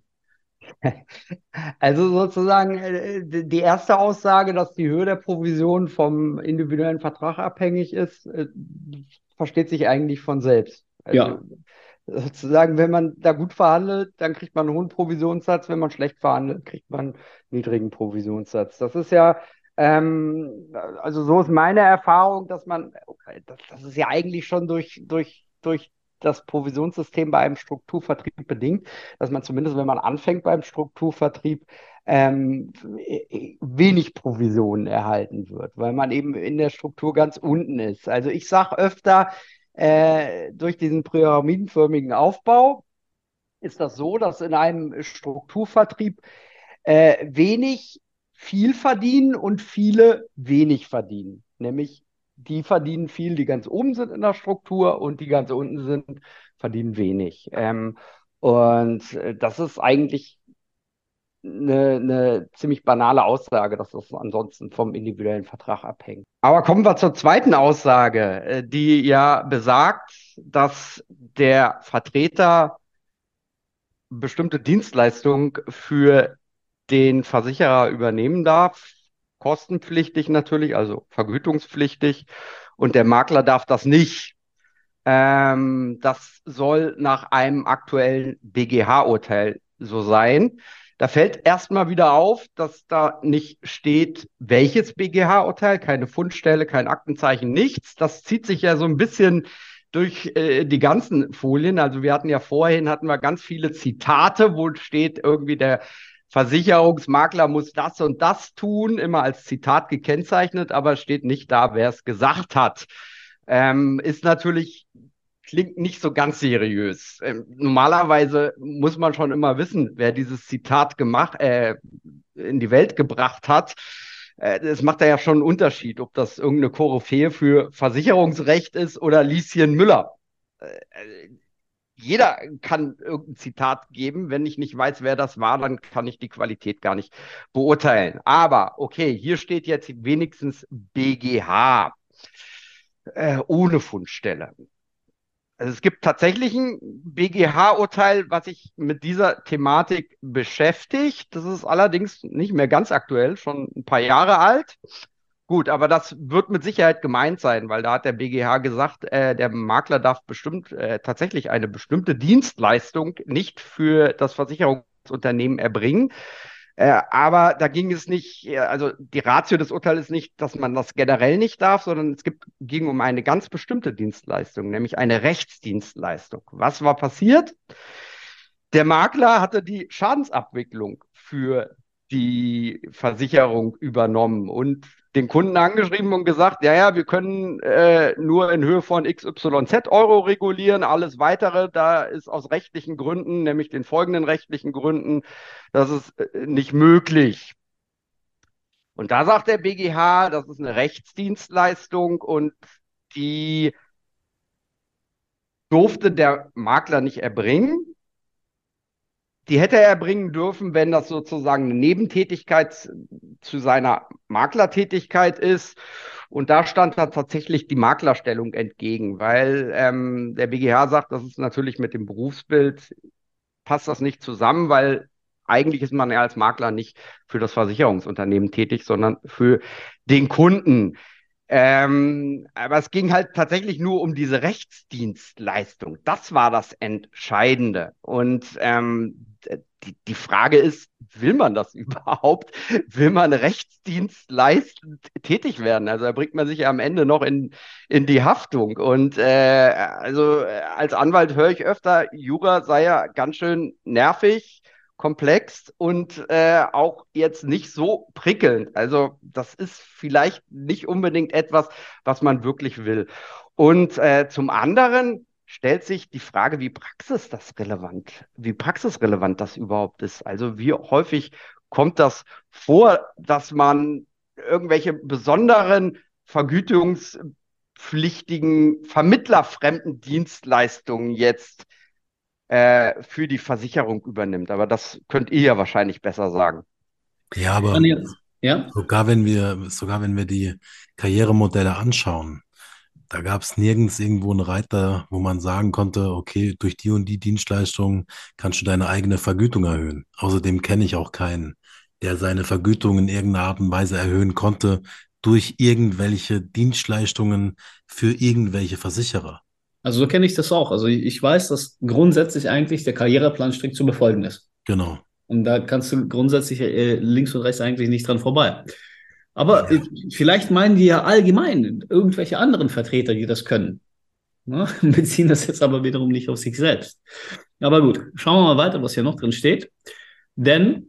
Also sozusagen die erste Aussage, dass die Höhe der Provision vom individuellen Vertrag abhängig ist, versteht sich eigentlich von selbst. Also Ja, sozusagen, wenn man da gut verhandelt, dann kriegt man einen hohen Provisionssatz. Wenn man schlecht verhandelt, kriegt man einen niedrigen Provisionssatz. Das ist ja, also so ist meine Erfahrung, dass man, okay, das ist ja eigentlich schon durch das Provisionssystem bei einem Strukturvertrieb bedingt, dass man zumindest, wenn man anfängt beim Strukturvertrieb, wenig Provisionen erhalten wird, weil man eben in der Struktur ganz unten ist. Also ich sage öfter, durch diesen pyramidenförmigen Aufbau ist das so, dass in einem Strukturvertrieb wenig viel verdienen und viele wenig verdienen. Nämlich die verdienen viel, die ganz oben sind in der Struktur, und die ganz unten sind, verdienen wenig. Und das ist eigentlich eine ziemlich banale Aussage, dass das ansonsten vom individuellen Vertrag abhängt. Aber kommen wir zur zweiten Aussage, die ja besagt, dass der Vertreter bestimmte Dienstleistungen für den Versicherer übernehmen darf, kostenpflichtig natürlich, also vergütungspflichtig, und der Makler darf das nicht. Das soll nach einem aktuellen BGH-Urteil so sein. Da fällt erstmal wieder auf, dass da nicht steht, welches BGH-Urteil, keine Fundstelle, kein Aktenzeichen, nichts. Das zieht sich ja so ein bisschen durch die ganzen Folien. Also wir hatten wir ganz viele Zitate, wo steht irgendwie, der Versicherungsmakler muss das und das tun, immer als Zitat gekennzeichnet, aber steht nicht da, wer es gesagt hat. Ist natürlich, klingt nicht so ganz seriös. Normalerweise muss man schon immer wissen, wer dieses Zitat in die Welt gebracht hat. Es macht ja schon einen Unterschied, ob das irgendeine Koryphäe für Versicherungsrecht ist oder Lieschen Müller. Jeder kann irgendein Zitat geben. Wenn ich nicht weiß, wer das war, dann kann ich die Qualität gar nicht beurteilen. Aber okay, hier steht jetzt wenigstens BGH ohne Fundstelle. Also es gibt tatsächlich ein BGH-Urteil, was sich mit dieser Thematik beschäftigt. Das ist allerdings nicht mehr ganz aktuell, schon ein paar Jahre alt. Gut, aber das wird mit Sicherheit gemeint sein, weil da hat der BGH gesagt, der Makler darf bestimmt tatsächlich eine bestimmte Dienstleistung nicht für das Versicherungsunternehmen erbringen. Aber da ging es nicht, also die Ratio des Urteils ist nicht, dass man das generell nicht darf, sondern ging um eine ganz bestimmte Dienstleistung, nämlich eine Rechtsdienstleistung. Was war passiert? Der Makler hatte die Schadensabwicklung für die Versicherung übernommen und den Kunden angeschrieben und gesagt, ja, ja, wir können nur in Höhe von XYZ Euro regulieren. Alles Weitere, da ist aus rechtlichen Gründen, nämlich den folgenden rechtlichen Gründen, das ist nicht möglich. Und da sagt der BGH, das ist eine Rechtsdienstleistung und die durfte der Makler nicht erbringen. Die hätte er erbringen dürfen, wenn das sozusagen eine Nebentätigkeit zu seiner Maklertätigkeit ist. Und da stand da tatsächlich die Maklerstellung entgegen, weil der BGH sagt, das ist natürlich mit dem Berufsbild, passt das nicht zusammen, weil eigentlich ist man ja als Makler nicht für das Versicherungsunternehmen tätig, sondern für den Kunden. Aber es ging halt tatsächlich nur um diese Rechtsdienstleistung. Das war das Entscheidende. Und die Frage ist, will man das überhaupt? Will man rechtsdienstleistend tätig werden? Also da bringt man sich ja am Ende noch in die Haftung. Und als Anwalt höre ich öfter, Jura sei ja ganz schön nervig, komplex und auch jetzt nicht so prickelnd. Also das ist vielleicht nicht unbedingt etwas, was man wirklich will. Und zum anderen stellt sich die Frage, wie praxisrelevant das überhaupt ist. Also wie häufig kommt das vor, dass man irgendwelche besonderen vergütungspflichtigen, vermittlerfremden Dienstleistungen jetzt für die Versicherung übernimmt. Aber das könnt ihr ja wahrscheinlich besser sagen. Ja, aber Daniel, ja? sogar wenn wir die Karrieremodelle anschauen, Da gab es nirgends irgendwo einen Reiter, wo man sagen konnte, okay, durch die und die Dienstleistung kannst du deine eigene Vergütung erhöhen. Außerdem kenne ich auch keinen, der seine Vergütung in irgendeiner Art und Weise erhöhen konnte durch irgendwelche Dienstleistungen für irgendwelche Versicherer. Also so kenne ich das auch. Also ich weiß, dass grundsätzlich eigentlich der Karriereplan strikt zu befolgen ist. Genau. Und da kannst du grundsätzlich links und rechts eigentlich nicht dran vorbei. Aber vielleicht meinen die ja allgemein irgendwelche anderen Vertreter, die das können. Ne? Beziehen das jetzt aber wiederum nicht auf sich selbst. Aber gut, schauen wir mal weiter, was hier noch drin steht. Denn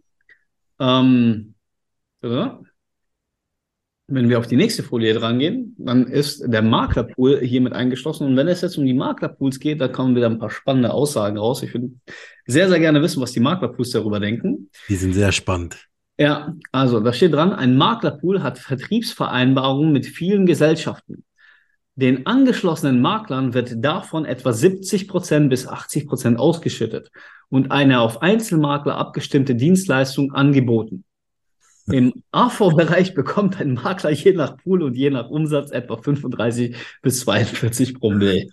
ja, wenn wir auf die nächste Folie drangehen, dann ist der Maklerpool hiermit eingeschlossen. Und wenn es jetzt um die Maklerpools geht, da kommen wieder ein paar spannende Aussagen raus. Ich würde sehr, sehr gerne wissen, was die Maklerpools darüber denken. Die sind sehr spannend. Ja, also da steht dran, ein Maklerpool hat Vertriebsvereinbarungen mit vielen Gesellschaften. Den angeschlossenen Maklern wird davon etwa 70% bis 80% ausgeschüttet und eine auf Einzelmakler abgestimmte Dienstleistung angeboten. Im AV-Bereich bekommt ein Makler je nach Pool und je nach Umsatz etwa 35 bis 42 Promille.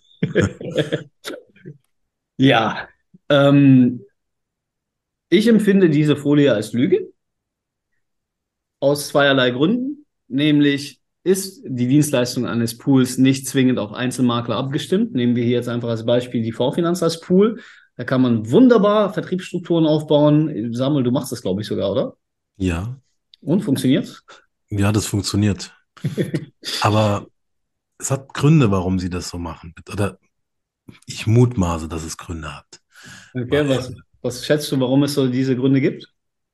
Ja, ich empfinde diese Folie als Lüge aus zweierlei Gründen, nämlich ist die Dienstleistung eines Pools nicht zwingend auf Einzelmakler abgestimmt. Nehmen wir hier jetzt einfach als Beispiel die V-Finanz als Pool. Da kann man wunderbar Vertriebsstrukturen aufbauen. Samuel, du machst das, glaube ich, sogar, oder? Ja. Und funktioniert's? Ja, das funktioniert. Aber es hat Gründe, warum sie das so machen. Oder ich mutmaße, dass es Gründe hat. Okay, was schätzt du, warum es so diese Gründe gibt?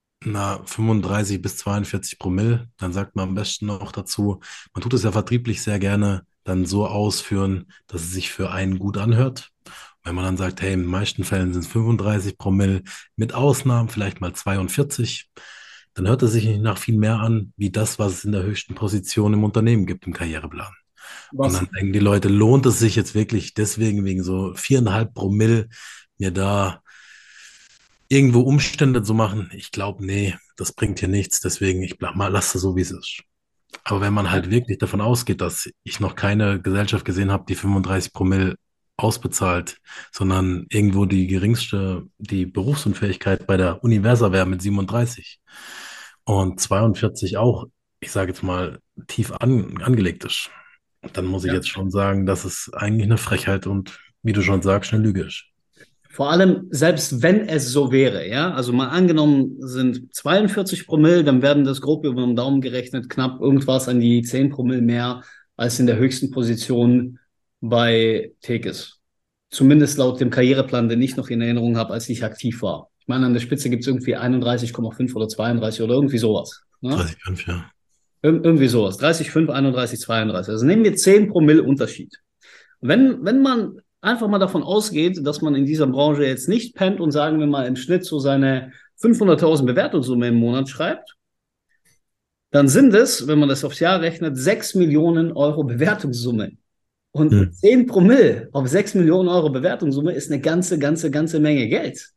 35 bis 42 Promille, dann sagt man am besten noch dazu, man tut es ja vertrieblich sehr gerne dann so ausführen, dass es sich für einen gut anhört. Wenn man dann sagt, hey, in den meisten Fällen sind es 35 Promille, mit Ausnahmen vielleicht mal 42, dann hört es sich nicht nach viel mehr an, wie das, was es in der höchsten Position im Unternehmen gibt, im Karriereplan. Und dann denken die Leute, lohnt es sich jetzt wirklich deswegen, wegen so 4,5 Promille, mir da irgendwo Umstände zu machen? Ich glaube, nee, das bringt hier nichts, deswegen ich lasse es so, wie es ist. Aber wenn man halt wirklich davon ausgeht, dass ich noch keine Gesellschaft gesehen habe, die 35 Promille ausbezahlt, sondern irgendwo die Berufsunfähigkeit bei der Universa wäre mit 37 und 42 auch, ich sage jetzt mal, tief angelegt ist, dann muss ich jetzt schon sagen, dass es eigentlich eine Frechheit und, wie du schon sagst, eine Lüge ist. Vor allem, selbst wenn es so wäre, ja, also mal angenommen sind 42 Promille, dann werden das grob über den Daumen gerechnet knapp irgendwas an die 10 Promille mehr als in der höchsten Position bei Tekes. Zumindest laut dem Karriereplan, den ich noch in Erinnerung habe, als ich aktiv war. Ich meine, an der Spitze gibt es irgendwie 31,5 oder 32 oder irgendwie sowas. Ne? 30,5, ja. Irgendwie sowas. 30,5, 31, 32. Also nehmen wir 10 Promille Unterschied. Wenn man einfach mal davon ausgeht, dass man in dieser Branche jetzt nicht pennt und sagen wir mal im Schnitt so seine 500.000 Bewertungssumme im Monat schreibt, dann sind es, wenn man das aufs Jahr rechnet, 6 Millionen Euro Bewertungssumme. Und 10 Promille auf 6 Millionen Euro Bewertungssumme ist eine ganze Menge Geld.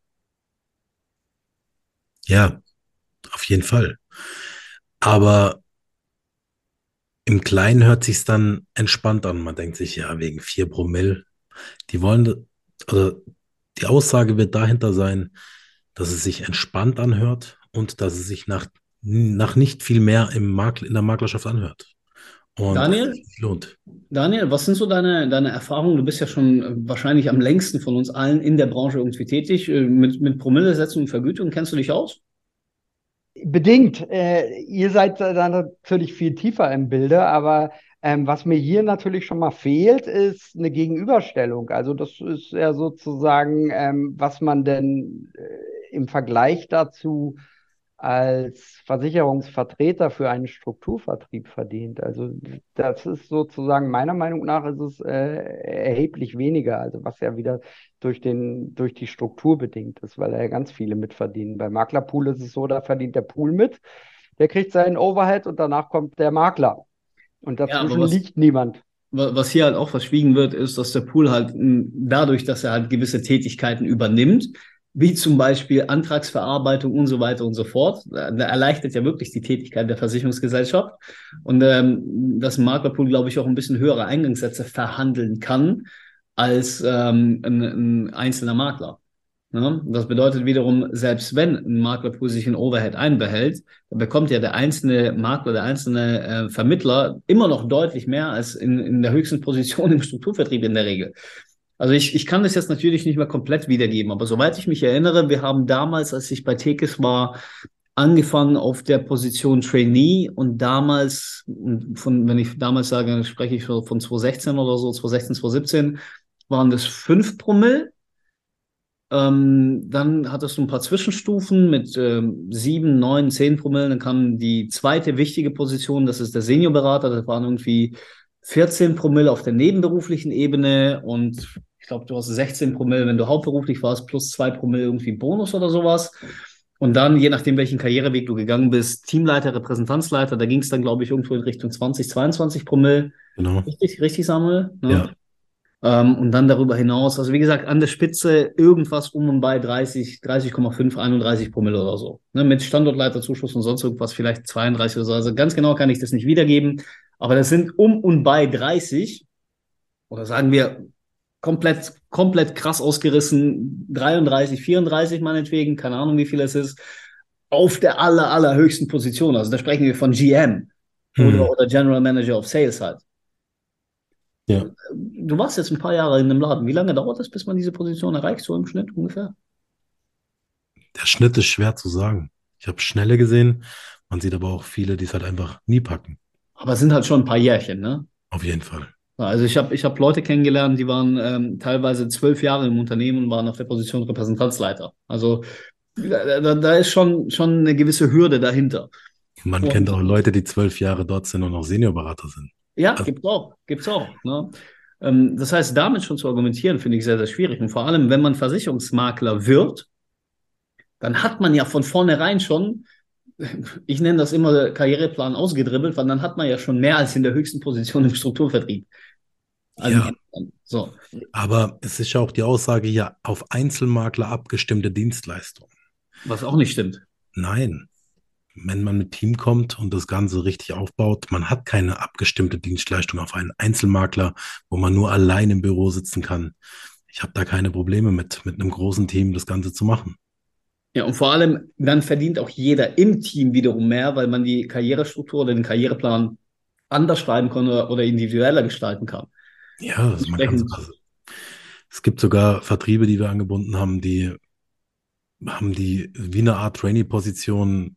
Ja, auf jeden Fall. Aber im Kleinen hört sich's dann entspannt an. Man denkt sich, ja, wegen 4 Promille. Also die Aussage wird dahinter sein, dass es sich entspannt anhört und dass es sich nach nicht viel mehr in der Maklerschaft anhört. Und Daniel, es sich lohnt. Daniel, was sind so deine Erfahrungen? Du bist ja schon wahrscheinlich am längsten von uns allen in der Branche irgendwie tätig. Mit Promillesätzen und Vergütung kennst du dich aus? Bedingt. Ihr seid da natürlich viel tiefer im Bilde, aber was mir hier natürlich schon mal fehlt, ist eine Gegenüberstellung. Also das ist ja sozusagen, was man denn im Vergleich dazu als Versicherungsvertreter für einen Strukturvertrieb verdient. Also das ist sozusagen, meiner Meinung nach, ist es erheblich weniger, also was ja wieder durch die Struktur bedingt ist, weil ja ganz viele mitverdienen. Bei Maklerpool ist es so, da verdient der Pool mit, der kriegt seinen Overhead und danach kommt der Makler. Und dazwischen liegt niemand. Was hier halt auch verschwiegen wird, ist, dass der Pool halt dadurch, dass er halt gewisse Tätigkeiten übernimmt, wie zum Beispiel Antragsverarbeitung und so weiter und so fort. Da erleichtert ja wirklich die Tätigkeit der Versicherungsgesellschaft. Und dass ein Maklerpool, glaube ich, auch ein bisschen höhere Eingangssätze verhandeln kann als ein einzelner Makler. Ja, das bedeutet wiederum, selbst wenn ein Maklerpool sich ein Overhead einbehält, dann bekommt ja der einzelne Makler, der einzelne Vermittler immer noch deutlich mehr als in der höchsten Position im Strukturvertrieb in der Regel. Also ich kann das jetzt natürlich nicht mehr komplett wiedergeben, aber soweit ich mich erinnere, wir haben damals, als ich bei Tekes war, angefangen auf der Position Trainee und damals, wenn ich damals sage, dann spreche ich von 2016 oder so, 2016, 2017, waren das 5 Promille. Dann hattest du ein paar Zwischenstufen mit 7, 9, 10 Promille. Dann kam die zweite wichtige Position, das ist der Seniorberater. Das waren irgendwie 14 Promille auf der nebenberuflichen Ebene und ich glaube, du hast 16 Promille, wenn du hauptberuflich warst, plus 2 Promille irgendwie Bonus oder sowas. Und dann, je nachdem, welchen Karriereweg du gegangen bist, Teamleiter, Repräsentanzleiter, da ging es dann, glaube ich, irgendwo in Richtung 20, 22 Promille. Genau. Richtig, Samuel? Ne? Ja. Und dann darüber hinaus, also wie gesagt, an der Spitze irgendwas um und bei 30,5, 31 Promille oder so. Ne, mit Standortleiterzuschuss und sonst irgendwas vielleicht 32 oder so. Also ganz genau kann ich das nicht wiedergeben. Aber das sind um und bei 30 oder sagen wir komplett krass ausgerissen 33, 34 meinetwegen, keine Ahnung, wie viel es ist, auf der allerhöchsten Position. Also da sprechen wir von GM oder General Manager of Sales halt. Ja. Du warst jetzt ein paar Jahre in einem Laden. Wie lange dauert das, bis man diese Position erreicht, so im Schnitt ungefähr? Der Schnitt ist schwer zu sagen. Ich habe Schnelle gesehen, man sieht aber auch viele, die es halt einfach nie packen. Aber es sind halt schon ein paar Jährchen, ne? Auf jeden Fall. Also ich hab Leute kennengelernt, die waren teilweise 12 Jahre im Unternehmen und waren auf der Position Repräsentanzleiter. Also da ist schon eine gewisse Hürde dahinter. Man kennt Und auch Leute, die 12 Jahre dort sind und noch Seniorberater sind. ja, Also, gibt's auch. Ne? Das heißt, damit schon zu argumentieren, finde ich sehr, sehr schwierig. Und vor allem, wenn man Versicherungsmakler wird, dann hat man ja von vornherein schon, ich nenne das immer Karriereplan ausgedribbelt, weil dann hat man ja schon mehr als in der höchsten Position im Strukturvertrieb. ja, So. aber es ist ja auch die Aussage hier auf Einzelmakler abgestimmte Dienstleistung. Was auch nicht stimmt. Nein, wenn man mit Team kommt und das Ganze richtig aufbaut, man hat keine abgestimmte Dienstleistung auf einen Einzelmakler, wo man nur allein im Büro sitzen kann. Ich habe da keine Probleme mit einem großen Team das Ganze zu machen. Ja, und vor allem, dann verdient auch jeder im Team wiederum mehr, weil man die Karrierestruktur oder den Karriereplan anders schreiben kann oder individueller gestalten kann. Ja, also man kann Entsprechend, sogar, es gibt sogar Vertriebe, die wir angebunden haben, die haben die wie eine Art Trainee-Position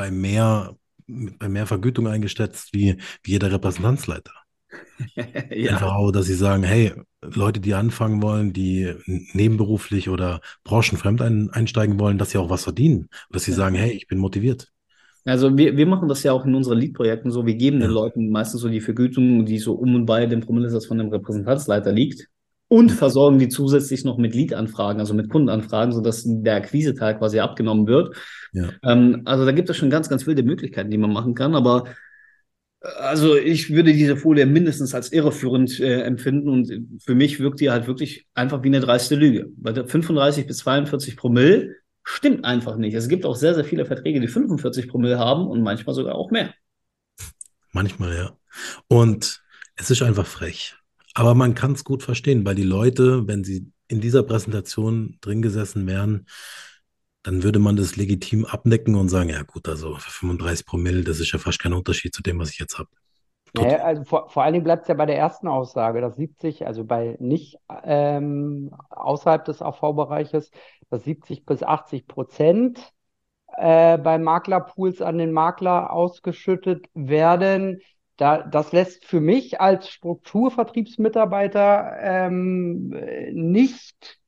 bei mehr Vergütung eingeschätzt wie jeder Repräsentanzleiter. ja. Einfach auch, dass sie sagen, hey, Leute, die anfangen wollen, die nebenberuflich oder branchenfremd einsteigen wollen, dass sie auch was verdienen. Und dass sie sagen, hey, ich bin motiviert. Also wir machen das ja auch in unseren Lead-Projekten so, wir geben den Ja. Leuten meistens so die Vergütung, die so um und bei dem Promillesatz von dem Repräsentanzleiter liegt und versorgen die zusätzlich noch mit Lead-Anfragen, also mit Kundenanfragen, sodass der Akquiseteil quasi abgenommen wird. Ja. Also da gibt es schon ganz wilde Möglichkeiten, die man machen kann, aber also ich würde diese Folie mindestens als irreführend empfinden und für mich wirkt die halt wirklich einfach wie eine dreiste Lüge. Weil der 35 bis 42 Promille stimmt einfach nicht. Es gibt auch sehr, sehr viele Verträge, die 45 Promille haben und manchmal sogar auch mehr. Manchmal, ja. Und es ist einfach frech. Aber man kann es gut verstehen, weil die Leute, wenn sie in dieser Präsentation drin gesessen wären, dann würde man das legitim abnicken und sagen, ja gut, also für 35 Promille, das ist ja fast kein Unterschied zu dem, was ich jetzt habe. Naja, also vor allen Dingen bleibt es ja bei der ersten Aussage, dass 70, also bei nicht außerhalb des AV-Bereiches, dass 70 bis 80% bei Maklerpools an den Makler ausgeschüttet werden. Das lässt für mich als Strukturvertriebsmitarbeiter nicht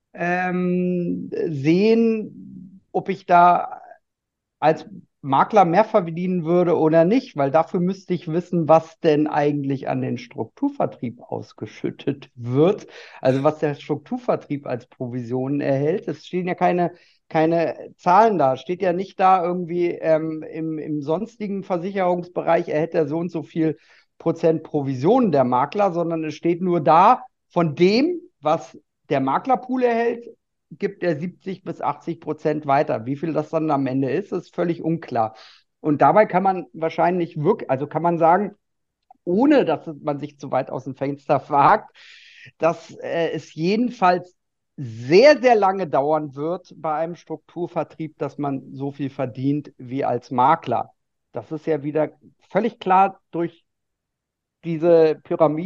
sehen, ob ich da als Makler mehr verdienen würde oder nicht, weil dafür müsste ich wissen, was denn eigentlich an den Strukturvertrieb ausgeschüttet wird. Also was der Strukturvertrieb als Provisionen erhält. Es stehen ja keine Zahlen da. Steht ja nicht da irgendwie im sonstigen Versicherungsbereich erhält er so und so viel Prozent Provisionen der Makler, sondern es steht nur da von dem, was der Maklerpool erhält, gibt er 70-80% weiter. Wie viel das dann am Ende ist völlig unklar. Und dabei kann man wahrscheinlich wirklich, also kann man sagen, ohne dass man sich zu weit aus dem Fenster wagt, dass es jedenfalls sehr, sehr lange dauern wird bei einem Strukturvertrieb, dass man so viel verdient wie als Makler. Das ist ja wieder völlig klar durch diese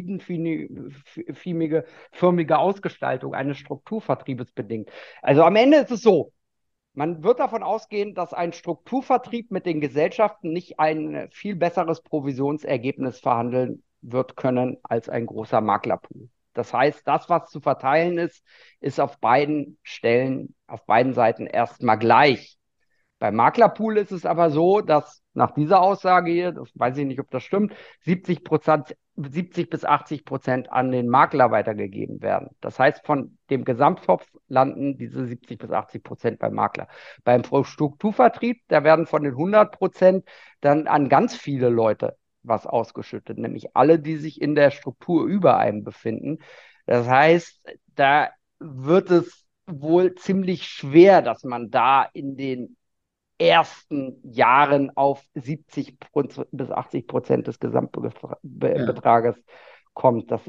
pyramidenförmige Ausgestaltung eines Strukturvertriebes bedingt. Also am Ende ist es so, man wird davon ausgehen, dass ein Strukturvertrieb mit den Gesellschaften nicht ein viel besseres Provisionsergebnis verhandeln wird können als ein großer Maklerpool. Das heißt, das, was zu verteilen ist, ist auf beiden Stellen, auf beiden Seiten erstmal gleich. Beim Maklerpool ist es aber so, dass nach dieser Aussage hier, das weiß ich nicht, ob das stimmt, 70-80% an den Makler weitergegeben werden. Das heißt, von dem Gesamttopf landen diese 70-80% beim Makler. Beim Strukturvertrieb, da werden von den 100% dann an ganz viele Leute was ausgeschüttet, nämlich alle, die sich in der Struktur über einem befinden. Das heißt, da wird es wohl ziemlich schwer, dass man da in den ersten Jahren auf 70-80% des Gesamtbetrages kommt. Das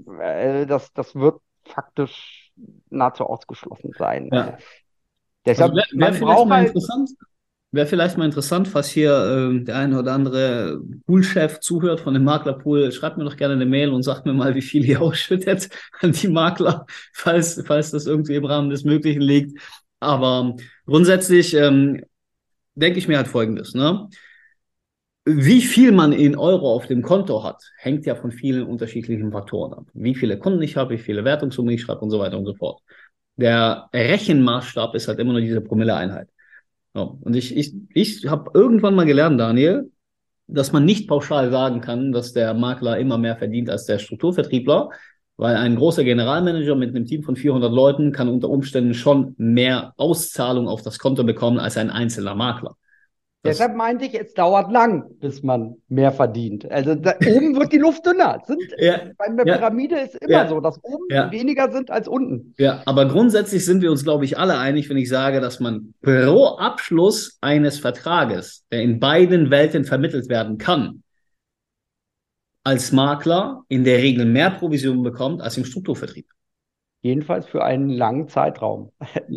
wird faktisch nahezu ausgeschlossen sein. Ja. Deshalb, Also man braucht halt. Wäre vielleicht mal interessant, falls hier der eine oder andere Poolchef zuhört von dem Maklerpool, schreibt mir doch gerne eine Mail und sagt mir mal, wie viel ihr ausschüttet an die Makler, falls das irgendwie im Rahmen des Möglichen liegt. Aber grundsätzlich denke ich mir halt Folgendes, ne? Wie viel man in Euro auf dem Konto hat, hängt ja von vielen unterschiedlichen Faktoren ab. Wie viele Kunden ich habe, wie viele Wertungssummen ich schreibe und so weiter und so fort. Der Rechenmaßstab ist halt immer nur diese Promilleeinheit. So. Und ich habe irgendwann mal gelernt, Daniel, dass man nicht pauschal sagen kann, dass der Makler immer mehr verdient als der Strukturvertriebler, weil ein großer Generalmanager mit einem Team von 400 Leuten kann unter Umständen schon mehr Auszahlung auf das Konto bekommen als ein einzelner Makler. Deshalb meinte ich, es dauert lang, bis man mehr verdient. Also da oben wird die Luft dünner. Bei der Pyramide ist immer so, dass oben weniger sind als unten. Ja, aber grundsätzlich sind wir uns, glaube ich, alle einig, wenn ich sage, dass man pro Abschluss eines Vertrages, der in beiden Welten vermittelt werden kann, als Makler in der Regel mehr Provision bekommt als im Strukturvertrieb. Jedenfalls für einen langen Zeitraum.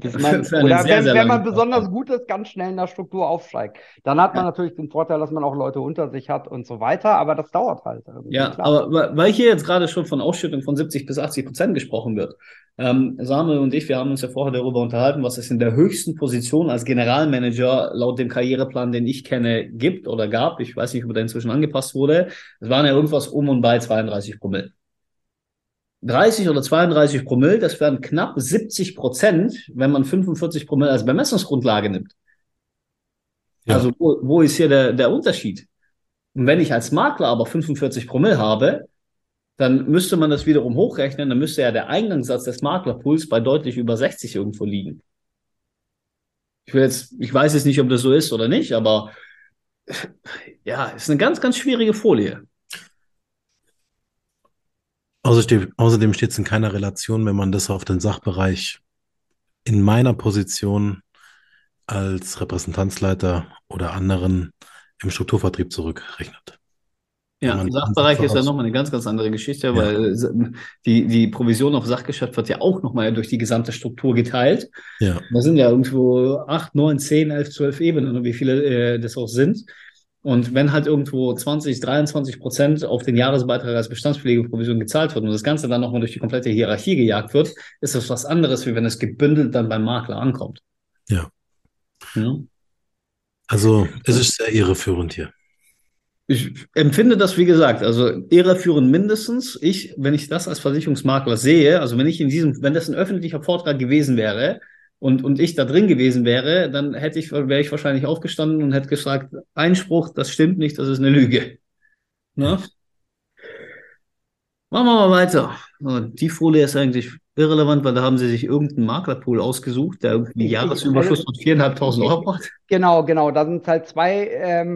Wenn man besonders gut ist, ganz schnell in der Struktur aufsteigt. Dann hat man natürlich den Vorteil, dass man auch Leute unter sich hat und so weiter, aber das dauert halt. Ja, klar. Aber weil hier jetzt gerade schon von Ausschüttung von 70-80% gesprochen wird, Samuel und ich, wir haben uns ja vorher darüber unterhalten, was es in der höchsten Position als Generalmanager laut dem Karriereplan, den ich kenne, gibt oder gab. Ich weiß nicht, ob der inzwischen angepasst wurde. Es waren ja irgendwas um und bei 32 Promille. 30 oder 32 Promille, das wären knapp 70%, wenn man 45 Promille als Bemessungsgrundlage nimmt. Ja. Also wo ist hier der Unterschied? Und wenn ich als Makler aber 45 Promille habe, dann müsste man das wiederum hochrechnen, dann müsste ja der Eingangssatz des Maklerpools bei deutlich über 60 irgendwo liegen. Ich weiß jetzt nicht, ob das so ist oder nicht, aber ja, ist eine ganz, ganz schwierige Folie. Außerdem steht es in keiner Relation, wenn man das auf den Sachbereich in meiner Position als Repräsentanzleiter oder anderen im Strukturvertrieb zurückrechnet. Ja, Sachbereich ist ja nochmal eine ganz, ganz andere Geschichte, weil die Provision auf Sachgeschäft wird ja auch nochmal durch die gesamte Struktur geteilt. Ja. Da sind ja irgendwo 8, 9, 10, 11, 12 Ebenen, wie viele das auch sind. Und wenn halt irgendwo 20-23% auf den Jahresbeitrag als Bestandspflegeprovision gezahlt wird und das Ganze dann nochmal durch die komplette Hierarchie gejagt wird, ist das was anderes, wie wenn es gebündelt dann beim Makler ankommt. Ja. Also es ist sehr irreführend hier. Ich empfinde das, wie gesagt, also irreführend mindestens. Wenn ich das als Versicherungsmakler sehe, also wenn das ein öffentlicher Vortrag gewesen wäre, und ich da drin gewesen wäre, dann wäre ich wahrscheinlich aufgestanden und hätte gesagt, Einspruch, das stimmt nicht, das ist eine Lüge. Ne? Machen wir mal weiter. Die Folie ist eigentlich irrelevant, weil da haben sie sich irgendeinen Maklerpool ausgesucht, der irgendwie Jahresüberschuss von 4.500 € hat. Genau. Da sind halt zwei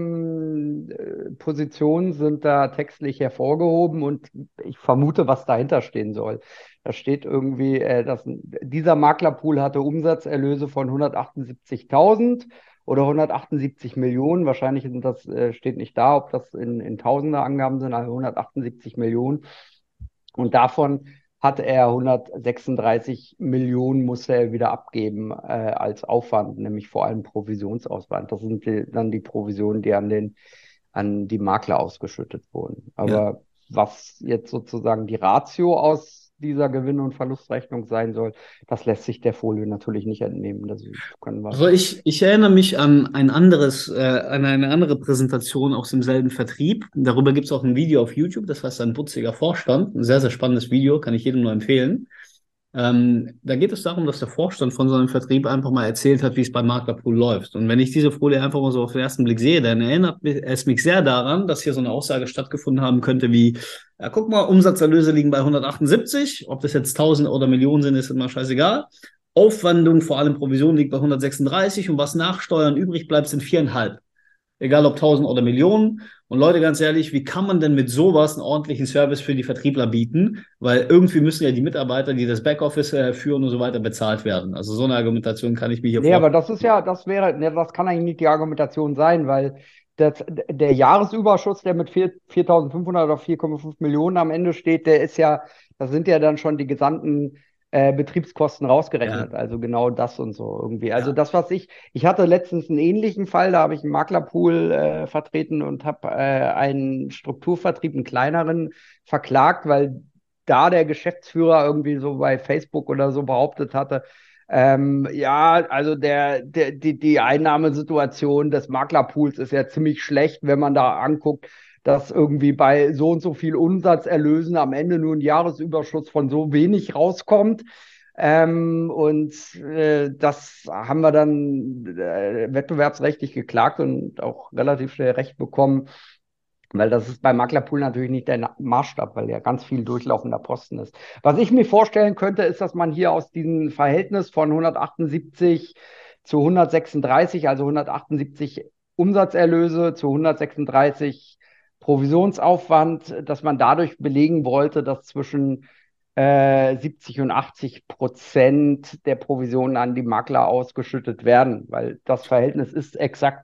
Positionen sind da textlich hervorgehoben und ich vermute, was dahinter stehen soll. Da steht irgendwie, dass dieser Maklerpool hatte Umsatzerlöse von 178.000 oder 178 Millionen. Wahrscheinlich sind das, steht nicht da, ob das in Tausender Angaben sind, also 178 Millionen. Und davon hatte er 136 Millionen, musste er wieder abgeben als Aufwand, nämlich vor allem Provisionsaufwand. Das sind dann die Provisionen, die an die Makler ausgeschüttet wurden. Aber was jetzt sozusagen die Ratio aus dieser Gewinn- und Verlustrechnung sein soll, das lässt sich der Folie natürlich nicht entnehmen. Das können wir. Also ich erinnere mich an an eine andere Präsentation aus demselben Vertrieb. Darüber gibt es auch ein Video auf YouTube, das heißt ein Butziger Vorstand. Ein sehr, sehr spannendes Video, kann ich jedem nur empfehlen. Da geht es darum, dass der Vorstand von so einem Vertrieb einfach mal erzählt hat, wie es beim Maklerpool läuft. Und wenn ich diese Folie einfach mal so auf den ersten Blick sehe, dann erinnert es mich sehr daran, dass hier so eine Aussage stattgefunden haben könnte wie, ja, guck mal, Umsatzerlöse liegen bei 178, ob das jetzt 1.000 oder Millionen sind, ist immer scheißegal. Aufwandung, vor allem Provision, liegt bei 136 und was nach Steuern übrig bleibt, sind 4,5. Egal ob 1.000 oder Millionen. Und Leute, ganz ehrlich, wie kann man denn mit sowas einen ordentlichen Service für die Vertriebler bieten? Weil irgendwie müssen ja die Mitarbeiter, die das Backoffice führen und so weiter, bezahlt werden. Also so eine Argumentation kann ich mir hier Nee, aber vorstellen. das kann eigentlich nicht die Argumentation sein, weil der Jahresüberschuss, der mit 4.500 oder 4,5 Millionen am Ende steht, da sind ja dann schon die gesamten Betriebskosten Ja, rausgerechnet. Also genau das und so irgendwie. Also ja. das, ich hatte letztens einen ähnlichen Fall, da habe ich einen Maklerpool vertreten und habe einen Strukturvertrieb, einen kleineren, verklagt, weil da der Geschäftsführer irgendwie so bei Facebook oder so behauptet hatte, ja, also die Einnahmesituation des Maklerpools ist ja ziemlich schlecht, wenn man da anguckt, dass irgendwie bei so und so viel Umsatzerlösen am Ende nur ein Jahresüberschuss von so wenig rauskommt. Das haben wir dann wettbewerbsrechtlich geklagt und auch relativ schnell Recht bekommen. Weil das ist beim Maklerpool natürlich nicht der Maßstab, weil ja ganz viel durchlaufender Posten ist. Was ich mir vorstellen könnte, ist, dass man hier aus diesem Verhältnis von 178 zu 136, also 178 Umsatzerlöse zu 136 Provisionsaufwand, dass man dadurch belegen wollte, dass zwischen 70 und 80% der Provisionen an die Makler ausgeschüttet werden, weil das Verhältnis ist exakt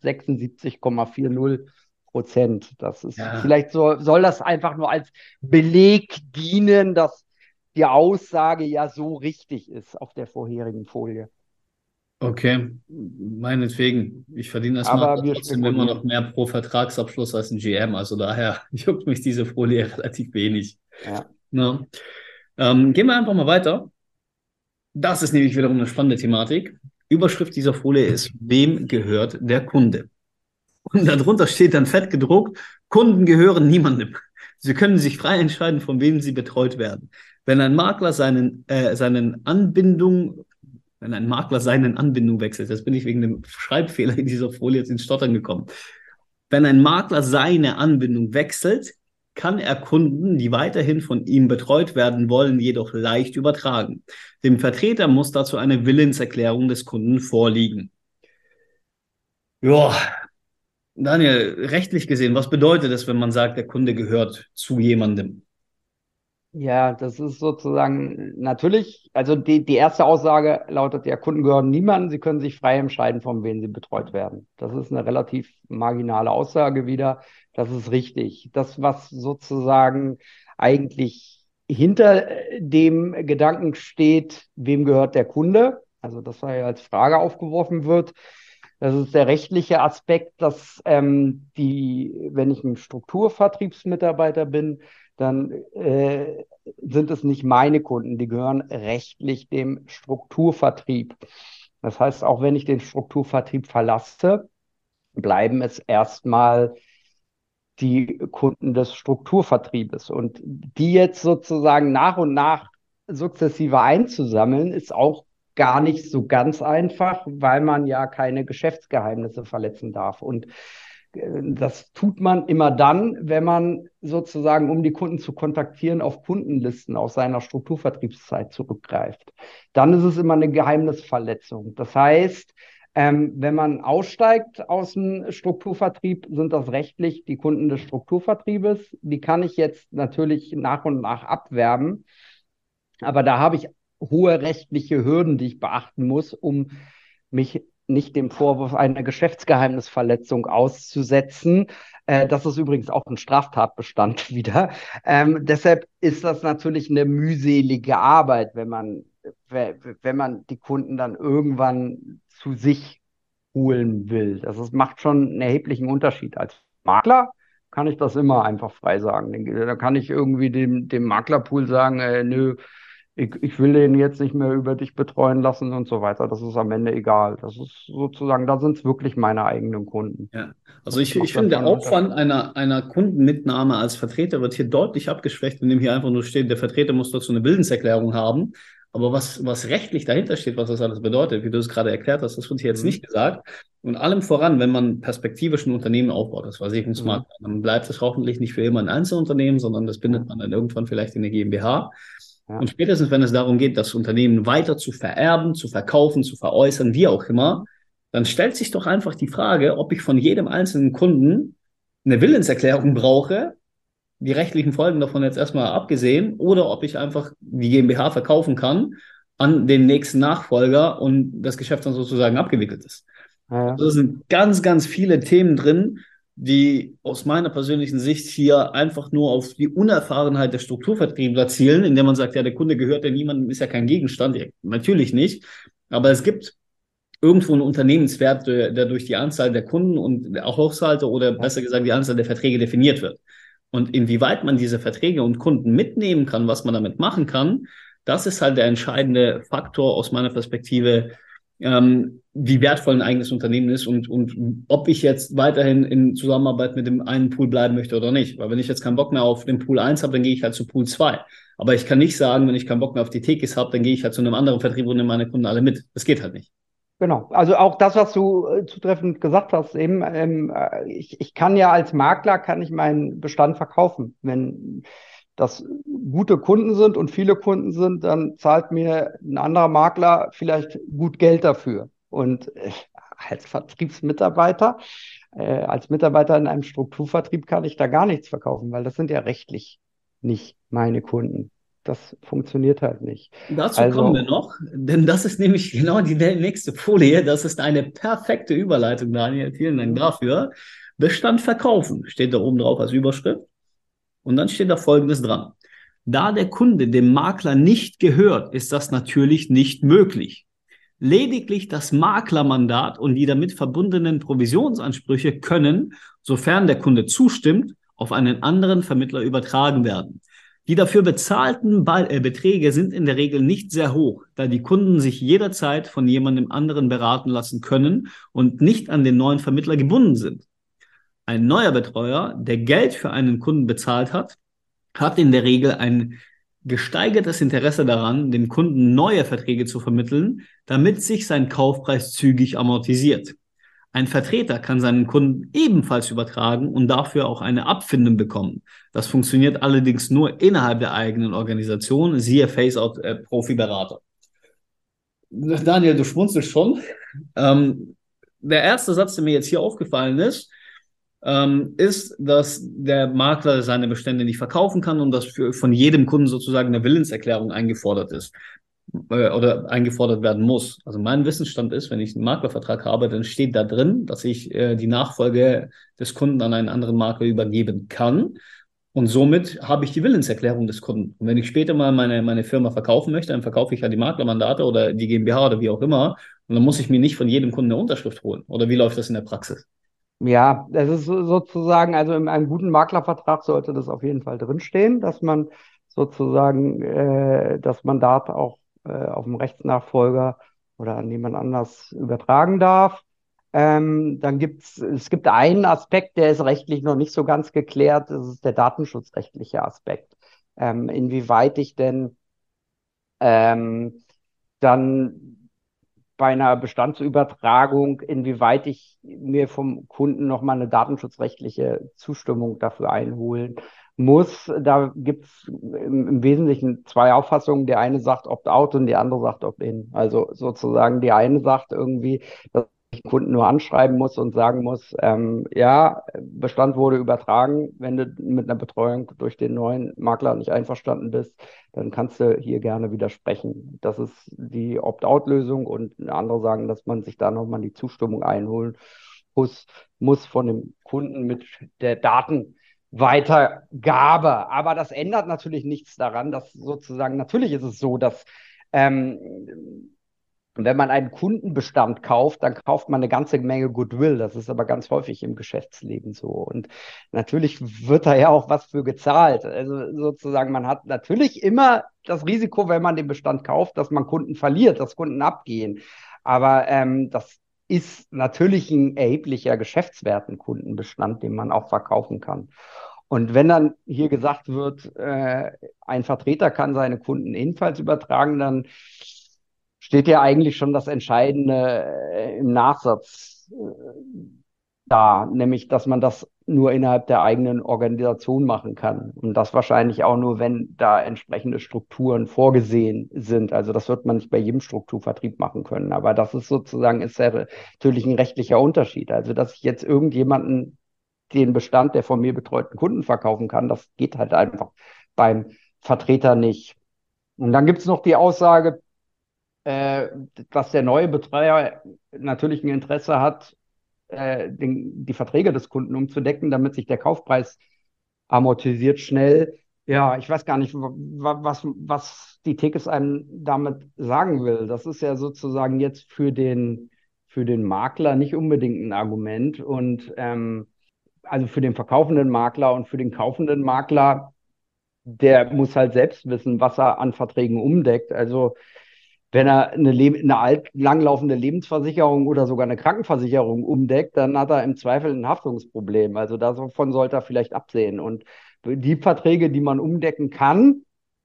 76,40%. Das ist Ja, vielleicht soll das einfach nur als Beleg dienen, dass die Aussage ja so richtig ist auf der vorherigen Folie. okay, meinetwegen. Ich verdiene als Aber Makler wir trotzdem immer noch spekulieren. mehr pro Vertragsabschluss als ein GM. Also daher juckt mich diese Folie relativ wenig. Ja. Ne? Gehen wir einfach mal weiter. Das ist nämlich wiederum eine spannende Thematik. Überschrift dieser Folie ist, wem gehört der Kunde? Und darunter steht dann fett gedruckt, Kunden gehören niemandem. Sie können sich frei entscheiden, von wem sie betreut werden. Wenn ein Makler wenn ein Makler seinen Anbindung wechselt, jetzt bin ich wegen dem Schreibfehler in dieser Folie jetzt ins Stottern gekommen. Wenn ein Makler seine Anbindung wechselt, kann er Kunden, die weiterhin von ihm betreut werden wollen, jedoch leicht übertragen. Dem Vertreter muss dazu eine Willenserklärung des Kunden vorliegen. Ja, Daniel, rechtlich gesehen, was bedeutet es, wenn man sagt, der Kunde gehört zu jemandem? Ja, das ist sozusagen natürlich, also die erste Aussage lautet ja, Kunden gehören niemandem, sie können sich frei entscheiden, von wem sie betreut werden. Das ist eine relativ marginale Aussage wieder. Das ist richtig. Das, was sozusagen eigentlich hinter dem Gedanken steht, wem gehört der Kunde, also das ja als Frage aufgeworfen wird, das ist der rechtliche Aspekt, dass wenn ich ein Strukturvertriebsmitarbeiter bin, dann sind es nicht meine Kunden, die gehören rechtlich dem Strukturvertrieb. Das heißt, auch wenn ich den Strukturvertrieb verlasse, bleiben es erstmal die Kunden des Strukturvertriebes. Und die jetzt sozusagen nach und nach sukzessive einzusammeln, ist auch gar nicht so ganz einfach, weil man ja keine Geschäftsgeheimnisse verletzen darf. Und Das tut man immer dann, wenn man sozusagen, um die Kunden zu kontaktieren, auf Kundenlisten aus seiner Strukturvertriebszeit zurückgreift. Dann ist es immer eine Geheimnisverletzung. Das heißt, wenn man aussteigt aus dem Strukturvertrieb, sind das rechtlich die Kunden des Strukturvertriebes. Die kann ich jetzt natürlich nach und nach abwerben. Aber da habe ich hohe rechtliche Hürden, die ich beachten muss, um mich nicht dem Vorwurf einer Geschäftsgeheimnisverletzung auszusetzen. Das ist übrigens auch ein Straftatbestand wieder. Deshalb ist das natürlich eine mühselige Arbeit, wenn man die Kunden dann irgendwann zu sich holen will. Macht schon einen erheblichen Unterschied. Als Makler kann ich das immer einfach frei sagen. Da kann ich irgendwie dem Maklerpool sagen, nö, ich will den jetzt nicht mehr über dich betreuen lassen und so weiter. Das ist am Ende egal. Das ist sozusagen, da sind es wirklich meine eigenen Kunden. Ja, also ich finde, der Aufwand einer Kundenmitnahme als Vertreter wird hier deutlich abgeschwächt, indem hier einfach nur steht, der Vertreter muss dazu eine Willenserklärung haben. Aber was rechtlich dahinter steht, was das alles bedeutet, wie du es gerade erklärt hast, das wird hier jetzt nicht gesagt. Und allem voran, wenn man perspektivisch ein Unternehmen aufbaut, das Versicherungsmakler, dann bleibt es hoffentlich nicht für immer ein Einzelunternehmen, sondern das bindet man dann irgendwann vielleicht in eine GmbH. Ja. Und spätestens, wenn es darum geht, das Unternehmen weiter zu vererben, zu verkaufen, zu veräußern, wie auch immer, dann stellt sich doch einfach die Frage, ob ich von jedem einzelnen Kunden eine Willenserklärung brauche, die rechtlichen Folgen davon jetzt erstmal abgesehen, oder ob ich einfach die GmbH verkaufen kann an den nächsten Nachfolger und das Geschäft dann sozusagen abgewickelt ist. Ja. Also da sind ganz, ganz viele Themen drin, die aus meiner persönlichen Sicht hier einfach nur auf die Unerfahrenheit der Strukturvertriebler zielen, indem man sagt, ja, der Kunde gehört ja niemandem, ist ja kein Gegenstand. Ja, natürlich nicht, aber es gibt irgendwo einen Unternehmenswert, der durch die Anzahl der Kunden und auch Haushalte oder besser gesagt die Anzahl der Verträge definiert wird. Und inwieweit man diese Verträge und Kunden mitnehmen kann, was man damit machen kann, das ist halt der entscheidende Faktor aus meiner Perspektive, wie wertvoll ein eigenes Unternehmen ist und ob ich jetzt weiterhin in Zusammenarbeit mit dem einen Pool bleiben möchte oder nicht. Weil wenn ich jetzt keinen Bock mehr auf den Pool 1 habe, dann gehe ich halt zu Pool 2. Aber ich kann nicht sagen, wenn ich keinen Bock mehr auf die Tekis habe, dann gehe ich halt zu einem anderen Vertrieb und nehme meine Kunden alle mit. Das geht halt nicht. Genau, also auch das, was du zutreffend gesagt hast, eben, ich kann ja als Makler, kann ich meinen Bestand verkaufen. Wenn das gute Kunden sind und viele Kunden sind, dann zahlt mir ein anderer Makler vielleicht gut Geld dafür. Und als Vertriebsmitarbeiter, als Mitarbeiter in einem Strukturvertrieb kann ich da gar nichts verkaufen, weil das sind ja rechtlich nicht meine Kunden. Das funktioniert halt nicht. Dazu kommen wir noch, denn das ist nämlich genau die nächste Folie. Das ist eine perfekte Überleitung, Daniel. Vielen Dank dafür. Bestand verkaufen steht da oben drauf als Überschrift. Und dann steht da Folgendes dran. Da der Kunde dem Makler nicht gehört, ist das natürlich nicht möglich. Lediglich das Maklermandat und die damit verbundenen Provisionsansprüche können, sofern der Kunde zustimmt, auf einen anderen Vermittler übertragen werden. Die dafür bezahlten Beträge sind in der Regel nicht sehr hoch, da die Kunden sich jederzeit von jemandem anderen beraten lassen können und nicht an den neuen Vermittler gebunden sind. Ein neuer Betreuer, der Geld für einen Kunden bezahlt hat, hat in der Regel ein gesteigertes Interesse daran, dem Kunden neue Verträge zu vermitteln, damit sich sein Kaufpreis zügig amortisiert. Ein Vertreter kann seinen Kunden ebenfalls übertragen und dafür auch eine Abfindung bekommen. Das funktioniert allerdings nur innerhalb der eigenen Organisation, siehe Face-Out Profi-Berater. Daniel, du schmunzelst schon. Der erste Satz, der mir jetzt hier aufgefallen ist, dass der Makler seine Bestände nicht verkaufen kann und dass von jedem Kunden sozusagen eine Willenserklärung eingefordert ist oder eingefordert werden muss. Also mein Wissensstand ist, wenn ich einen Maklervertrag habe, dann steht da drin, dass ich die Nachfolge des Kunden an einen anderen Makler übergeben kann. Und somit habe ich die Willenserklärung des Kunden. Und wenn ich später mal meine Firma verkaufen möchte, dann verkaufe ich ja die Maklermandate oder die GmbH oder wie auch immer. Und dann muss ich mir nicht von jedem Kunden eine Unterschrift holen. Oder wie läuft das in der Praxis? Ja, das ist sozusagen, also in einem guten Maklervertrag sollte das auf jeden Fall drinstehen, dass man sozusagen das Mandat auch auf den Rechtsnachfolger oder an jemand anders übertragen darf. Es gibt einen Aspekt, der ist rechtlich noch nicht so ganz geklärt, das ist der datenschutzrechtliche Aspekt. Inwieweit ich denn dann bei einer Bestandsübertragung, inwieweit ich mir vom Kunden nochmal eine datenschutzrechtliche Zustimmung dafür einholen muss. Da gibt es im Wesentlichen zwei Auffassungen. Der eine sagt Opt-out und die andere sagt Opt-in. Also sozusagen die eine sagt irgendwie, dass ich den Kunden nur anschreiben muss und sagen muss, ja, Bestand wurde übertragen. Wenn du mit einer Betreuung durch den neuen Makler nicht einverstanden bist, dann kannst du hier gerne widersprechen. Das ist die Opt-out-Lösung und andere sagen, dass man sich da nochmal die Zustimmung einholen muss von dem Kunden mit der Datenweitergabe. Aber das ändert natürlich nichts daran, dass sozusagen, natürlich ist es so, dass wenn man einen Kundenbestand kauft, dann kauft man eine ganze Menge Goodwill. Das ist aber ganz häufig im Geschäftsleben so. Und natürlich wird da ja auch was für gezahlt. Also sozusagen, man hat natürlich immer das Risiko, wenn man den Bestand kauft, dass man Kunden verliert, dass Kunden abgehen. Aber das ist natürlich ein erheblicher Geschäftswert, ein Kundenbestand, den man auch verkaufen kann. Und wenn dann hier gesagt wird, ein Vertreter kann seine Kunden ebenfalls übertragen, dann steht ja eigentlich schon das Entscheidende im Nachsatz da, nämlich, dass man das nur innerhalb der eigenen Organisation machen kann. Und das wahrscheinlich auch nur, wenn da entsprechende Strukturen vorgesehen sind. Also das wird man nicht bei jedem Strukturvertrieb machen können. Aber das ist sozusagen, ist ja natürlich ein rechtlicher Unterschied. Also dass ich jetzt irgendjemanden den Bestand der von mir betreuten Kunden verkaufen kann, das geht halt einfach beim Vertreter nicht. Und dann gibt es noch die Aussage, dass der neue Betreuer natürlich ein Interesse hat, die Verträge des Kunden umzudecken, damit sich der Kaufpreis amortisiert schnell. Ja, ich weiß gar nicht, was die Tekes einem damit sagen will. Das ist ja sozusagen jetzt für den Makler nicht unbedingt ein Argument. Und also für den verkaufenden Makler und für den kaufenden Makler, der muss halt selbst wissen, was er an Verträgen umdeckt. Also wenn er eine langlaufende Lebensversicherung oder sogar eine Krankenversicherung umdeckt, dann hat er im Zweifel ein Haftungsproblem. Also davon sollte er vielleicht absehen. Und die Verträge, die man umdecken kann,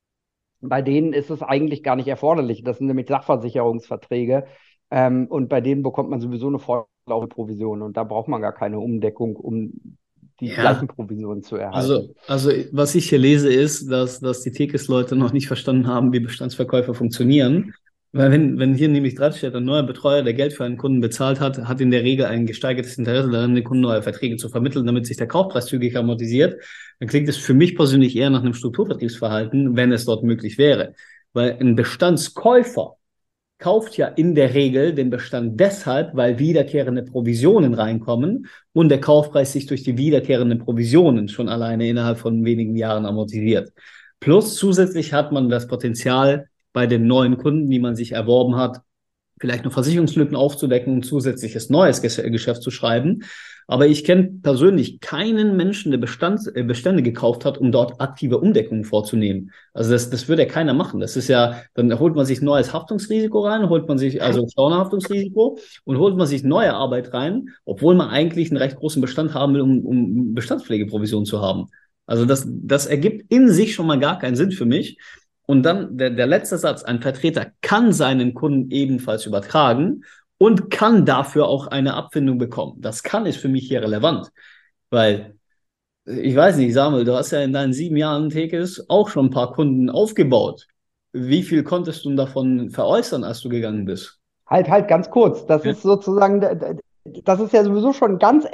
bei denen ist es eigentlich gar nicht erforderlich. Das sind nämlich Sachversicherungsverträge. Und bei denen bekommt man sowieso eine fortlaufende Provision. Und da braucht man gar keine Umdeckung, um die gleichen Provisionen zu erhalten. Also was ich hier lese, ist, dass die Tekes-Leute noch nicht verstanden haben, wie Bestandsverkäufe funktionieren. Weil wenn hier nämlich dran steht, ein neuer Betreuer, der Geld für einen Kunden bezahlt hat in der Regel ein gesteigertes Interesse daran, den Kunden neue Verträge zu vermitteln, damit sich der Kaufpreis zügig amortisiert, dann klingt es für mich persönlich eher nach einem Strukturvertriebsverhalten, wenn es dort möglich wäre. Weil ein Bestandskäufer kauft ja in der Regel den Bestand deshalb, weil wiederkehrende Provisionen reinkommen und der Kaufpreis sich durch die wiederkehrenden Provisionen schon alleine innerhalb von wenigen Jahren amortisiert. Plus zusätzlich hat man das Potenzial, bei den neuen Kunden, die man sich erworben hat, vielleicht noch Versicherungslücken aufzudecken und zusätzliches neues Geschäft zu schreiben. Aber ich kenne persönlich keinen Menschen, der Bestände gekauft hat, um dort aktive Umdeckungen vorzunehmen. Also das würde ja keiner machen. Das ist ja, dann holt man sich neues Haftungsrisiko rein, holt man sich, also Staunerhaftungsrisiko und holt man sich neue Arbeit rein, obwohl man eigentlich einen recht großen Bestand haben will, um Bestandspflegeprovision zu haben. Also das ergibt in sich schon mal gar keinen Sinn für mich. Und dann der letzte Satz, ein Vertreter kann seinen Kunden ebenfalls übertragen und kann dafür auch eine Abfindung bekommen. Das kann ist für mich hier relevant, weil, ich weiß nicht, Samuel, du hast ja in deinen 7 Jahren Tekes auch schon ein paar Kunden aufgebaut. Wie viel konntest du davon veräußern, als du gegangen bist? Halt, ganz kurz. Das ist sozusagen, das ist ja sowieso schon ein ganz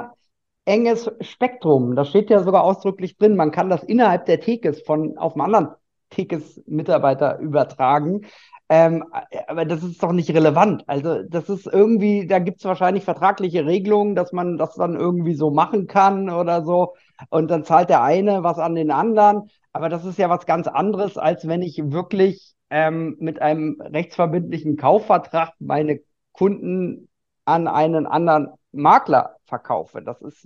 enges Spektrum. Da steht ja sogar ausdrücklich drin, man kann das innerhalb der Tekes auf einen anderen Tekes-Mitarbeiter übertragen. Aber das ist doch nicht relevant. Also das ist irgendwie, da gibt es wahrscheinlich vertragliche Regelungen, dass man das dann irgendwie so machen kann oder so. Und dann zahlt der eine was an den anderen. Aber das ist ja was ganz anderes, als wenn ich wirklich mit einem rechtsverbindlichen Kaufvertrag meine Kunden an einen anderen Makler verkaufe. Das ist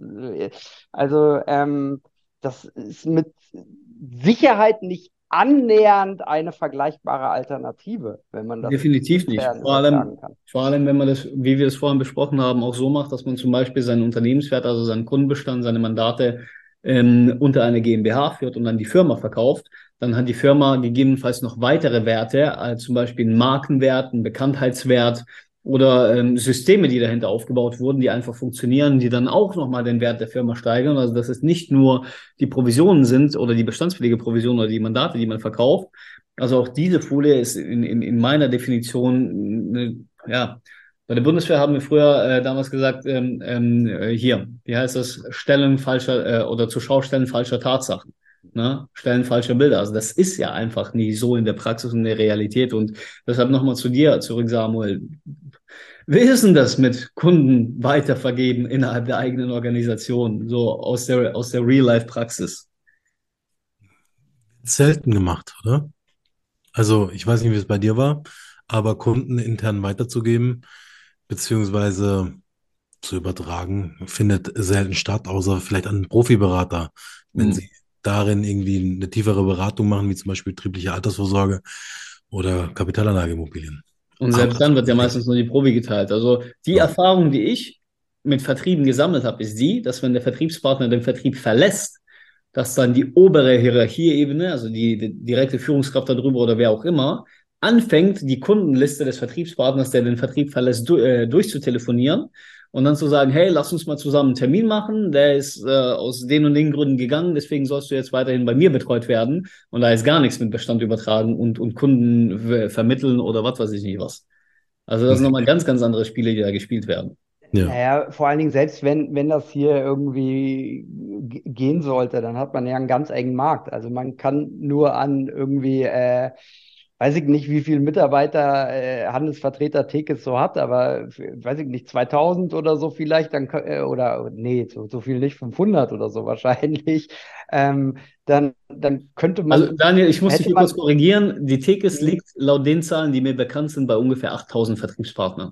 das ist mit Sicherheit nicht annähernd eine vergleichbare Alternative, wenn man das definitiv nicht. Vor allem, wenn man das, wie wir es vorhin besprochen haben, auch so macht, dass man zum Beispiel seinen Unternehmenswert, also seinen Kundenbestand, seine Mandate unter eine GmbH führt und dann die Firma verkauft, dann hat die Firma gegebenenfalls noch weitere Werte, als zum Beispiel einen Markenwert, einen Bekanntheitswert oder Systeme, die dahinter aufgebaut wurden, die einfach funktionieren, die dann auch nochmal den Wert der Firma steigern. Also dass es nicht nur die Provisionen sind oder die bestandsfähige Provision oder die Mandate, die man verkauft. Also auch diese Folie ist in meiner Definition, ja, bei der Bundeswehr haben wir früher damals gesagt, hier, wie heißt das, Stellen falscher oder zur Schaustellen falscher Tatsachen. Ne? Stellen falscher Bilder. Also das ist ja einfach nicht so in der Praxis und in der Realität. Und deshalb nochmal zu dir zurück, Samuel. Wie ist denn das mit Kunden weitervergeben innerhalb der eigenen Organisation, so aus der Real-Life-Praxis? Selten gemacht, oder? Also ich weiß nicht, wie es bei dir war, aber Kunden intern weiterzugeben, beziehungsweise zu übertragen, findet selten statt, außer vielleicht an einen Profiberater, wenn Hm. sie darin irgendwie eine tiefere Beratung machen, wie zum Beispiel betriebliche Altersvorsorge oder Kapitalanlageimmobilien. Und Aber selbst das dann wird ja ist nicht meistens nur die Probe geteilt. Also die so. Erfahrung, die ich mit Vertrieben gesammelt habe, ist die, dass wenn der Vertriebspartner den Vertrieb verlässt, dass dann die obere Hierarchieebene, also die direkte Führungskraft darüber oder wer auch immer, anfängt, die Kundenliste des Vertriebspartners, der den Vertrieb verlässt, durchzutelefonieren und dann zu sagen, hey, lass uns mal zusammen einen Termin machen, der ist aus den und den Gründen gegangen, deswegen sollst du jetzt weiterhin bei mir betreut werden und da ist gar nichts mit Bestand übertragen und Kunden vermitteln oder was weiß ich nicht was. Also das sind nochmal ganz, ganz andere Spiele, die da gespielt werden. Ja. Naja, vor allen Dingen, selbst wenn das hier irgendwie gehen sollte, dann hat man ja einen ganz engen Markt. Also man kann nur an irgendwie, weiß ich nicht, wie viele Mitarbeiter Handelsvertreter Tekes so hat, aber weiß ich nicht, 2000 oder so vielleicht, dann oder nee, so viel nicht, 500 oder so wahrscheinlich. Dann könnte Also man, Daniel, ich muss dich hätte hier kurz man, korrigieren. Die Tekes hm, liegt laut den Zahlen, die mir bekannt sind, bei ungefähr 8000 Vertriebspartnern.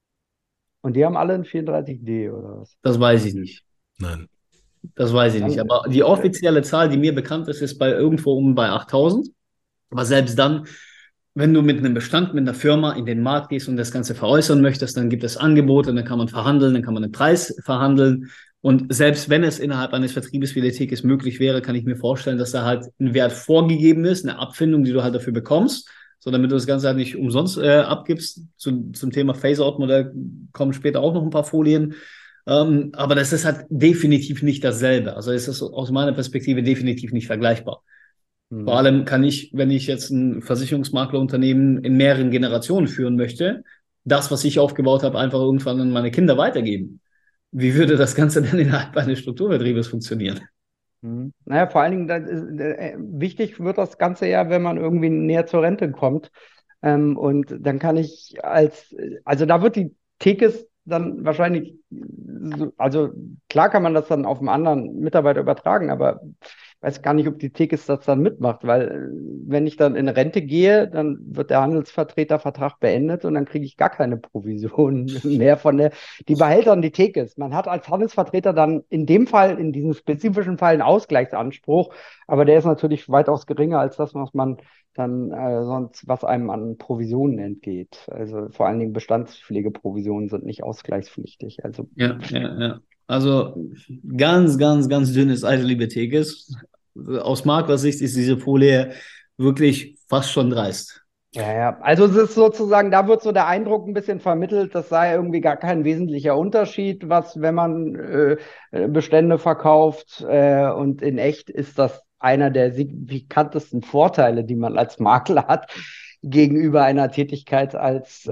und die haben alle ein 34D oder was? Das weiß ich nicht. Nein. Das weiß ich nicht. Dann, Aber die offizielle Zahl, die mir bekannt ist, ist bei irgendwo bei 8000. Aber selbst dann, wenn du mit einem Bestand, mit einer Firma in den Markt gehst und das Ganze veräußern möchtest, dann gibt es Angebote, dann kann man verhandeln, dann kann man den Preis verhandeln. Und selbst wenn es innerhalb eines Vertriebes wie der Tekes möglich wäre, kann ich mir vorstellen, dass da halt ein Wert vorgegeben ist, eine Abfindung, die du halt dafür bekommst, so damit du das Ganze halt nicht umsonst abgibst. Zum Thema Phase-Out-Modell kommen später auch noch ein paar Folien. Aber das ist halt definitiv nicht dasselbe. Also es ist aus meiner Perspektive definitiv nicht vergleichbar. Vor hm. allem kann ich, wenn ich jetzt ein Versicherungsmaklerunternehmen in mehreren Generationen führen möchte, das, was ich aufgebaut habe, einfach irgendwann an meine Kinder weitergeben. Wie würde das Ganze denn innerhalb eines Strukturvertriebes funktionieren? Naja, vor allen Dingen, wichtig wird das Ganze ja, wenn man irgendwie näher zur Rente kommt. Und dann kann ich also da wird die Tekes dann wahrscheinlich, also klar kann man das dann auf einen anderen Mitarbeiter übertragen, aber ich weiß gar nicht, ob die Tekes das dann mitmacht, weil wenn ich dann in Rente gehe, dann wird der Handelsvertretervertrag beendet und dann kriege ich gar keine Provision mehr die behält dann die Tekes. Man hat als Handelsvertreter dann in dem Fall, in diesem spezifischen Fall einen Ausgleichsanspruch, aber der ist natürlich weitaus geringer als das, was man dann sonst, was einem an Provisionen entgeht. Also vor allen Dingen Bestandspflegeprovisionen sind nicht ausgleichspflichtig. Also Ja, ja, ja. Also ganz, ganz, ganz dünnes Eis, liebe Tekes. Aus Maklersicht ist diese Folie wirklich fast schon dreist. ja. Also es ist sozusagen, da wird so der Eindruck ein bisschen vermittelt, das sei irgendwie gar kein wesentlicher Unterschied, was, wenn man Bestände verkauft, und in echt ist das einer der signifikantesten Vorteile, die man als Makler hat gegenüber einer Tätigkeit als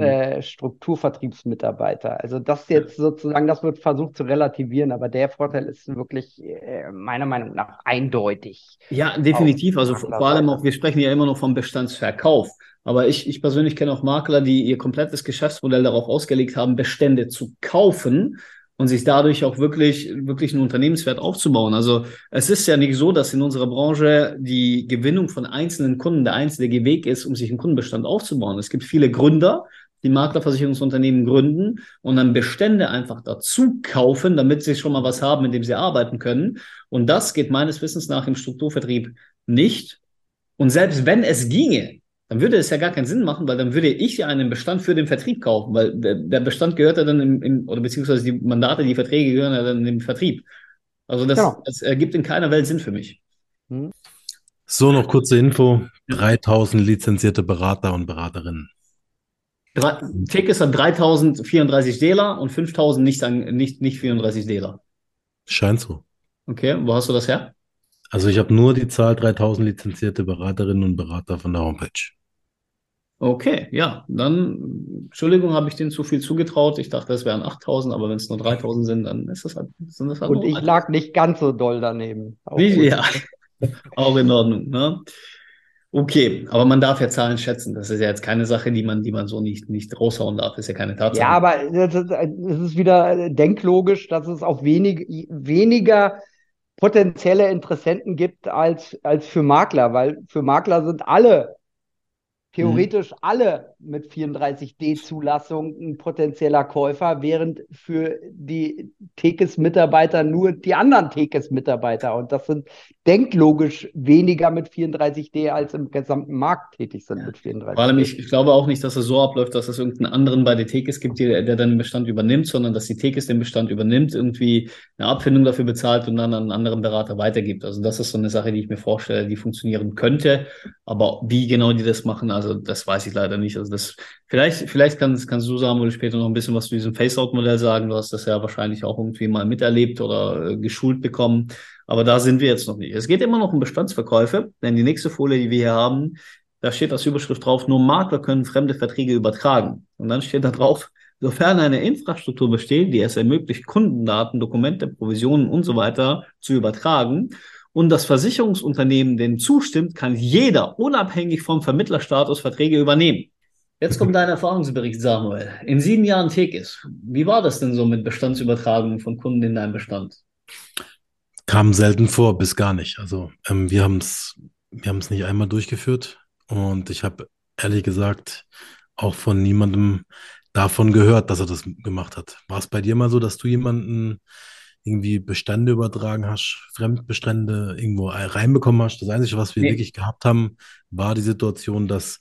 Strukturvertriebsmitarbeiter. Also das jetzt sozusagen, das wird versucht zu relativieren, aber der Vorteil ist wirklich meiner Meinung nach eindeutig Ja, auf definitiv. Also vor allem Maklerseite. auch, wir sprechen ja immer noch vom Bestandsverkauf. Aber ich persönlich kenne auch Makler, die ihr komplettes Geschäftsmodell darauf ausgelegt haben, Bestände zu kaufen und sich dadurch auch wirklich einen Unternehmenswert aufzubauen. Also es ist ja nicht so, dass in unserer Branche die Gewinnung von einzelnen Kunden der einzige Weg ist, um sich einen Kundenbestand aufzubauen. Es gibt viele Gründer, die Maklerversicherungsunternehmen gründen und dann Bestände einfach dazu kaufen, damit sie schon mal was haben, mit dem sie arbeiten können. Und das geht meines Wissens nach im Strukturvertrieb nicht. Und selbst wenn es ginge, dann würde es ja gar keinen Sinn machen, weil dann würde ich ja einen Bestand für den Vertrieb kaufen, weil der Bestand gehört ja dann oder beziehungsweise die Mandate, die Verträge gehören ja dann im Vertrieb. Also Genau. das ergibt in keiner Welt Sinn für mich. Hm. So, noch kurze Info. 3000 lizenzierte Berater und Beraterinnen. Tekis hat 3.034 Dela und 5.000 nicht 34 Dela. Scheint so. Okay, wo hast du das her? Also ich habe nur die Zahl 3000 lizenzierte Beraterinnen und Berater von der Homepage. Okay, ja, dann, Entschuldigung, habe ich denen zu viel zugetraut. Ich dachte, es wären 8.000, aber wenn es nur 3.000 sind, dann sind das halt Und nur ich 3.000. lag nicht ganz so doll daneben. Auch Wie, gut. ja, auch in Ordnung, ne? Okay, aber man darf ja Zahlen schätzen. Das ist ja jetzt keine Sache, die man so nicht raushauen darf. Das ist ja keine Ja, Tatsache. aber es ist wieder denklogisch, dass es auch weniger potenzielle Interessenten gibt als für Makler, weil für Makler sind Mhm. theoretisch alle mit 34D-Zulassung ein potenzieller Käufer, während für die Tekes-Mitarbeiter nur die anderen Tekes-Mitarbeiter, und das sind denklogisch weniger mit 34D als im gesamten Markt tätig sind mit Vor allem, 34D. ich glaube auch nicht, dass es so abläuft, dass es irgendeinen anderen bei der Tekes gibt, der dann den Bestand übernimmt, sondern dass die Tekes den Bestand übernimmt, irgendwie eine Abfindung dafür bezahlt und dann an einen anderen Berater weitergibt. Also das ist so eine Sache, die ich mir vorstelle, die funktionieren könnte. Aber wie genau die das machen, also das weiß ich leider nicht. Also vielleicht kannst du, Samuel, später noch ein bisschen was zu diesem Face-Out-Modell sagen. Du hast das ja wahrscheinlich auch irgendwie mal miterlebt oder geschult bekommen. Aber da sind wir jetzt noch nicht. Es geht immer noch um Bestandsverkäufe, denn die nächste Folie, die wir hier haben, da steht als Überschrift drauf, nur Makler können fremde Verträge übertragen. Und dann steht da drauf, sofern eine Infrastruktur besteht, die es ermöglicht, Kundendaten, Dokumente, Provisionen und so weiter zu übertragen und das Versicherungsunternehmen dem zustimmt, kann jeder unabhängig vom Vermittlerstatus Verträge übernehmen. Jetzt kommt dein Erfahrungsbericht, Samuel. In 7 Jahren Tekis, wie war das denn so mit Bestandsübertragungen von Kunden in deinem Bestand? Kam selten vor, bis gar nicht. Also wir haben es nicht einmal durchgeführt und ich habe ehrlich gesagt auch von niemandem davon gehört, dass er das gemacht hat. War es bei dir mal so, dass du jemanden irgendwie Bestände übertragen hast, Fremdbestände irgendwo reinbekommen hast? Das Einzige, was wir Nee. wirklich gehabt haben, war die Situation, dass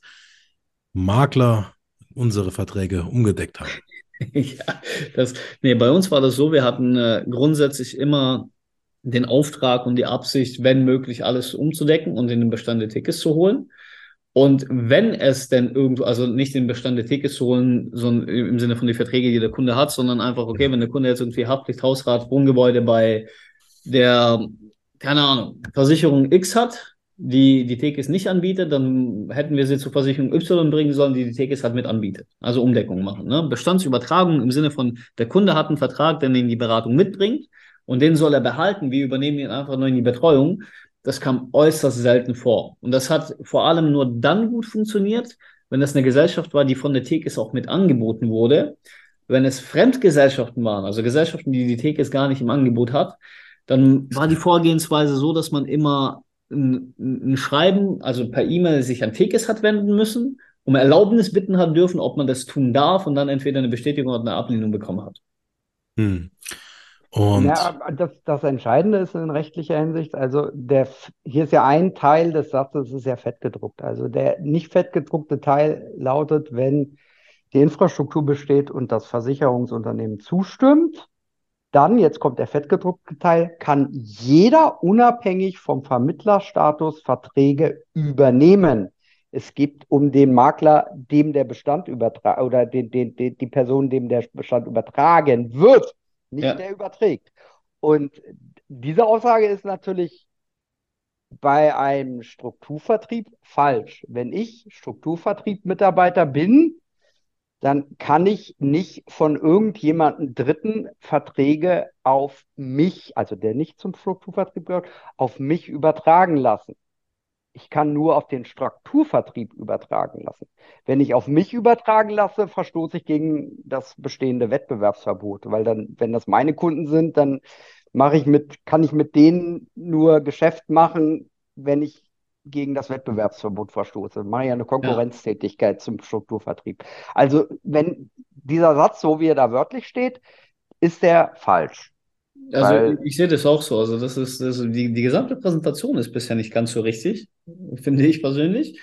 Makler unsere Verträge umgedeckt haben. Ja, nee, bei uns war das so, wir hatten grundsätzlich immer den Auftrag und die Absicht, wenn möglich, alles umzudecken und in den Bestand der Tickets zu holen. Und wenn es denn irgendwo, also nicht den Bestand der Tickets zu holen, sondern im Sinne von die Verträge, die der Kunde hat, sondern einfach, okay, wenn der Kunde jetzt irgendwie Haftpflicht, Hausrat, Wohngebäude bei der, keine Ahnung, Versicherung X hat, die Tekes nicht anbietet, dann hätten wir sie zur Versicherung Y bringen sollen, die Tekes halt mit anbietet. Also Umdeckung machen. Ne? Bestandsübertragung im Sinne von, der Kunde hat einen Vertrag, der ihn die Beratung mitbringt und den soll er behalten. Wir übernehmen ihn einfach nur in die Betreuung. Das kam äußerst selten vor. Und das hat vor allem nur dann gut funktioniert, wenn das eine Gesellschaft war, die von der Tekes auch mit angeboten wurde. Wenn es Fremdgesellschaften waren, also Gesellschaften, die Tekes gar nicht im Angebot hat, dann war die Vorgehensweise so, dass man immer ein Schreiben, also per E-Mail sich an Tekes hat wenden müssen, um Erlaubnis bitten hat dürfen, ob man das tun darf und dann entweder eine Bestätigung oder eine Ablehnung bekommen hat. Hm. Und Ja, das Entscheidende ist in rechtlicher Hinsicht, also hier ist ja ein Teil des Satzes, ist ja fettgedruckt. Also der nicht fettgedruckte Teil lautet, wenn die Infrastruktur besteht und das Versicherungsunternehmen zustimmt, dann, jetzt kommt der fettgedruckte Teil, kann jeder unabhängig vom Vermittlerstatus Verträge übernehmen. Es geht um den Makler, dem der Bestand übertragen oder die Person, dem der Bestand übertragen wird, nicht Ja. der überträgt. Und diese Aussage ist natürlich bei einem Strukturvertrieb falsch. Wenn ich Strukturvertrieb-Mitarbeiter bin, dann kann ich nicht von irgendjemandem Dritten Verträge auf mich, also der nicht zum Strukturvertrieb gehört, auf mich übertragen lassen. Ich kann nur auf den Strukturvertrieb übertragen lassen. Wenn ich auf mich übertragen lasse, verstoße ich gegen das bestehende Wettbewerbsverbot, weil dann, wenn das meine Kunden sind, dann kann ich mit denen nur Geschäft machen, wenn ich gegen das Wettbewerbsverbot verstoße. Mache ich eine Ja. Konkurrenztätigkeit zum Strukturvertrieb. Also, wenn dieser Satz, so wie er da wörtlich steht, ist der falsch. Also Weil, ich sehe das auch so. Also die gesamte Präsentation ist bisher nicht ganz so richtig, finde ich persönlich.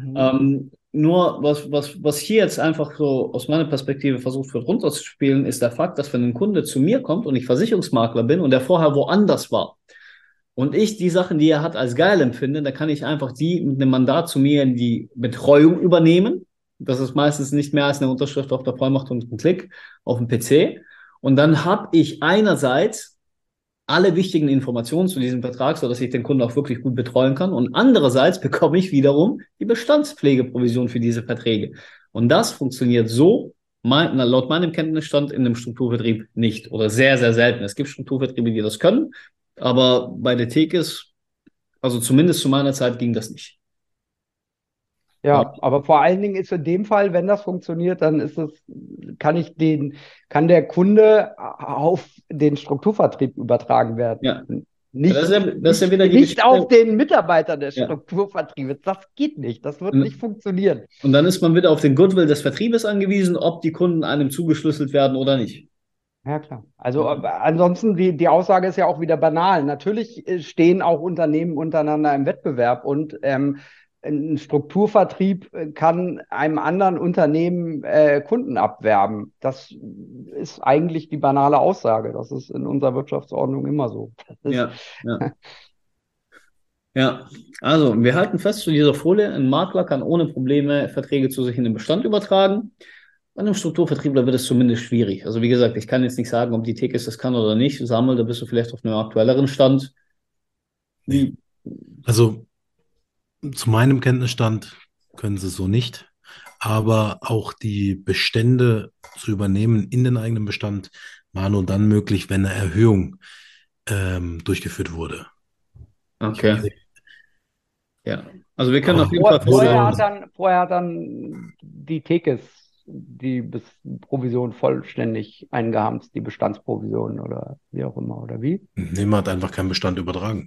Nur was hier jetzt einfach so aus meiner Perspektive versucht wird runterzuspielen, ist der Fakt, dass wenn ein Kunde zu mir kommt und ich Versicherungsmakler bin und er vorher woanders war und ich die Sachen, die er hat, als geil empfinde, dann kann ich einfach die mit einem Mandat zu mir in die Betreuung übernehmen. Das ist meistens nicht mehr als eine Unterschrift auf der Vollmacht und ein Klick auf dem PC. Und dann habe ich einerseits alle wichtigen Informationen zu diesem Vertrag, sodass ich den Kunden auch wirklich gut betreuen kann. Und andererseits bekomme ich wiederum die Bestandspflegeprovision für diese Verträge. Und das funktioniert so, laut meinem Kenntnisstand, in einem Strukturvertrieb nicht oder sehr, sehr selten. Es gibt Strukturvertriebe, die das können, aber bei der Tekis, also zumindest zu meiner Zeit, ging das nicht. Ja, aber vor allen Dingen ist in dem Fall, wenn das funktioniert, dann kann der Kunde auf den Strukturvertrieb übertragen werden. Ja. Nicht, das ist ja wieder die nicht Geschichte. auf den Mitarbeiter des Ja. Strukturvertriebes. Das geht nicht. Das wird nicht funktionieren. Und dann ist man wieder auf den Goodwill des Vertriebes angewiesen, ob die Kunden einem zugeschlüsselt werden oder nicht. Ja, klar. Also ansonsten, die Aussage ist ja auch wieder banal. Natürlich stehen auch Unternehmen untereinander im Wettbewerb und ein Strukturvertrieb kann einem anderen Unternehmen Kunden abwerben. Das ist eigentlich die banale Aussage. Das ist in unserer Wirtschaftsordnung immer so. Ja. Ja, also wir halten fest zu dieser Folie, ein Makler kann ohne Probleme Verträge zu sich in den Bestand übertragen. Bei einem Strukturvertriebler wird es zumindest schwierig. Also wie gesagt, ich kann jetzt nicht sagen, ob die Tekis das kann oder nicht. Samuel, da bist du vielleicht auf einem aktuelleren Stand. Nee. Also zu meinem Kenntnisstand können sie so nicht. Aber auch die Bestände zu übernehmen in den eigenen Bestand war nur dann möglich, wenn eine Erhöhung durchgeführt wurde. Okay. Ja, also wir können Aber auf jeden Fall Vorher hat dann die Tekis die Provision vollständig eingehamst, die Bestandsprovision oder wie auch immer, oder wie? Nee, man hat einfach keinen Bestand übertragen.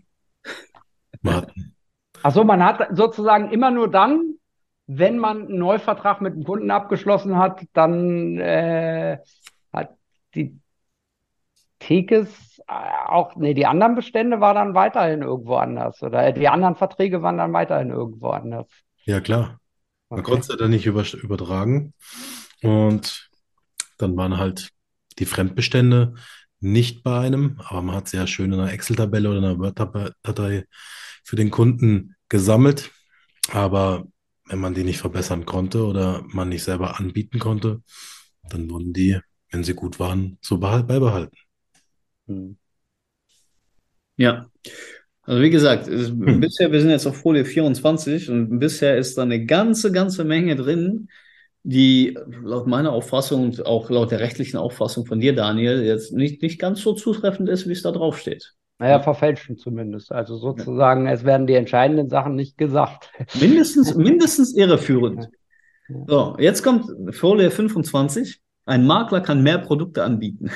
Achso, man hat sozusagen immer nur dann, wenn man einen Neuvertrag mit dem Kunden abgeschlossen hat, dann hat die Tekis die anderen Bestände waren dann weiterhin irgendwo anders oder die anderen Verträge waren dann weiterhin irgendwo anders. Ja, klar. Man konnte es ja dann nicht übertragen. Und dann waren halt die Fremdbestände nicht bei einem, aber man hat sie ja schön in einer Excel-Tabelle oder einer Word-Datei für den Kunden gesammelt. Aber wenn man die nicht verbessern konnte oder man nicht selber anbieten konnte, dann wurden die, wenn sie gut waren, so beibehalten. Ja, also wie gesagt, bisher, wir sind jetzt auf Folie 24 und bisher ist da eine ganze Menge drin, die laut meiner Auffassung und auch laut der rechtlichen Auffassung von dir, Daniel, jetzt nicht ganz so zutreffend ist, wie es da drauf steht. Naja, verfälschen zumindest. Also sozusagen, es werden die entscheidenden Sachen nicht gesagt. Mindestens irreführend. So, jetzt kommt Folie 25. Ein Makler kann mehr Produkte anbieten.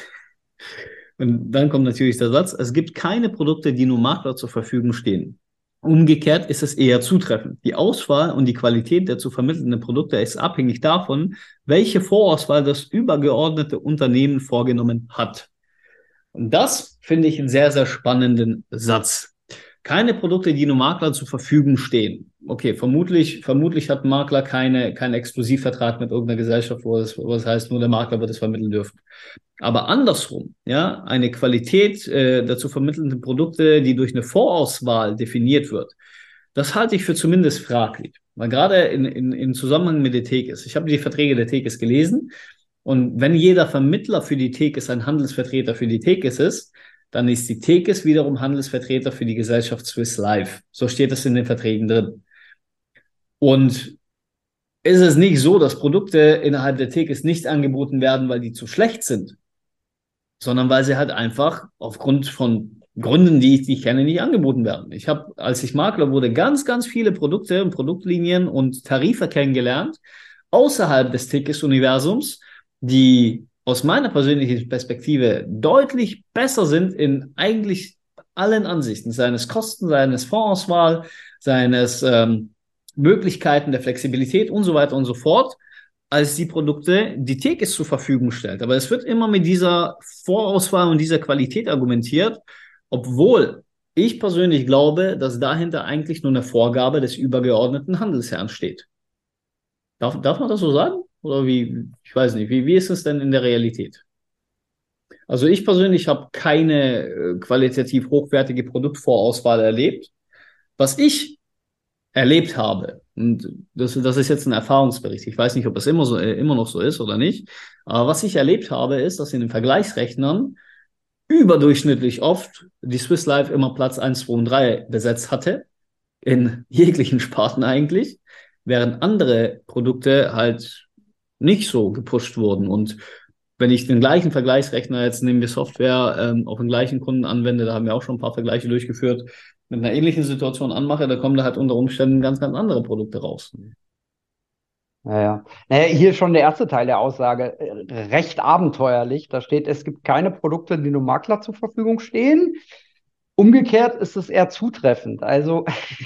Und dann kommt natürlich der Satz, es gibt keine Produkte, die nur Makler zur Verfügung stehen. Umgekehrt ist es eher zutreffend. Die Auswahl und die Qualität der zu vermittelnden Produkte ist abhängig davon, welche Vorauswahl das übergeordnete Unternehmen vorgenommen hat. Und das finde ich einen sehr, sehr spannenden Satz. Keine Produkte, die nur Maklern zur Verfügung stehen. Okay, vermutlich hat ein Makler keinen Exklusivvertrag mit irgendeiner Gesellschaft, wo es heißt, nur der Makler wird es vermitteln dürfen. Aber andersrum, ja, eine Qualität der zu vermittelnden Produkte, die durch eine Vorauswahl definiert wird, das halte ich für zumindest fraglich. Weil gerade in Zusammenhang mit der Tekis, ich habe die Verträge der Tekis gelesen und wenn jeder Vermittler für die Tekis ein Handelsvertreter für die Tekis ist, dann ist die Tekis wiederum Handelsvertreter für die Gesellschaft Swiss Life. So steht es in den Verträgen drin. Und ist es nicht so, dass Produkte innerhalb der Tekis nicht angeboten werden, weil die zu schlecht sind, sondern weil sie halt einfach aufgrund von Gründen, die ich nicht kenne, nicht angeboten werden. Ich habe, als ich Makler wurde, ganz viele Produkte und Produktlinien und Tarife kennengelernt, außerhalb des Tekis-Universums, die aus meiner persönlichen Perspektive deutlich besser sind in eigentlich allen Ansichten, seines Kosten, seines Fondsauswahl, seines Möglichkeiten der Flexibilität und so weiter und so fort, als die Produkte, die Tekis zur Verfügung stellt. Aber es wird immer mit dieser Vorauswahl und dieser Qualität argumentiert, obwohl ich persönlich glaube, dass dahinter eigentlich nur eine Vorgabe des übergeordneten Handelsherrn steht. Darf man das so sagen? Oder wie? Ich weiß nicht. Wie ist es denn in der Realität? Also ich persönlich habe keine qualitativ hochwertige Produktvorauswahl erlebt. Was ich erlebt habe, Und das ist jetzt ein Erfahrungsbericht. Ich weiß nicht, ob es immer noch so ist oder nicht. Aber was ich erlebt habe, ist, dass in den Vergleichsrechnern überdurchschnittlich oft die Swiss Life immer Platz 1, 2 und 3 besetzt hatte. In jeglichen Sparten eigentlich. Während andere Produkte halt nicht so gepusht wurden. Und wenn ich den gleichen Vergleichsrechner, jetzt nehmen wir Software, auf den gleichen Kunden anwende, da haben wir auch schon ein paar Vergleiche durchgeführt, mit einer ähnlichen Situation anmache, da kommen da halt unter Umständen ganz, ganz andere Produkte raus. Naja, hier schon der erste Teil der Aussage, recht abenteuerlich. Da steht, es gibt keine Produkte, die nur Makler zur Verfügung stehen. Umgekehrt ist es eher zutreffend. Also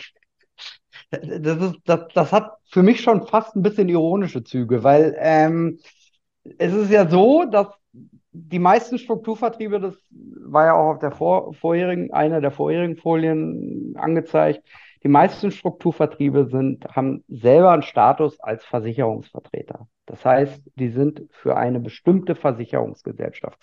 das hat für mich schon fast ein bisschen ironische Züge, weil es ist ja so, dass die meisten Strukturvertriebe, das war ja auch auf der einer der vorherigen Folien angezeigt, die meisten Strukturvertriebe haben selber einen Status als Versicherungsvertreter. Das heißt, die sind für eine bestimmte Versicherungsgesellschaft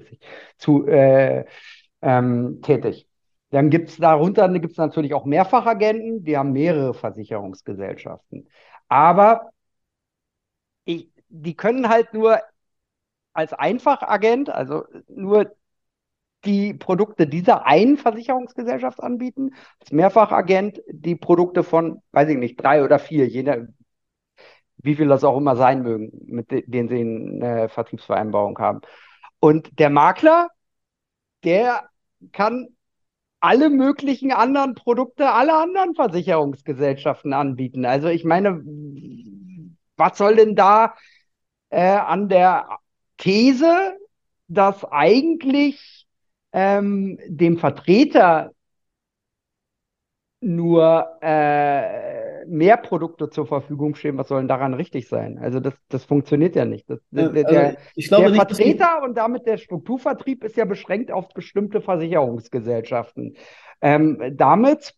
tätig. Dann gibt's natürlich auch Mehrfachagenten, die haben mehrere Versicherungsgesellschaften. Aber die können halt nur als Einfachagent, also nur die Produkte dieser einen Versicherungsgesellschaft anbieten, als Mehrfachagent die Produkte von, weiß ich nicht, 3 oder 4, wie viel das auch immer sein mögen, denen sie eine Vertriebsvereinbarung haben. Und der Makler, der kann alle möglichen anderen Produkte aller anderen Versicherungsgesellschaften anbieten. Also ich meine, was soll denn da an der These, dass eigentlich dem Vertreter nur mehr Produkte zur Verfügung stehen, was soll denn daran richtig sein? Also das funktioniert ja nicht. Ich glaube Der nicht, Vertreter und damit der Strukturvertrieb ist ja beschränkt auf bestimmte Versicherungsgesellschaften. Damit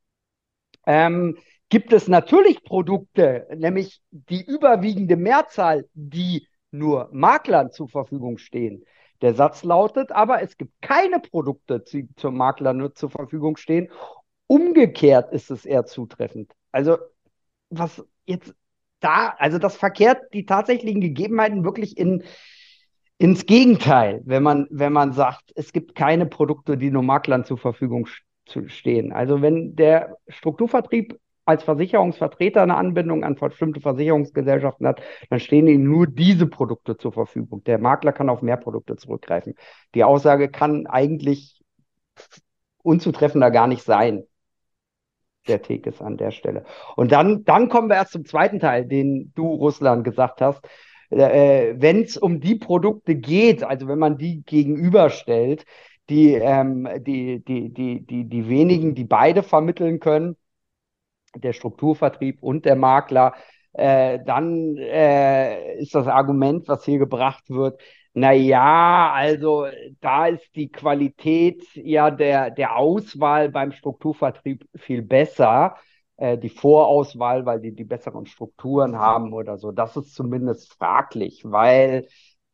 gibt es natürlich Produkte, nämlich die überwiegende Mehrzahl, die nur Maklern zur Verfügung stehen. Der Satz lautet aber, es gibt keine Produkte, die zum Makler nur zur Verfügung stehen. Umgekehrt ist es eher zutreffend. Also was jetzt also das verkehrt die tatsächlichen Gegebenheiten wirklich ins Gegenteil, wenn man sagt, es gibt keine Produkte, die nur Maklern zur Verfügung stehen. Also wenn der Strukturvertrieb als Versicherungsvertreter eine Anbindung an bestimmte Versicherungsgesellschaften hat, dann stehen ihnen nur diese Produkte zur Verfügung. Der Makler kann auf mehr Produkte zurückgreifen. Die Aussage kann eigentlich unzutreffender gar nicht sein, der Tekes an der Stelle. Und dann kommen wir erst zum zweiten Teil, den du, Ruslan, gesagt hast. Wenn es um die Produkte geht, also wenn man die gegenüberstellt, die wenigen, die beide vermitteln können, der Strukturvertrieb und der Makler, dann ist das Argument, was hier gebracht wird, naja, also da ist die Qualität ja der Auswahl beim Strukturvertrieb viel besser, die Vorauswahl, weil die besseren Strukturen haben oder so. Das ist zumindest fraglich, weil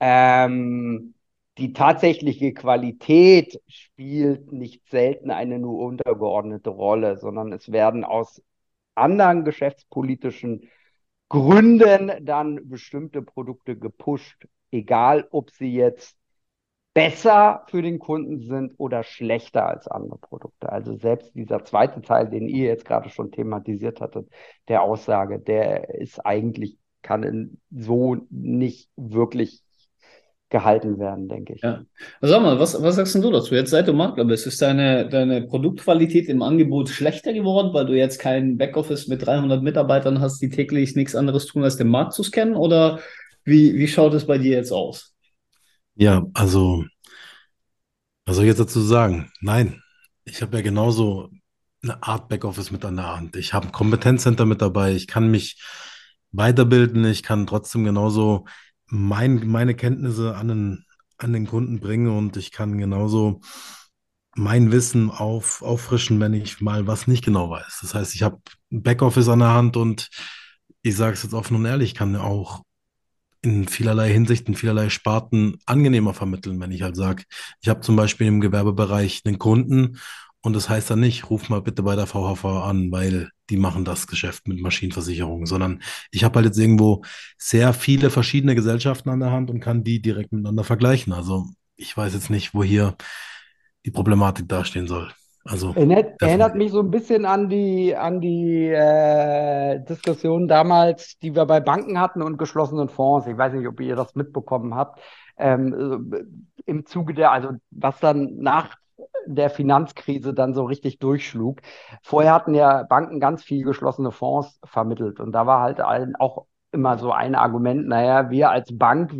die tatsächliche Qualität spielt nicht selten eine nur untergeordnete Rolle, sondern es werden aus anderen geschäftspolitischen Gründen dann bestimmte Produkte gepusht, egal ob sie jetzt besser für den Kunden sind oder schlechter als andere Produkte. Also selbst dieser zweite Teil, den ihr jetzt gerade schon thematisiert hattet, der Aussage, der ist eigentlich, kann so nicht wirklich gehalten werden, denke ich. Ja. Also sag mal, was sagst denn du dazu? Jetzt, seit du Makler bist, ist deine Produktqualität im Angebot schlechter geworden, weil du jetzt kein Backoffice mit 300 Mitarbeitern hast, die täglich nichts anderes tun, als den Markt zu scannen? Oder wie schaut es bei dir jetzt aus? Ja, also, was soll ich jetzt dazu sagen? Nein, ich habe ja genauso eine Art Backoffice mit an der Hand. Ich habe ein Kompetenzcenter mit dabei. Ich kann mich weiterbilden. Ich kann trotzdem genauso meine Kenntnisse an den Kunden bringen und ich kann genauso mein Wissen auffrischen, wenn ich mal was nicht genau weiß. Das heißt, ich habe ein Backoffice an der Hand und ich sage es jetzt offen und ehrlich, ich kann auch in vielerlei Hinsicht, in vielerlei Sparten angenehmer vermitteln, wenn ich halt sage, ich habe zum Beispiel im Gewerbebereich einen Kunden und das heißt dann nicht, ruf mal bitte bei der VHV an, weil die machen das Geschäft mit Maschinenversicherungen, sondern ich habe halt jetzt irgendwo sehr viele verschiedene Gesellschaften an der Hand und kann die direkt miteinander vergleichen. Also ich weiß jetzt nicht, wo hier die Problematik dastehen soll. Also Erinnert definitiv. mich so ein bisschen an die Diskussion damals, die wir bei Banken hatten und geschlossenen Fonds. Ich weiß nicht, ob ihr das mitbekommen habt. Im Zuge also was dann nach der Finanzkrise dann so richtig durchschlug. Vorher hatten ja Banken ganz viel geschlossene Fonds vermittelt und da war halt allen auch immer so ein Argument, naja, wir als Bank,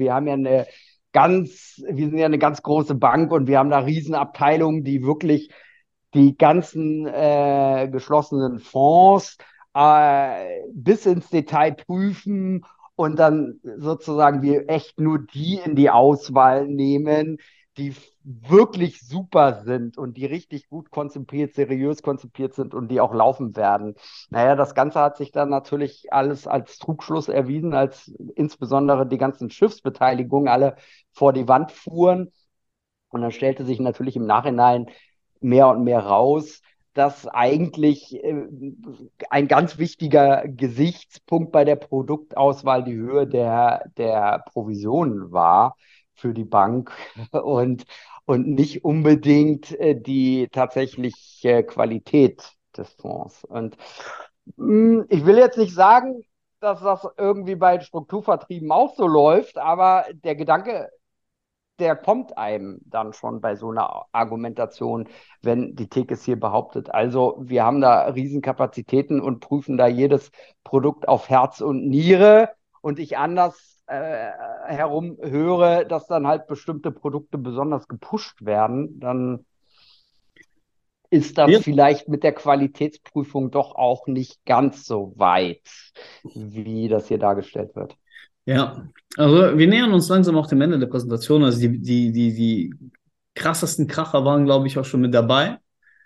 wir sind ja eine ganz große Bank und wir haben da Riesenabteilungen, die wirklich die ganzen geschlossenen Fonds bis ins Detail prüfen und dann sozusagen wir echt nur die in die Auswahl nehmen, die wirklich super sind und die richtig gut konzipiert, seriös konzipiert sind und die auch laufen werden. Naja, das Ganze hat sich dann natürlich alles als Trugschluss erwiesen, als insbesondere die ganzen Schiffsbeteiligungen alle vor die Wand fuhren. Und dann stellte sich natürlich im Nachhinein mehr und mehr raus, dass eigentlich ein ganz wichtiger Gesichtspunkt bei der Produktauswahl die Höhe der Provisionen war für die Bank und nicht unbedingt die tatsächliche Qualität des Fonds. Und ich will jetzt nicht sagen, dass das irgendwie bei Strukturvertrieben auch so läuft, aber der Gedanke, der kommt einem dann schon bei so einer Argumentation, wenn die Tekes hier behauptet, also wir haben da Riesenkapazitäten und prüfen da jedes Produkt auf Herz und Niere und ich anders herum höre, dass dann halt bestimmte Produkte besonders gepusht werden, dann ist das Ja. vielleicht mit der Qualitätsprüfung doch auch nicht ganz so weit, wie das hier dargestellt wird. Ja, also wir nähern uns langsam auch dem Ende der Präsentation. Also die krassesten Kracher waren, glaube ich, auch schon mit dabei.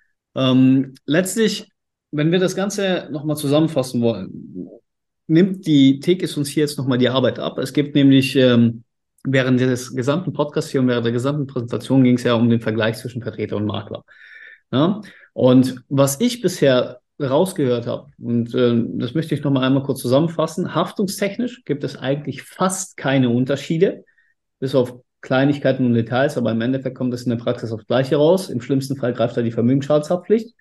Letztlich, wenn wir das Ganze nochmal zusammenfassen wollen, nimmt die Tekis uns hier jetzt nochmal die Arbeit ab. Es gibt nämlich während des gesamten Podcasts hier und während der gesamten Präsentation ging es ja um den Vergleich zwischen Vertreter und Makler. Ja? Und was ich bisher rausgehört habe, und das möchte ich nochmal einmal kurz zusammenfassen, haftungstechnisch gibt es eigentlich fast keine Unterschiede, bis auf Kleinigkeiten und Details, aber im Endeffekt kommt es in der Praxis aufs Gleiche raus. Im schlimmsten Fall greift da die Vermögensschadenshaftpflicht.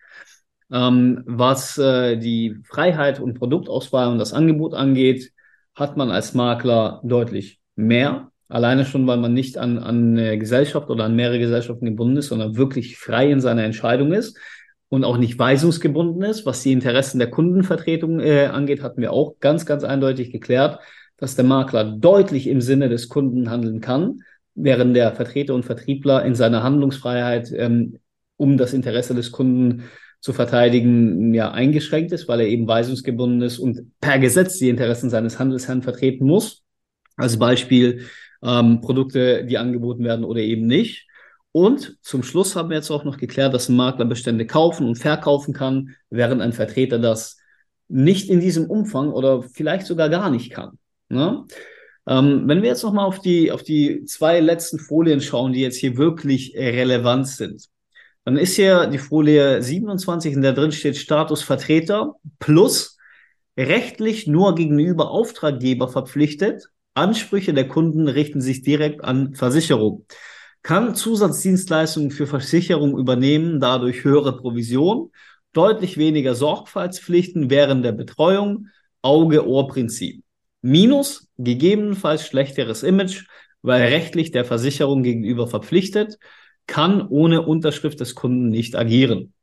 Was die Freiheit und Produktauswahl und das Angebot angeht, hat man als Makler deutlich mehr. Alleine schon, weil man nicht an eine Gesellschaft oder an mehrere Gesellschaften gebunden ist, sondern wirklich frei in seiner Entscheidung ist und auch nicht weisungsgebunden ist. Was die Interessen der Kundenvertretung angeht, hatten wir auch ganz, ganz eindeutig geklärt, dass der Makler deutlich im Sinne des Kunden handeln kann, während der Vertreter und Vertriebler in seiner Handlungsfreiheit, um das Interesse des Kunden zu verteidigen, ja eingeschränkt ist, weil er eben weisungsgebunden ist und per Gesetz die Interessen seines Handelsherrn vertreten muss. Als Beispiel Produkte, die angeboten werden oder eben nicht. Und zum Schluss haben wir jetzt auch noch geklärt, dass ein Makler Bestände kaufen und verkaufen kann, während ein Vertreter das nicht in diesem Umfang oder vielleicht sogar gar nicht kann. Ne? Wenn wir jetzt nochmal auf die zwei letzten Folien schauen, die jetzt hier wirklich relevant sind, dann ist hier die Folie 27, in der drin steht Status Vertreter plus rechtlich nur gegenüber Auftraggeber verpflichtet. Ansprüche der Kunden richten sich direkt an Versicherung. Kann Zusatzdienstleistungen für Versicherung übernehmen, dadurch höhere Provision, deutlich weniger Sorgfaltspflichten während der Betreuung, Auge-Ohr-Prinzip. Minus gegebenenfalls schlechteres Image, weil rechtlich der Versicherung gegenüber verpflichtet, kann ohne Unterschrift des Kunden nicht agieren.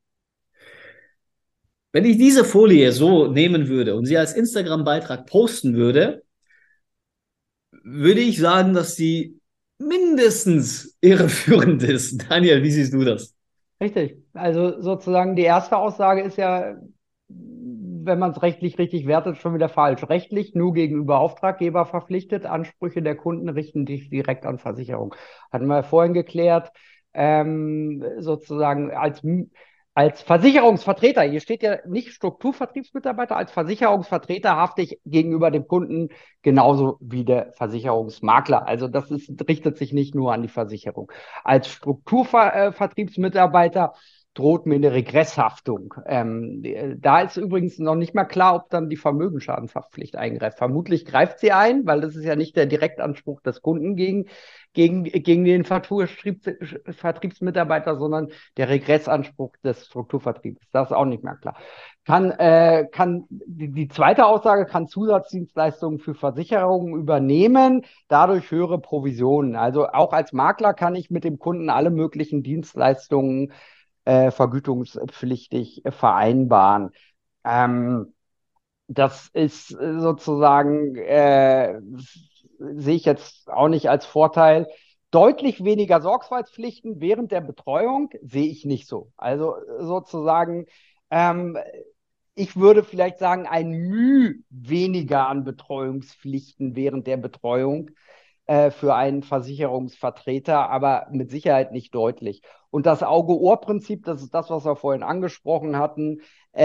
Wenn ich diese Folie so nehmen würde und sie als Instagram-Beitrag posten würde, würde ich sagen, dass sie mindestens irreführend ist. Daniel, wie siehst du das? Richtig. Also sozusagen die erste Aussage ist ja, wenn man es rechtlich richtig wertet, schon wieder falsch. Rechtlich nur gegenüber Auftraggeber verpflichtet, Ansprüche der Kunden richten sich direkt an Versicherung. Hatten wir vorhin geklärt, sozusagen als Versicherungsvertreter, hier steht ja nicht Strukturvertriebsmitarbeiter, als Versicherungsvertreter hafte ich gegenüber dem Kunden genauso wie der Versicherungsmakler. Also richtet sich nicht nur an die Versicherung. Als Strukturvertriebsmitarbeiter droht mir eine Regresshaftung. Da ist übrigens noch nicht mal klar, ob dann die Vermögensschadenshaftpflicht eingreift. Vermutlich greift sie ein, weil das ist ja nicht der Direktanspruch des Kunden gegen den Vertriebsmitarbeiter, sondern der Regressanspruch des Strukturvertriebs. Das ist auch nicht mehr klar. Die zweite Aussage kann Zusatzdienstleistungen für Versicherungen übernehmen, dadurch höhere Provisionen. Also auch als Makler kann ich mit dem Kunden alle möglichen Dienstleistungen vergütungspflichtig vereinbaren. Das ist sozusagen, sehe ich jetzt auch nicht als Vorteil. Deutlich weniger Sorgfaltspflichten während der Betreuung sehe ich nicht so. Also sozusagen, ich würde vielleicht sagen, ein Mühe weniger an Betreuungspflichten während der Betreuung für einen Versicherungsvertreter, aber mit Sicherheit nicht deutlich. Und das Auge-Ohr-Prinzip, das ist das, was wir vorhin angesprochen hatten.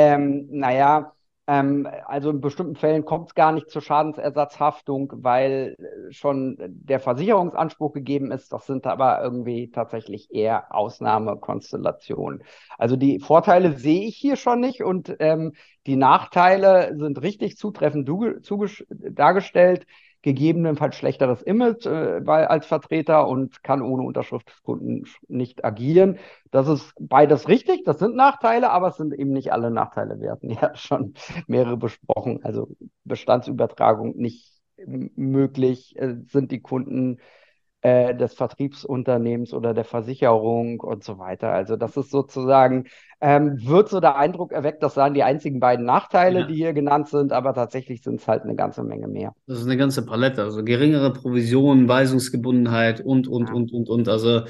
Also in bestimmten Fällen kommt es gar nicht zur Schadensersatzhaftung, weil schon der Versicherungsanspruch gegeben ist. Das sind aber irgendwie tatsächlich eher Ausnahmekonstellationen. Also die Vorteile sehe ich hier schon nicht und die Nachteile sind richtig zutreffend dargestellt. Gegebenenfalls schlechteres Image als Vertreter und kann ohne Unterschrift des Kunden nicht agieren. Das ist beides richtig, das sind Nachteile, aber es sind eben nicht alle Nachteile. Wir hatten ja schon mehrere besprochen. Also Bestandsübertragung nicht möglich, sind die Kunden des Vertriebsunternehmens oder der Versicherung und so weiter. Also das ist sozusagen, wird so der Eindruck erweckt, das seien die einzigen beiden Nachteile, die hier genannt sind, aber tatsächlich sind es halt eine ganze Menge mehr. Das ist eine ganze Palette, also geringere Provisionen, Weisungsgebundenheit und. Also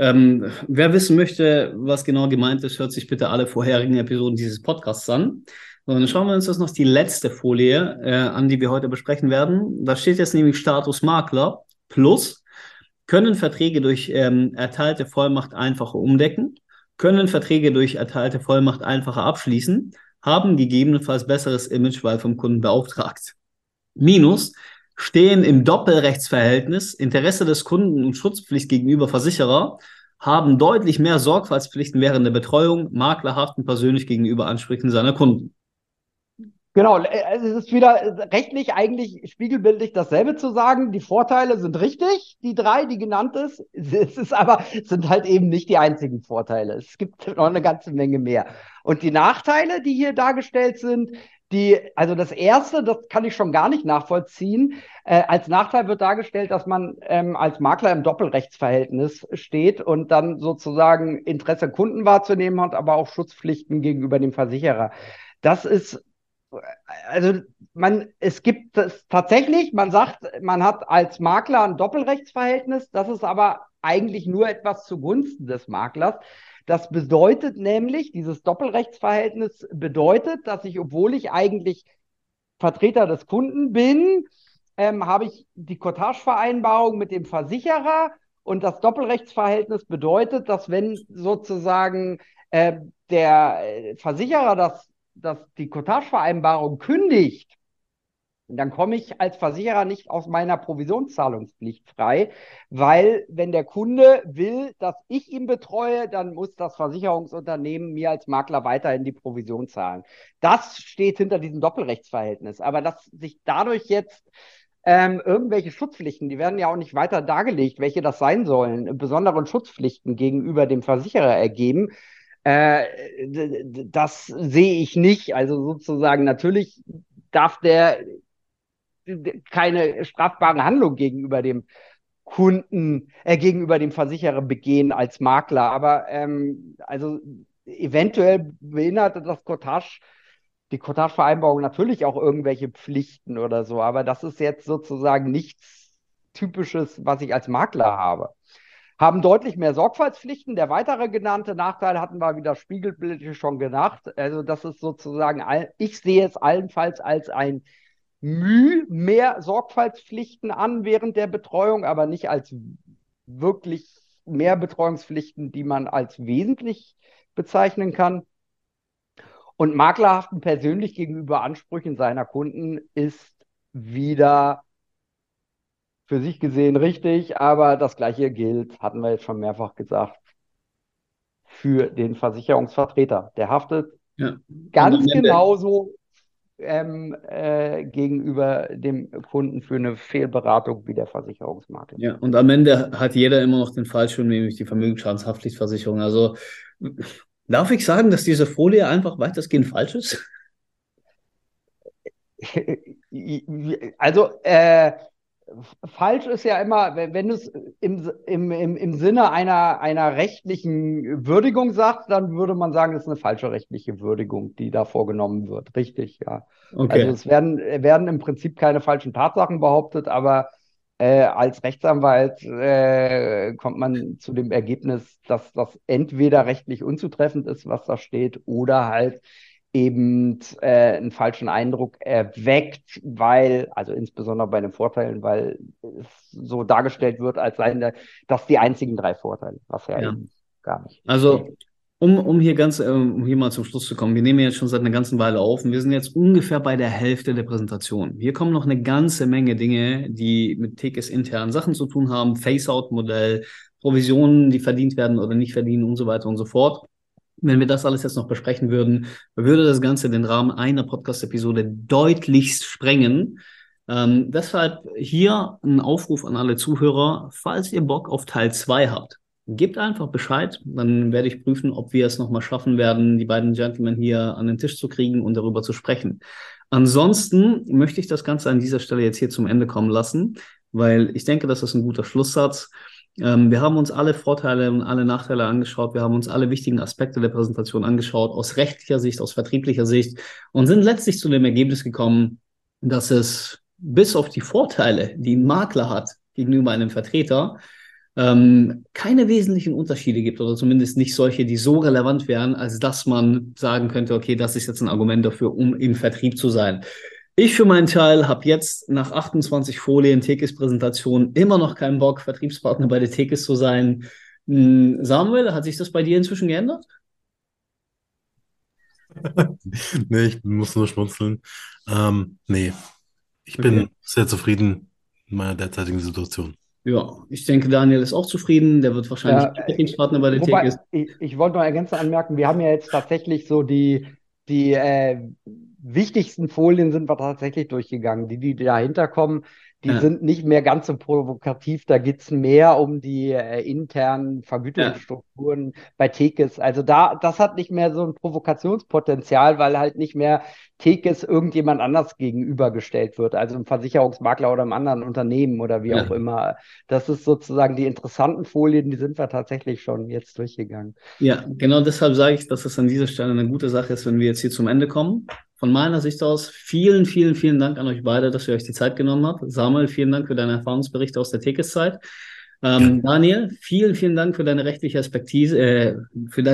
wer wissen möchte, was genau gemeint ist, hört sich bitte alle vorherigen Episoden dieses Podcasts an. So, dann schauen wir uns das noch die letzte Folie an, die wir heute besprechen werden. Da steht jetzt nämlich Status Makler plus. Können Verträge durch erteilte Vollmacht einfacher umdecken? Können Verträge durch erteilte Vollmacht einfacher abschließen? Haben gegebenenfalls besseres Image, weil vom Kunden beauftragt. Minus, stehen im Doppelrechtsverhältnis, Interesse des Kunden und Schutzpflicht gegenüber Versicherer, haben deutlich mehr Sorgfaltspflichten während der Betreuung, Makler haften persönlich gegenüber Ansprüchen seiner Kunden. Genau, also es ist wieder rechtlich eigentlich spiegelbildlich dasselbe zu sagen. Die Vorteile sind richtig, die drei, die genannt ist. Es sind halt eben nicht die einzigen Vorteile. Es gibt noch eine ganze Menge mehr. Und die Nachteile, die hier dargestellt sind, also das erste, das kann ich schon gar nicht nachvollziehen. Als Nachteil wird dargestellt, dass man als Makler im Doppelrechtsverhältnis steht und dann sozusagen Interesse Kunden wahrzunehmen hat, aber auch Schutzpflichten gegenüber dem Versicherer. Das ist Also es gibt es tatsächlich, man sagt, man hat als Makler ein Doppelrechtsverhältnis, das ist aber eigentlich nur etwas zugunsten des Maklers. Das bedeutet nämlich, dieses Doppelrechtsverhältnis bedeutet, dass ich, obwohl ich eigentlich Vertreter des Kunden bin, habe ich die Cottage-Vereinbarung mit dem Versicherer und das Doppelrechtsverhältnis bedeutet, dass wenn sozusagen der Versicherer die Cottage-Vereinbarung kündigt, dann komme ich als Versicherer nicht aus meiner Provisionszahlungspflicht frei, weil wenn der Kunde will, dass ich ihn betreue, dann muss das Versicherungsunternehmen mir als Makler weiterhin die Provision zahlen. Das steht hinter diesem Doppelrechtsverhältnis. Aber dass sich dadurch jetzt irgendwelche Schutzpflichten, die werden ja auch nicht weiter dargelegt, welche das sein sollen, besonderen Schutzpflichten gegenüber dem Versicherer ergeben, das sehe ich nicht. Also sozusagen, natürlich darf der keine strafbare Handlung gegenüber dem Kunden, gegenüber dem Versicherer begehen als Makler. Aber also eventuell beinhaltet die Cottage-Vereinbarung natürlich auch irgendwelche Pflichten oder so. Aber das ist jetzt sozusagen nichts Typisches, was ich als Makler habe. Haben deutlich mehr Sorgfaltspflichten. Der weitere genannte Nachteil hatten wir wieder spiegelbildlich schon genannt. Also das ist sozusagen, ich sehe es allenfalls als ein mehr Sorgfaltspflichten an während der Betreuung, aber nicht als wirklich mehr Betreuungspflichten, die man als wesentlich bezeichnen kann. Und Maklerhaften persönlich gegenüber Ansprüchen seiner Kunden ist wieder für sich gesehen richtig, aber das Gleiche gilt, hatten wir jetzt schon mehrfach gesagt, für den Versicherungsvertreter. Der haftet Ja. ganz genauso gegenüber dem Kunden für eine Fehlberatung wie der Versicherungsmakler. Ja, und am Ende hat jeder immer noch den Fallschirm, nämlich die Vermögensschadenshaftpflichtversicherung. Also darf ich sagen, dass diese Folie einfach weitestgehend falsch ist? Also falsch ist ja immer, wenn du es im Sinne einer rechtlichen Würdigung sagst, dann würde man sagen, das ist eine falsche rechtliche Würdigung, die da vorgenommen wird. Richtig, ja. Okay. Also es werden im Prinzip keine falschen Tatsachen behauptet, aber als Rechtsanwalt kommt man zu dem Ergebnis, dass das entweder rechtlich unzutreffend ist, was da steht, oder halt eben einen falschen Eindruck erweckt, also insbesondere bei den Vorteilen, weil es so dargestellt wird, als seien das die einzigen 3 Vorteile, was ja eben gar nicht. Also um hier mal zum Schluss zu kommen, wir nehmen jetzt schon seit einer ganzen Weile auf und wir sind jetzt ungefähr bei der Hälfte der Präsentation. Hier kommen noch eine ganze Menge Dinge, die mit Tekes internen Sachen zu tun haben, Face-Out-Modell, Provisionen, die verdient werden oder nicht verdienen und so weiter und so fort. Wenn wir das alles jetzt noch besprechen würden, würde das Ganze den Rahmen einer Podcast-Episode deutlichst sprengen. Deshalb hier ein Aufruf an alle Zuhörer, falls ihr Bock auf Teil 2 habt, gebt einfach Bescheid, dann werde ich prüfen, ob wir es nochmal schaffen werden, die beiden Gentlemen hier an den Tisch zu kriegen und darüber zu sprechen. Ansonsten möchte ich das Ganze an dieser Stelle jetzt hier zum Ende kommen lassen, weil ich denke, das ist ein guter Schlusssatz. Wir haben uns alle Vorteile und alle Nachteile angeschaut. Wir haben uns alle wichtigen Aspekte der Präsentation angeschaut, aus rechtlicher Sicht, aus vertrieblicher Sicht und sind letztlich zu dem Ergebnis gekommen, dass es bis auf die Vorteile, die ein Makler hat gegenüber einem Vertreter, keine wesentlichen Unterschiede gibt oder zumindest nicht solche, die so relevant wären, als dass man sagen könnte, okay, das ist jetzt ein Argument dafür, um im Vertrieb zu sein. Ich für meinen Teil habe jetzt nach 28 Folien Tekes-Präsentation immer noch keinen Bock, Vertriebspartner bei der Tekes zu sein. Samuel, hat sich das bei dir inzwischen geändert? Nee, ich muss nur schmunzeln. Nee, ich bin sehr zufrieden in meiner derzeitigen Situation. Ja, ich denke, Daniel ist auch zufrieden. Der wird wahrscheinlich Vertriebspartner bei der Tekes. Ich wollte noch ergänzend anmerken, wir haben ja jetzt tatsächlich so die wichtigsten Folien sind wir tatsächlich durchgegangen. Die dahinter kommen, die sind nicht mehr ganz so provokativ. Da geht es mehr um die internen Vergütungsstrukturen bei Tekes. Also das hat nicht mehr so ein Provokationspotenzial, weil halt nicht mehr Tekes irgendjemand anders gegenübergestellt wird. Also ein Versicherungsmakler oder einem anderen Unternehmen oder wie auch immer. Das ist sozusagen die interessanten Folien, die sind wir tatsächlich schon jetzt durchgegangen. Ja, genau deshalb sage ich, dass es an dieser Stelle eine gute Sache ist, wenn wir jetzt hier zum Ende kommen. Von meiner Sicht aus vielen, vielen, vielen Dank an euch beide, dass ihr euch die Zeit genommen habt. Samuel, vielen Dank für deine Erfahrungsberichte aus der Tekes-Zeit. Daniel, vielen, vielen Dank für deine rechtliche Expertise,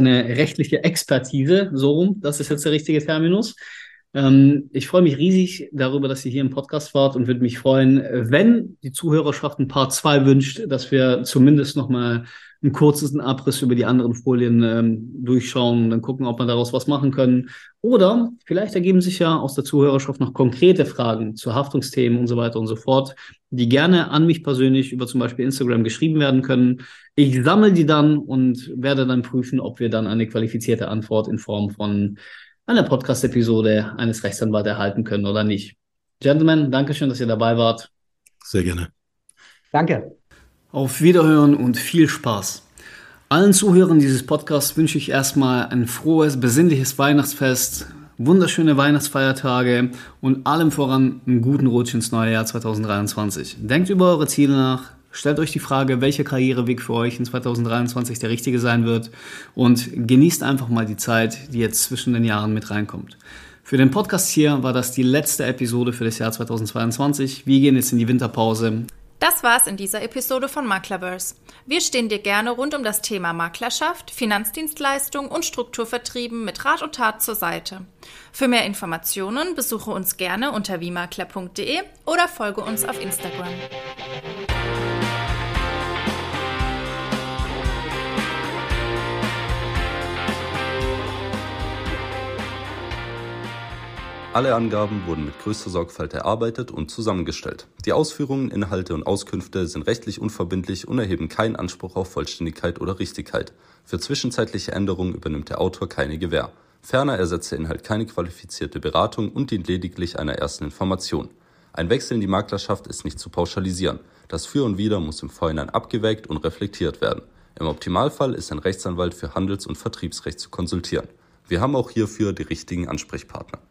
so rum, das ist jetzt der richtige Terminus. Ich freue mich riesig darüber, dass ihr hier im Podcast wart und würde mich freuen, wenn die Zuhörerschaft ein Part 2 wünscht, dass wir zumindest nochmal einen kurzen Abriss über die anderen Folien durchschauen und dann gucken, ob wir daraus was machen können. Oder vielleicht ergeben sich ja aus der Zuhörerschaft noch konkrete Fragen zu Haftungsthemen und so weiter und so fort, die gerne an mich persönlich über zum Beispiel Instagram geschrieben werden können. Ich sammle die dann und werde dann prüfen, ob wir dann eine qualifizierte Antwort in Form von einer Podcast-Episode eines Rechtsanwalts erhalten können oder nicht. Gentlemen, danke schön, dass ihr dabei wart. Sehr gerne. Danke. Auf Wiederhören und viel Spaß. Allen Zuhörern dieses Podcasts wünsche ich erstmal ein frohes, besinnliches Weihnachtsfest, wunderschöne Weihnachtsfeiertage und allem voran einen guten Rutsch ins neue Jahr 2023. Denkt über eure Ziele nach, stellt euch die Frage, welcher Karriereweg für euch in 2023 der richtige sein wird und genießt einfach mal die Zeit, die jetzt zwischen den Jahren mit reinkommt. Für den Podcast hier war das die letzte Episode für das Jahr 2022. Wir gehen jetzt in die Winterpause. Das war's in dieser Episode von Maklerverse. Wir stehen dir gerne rund um das Thema Maklerschaft, Finanzdienstleistung und Strukturvertrieben mit Rat und Tat zur Seite. Für mehr Informationen besuche uns gerne unter wiemakler.de oder folge uns auf Instagram. Alle Angaben wurden mit größter Sorgfalt erarbeitet und zusammengestellt. Die Ausführungen, Inhalte und Auskünfte sind rechtlich unverbindlich und erheben keinen Anspruch auf Vollständigkeit oder Richtigkeit. Für zwischenzeitliche Änderungen übernimmt der Autor keine Gewähr. Ferner ersetzt der Inhalt keine qualifizierte Beratung und dient lediglich einer ersten Information. Ein Wechsel in die Maklerschaft ist nicht zu pauschalisieren. Das Für und Wider muss im Vorhinein abgewägt und reflektiert werden. Im Optimalfall ist ein Rechtsanwalt für Handels- und Vertriebsrecht zu konsultieren. Wir haben auch hierfür die richtigen Ansprechpartner.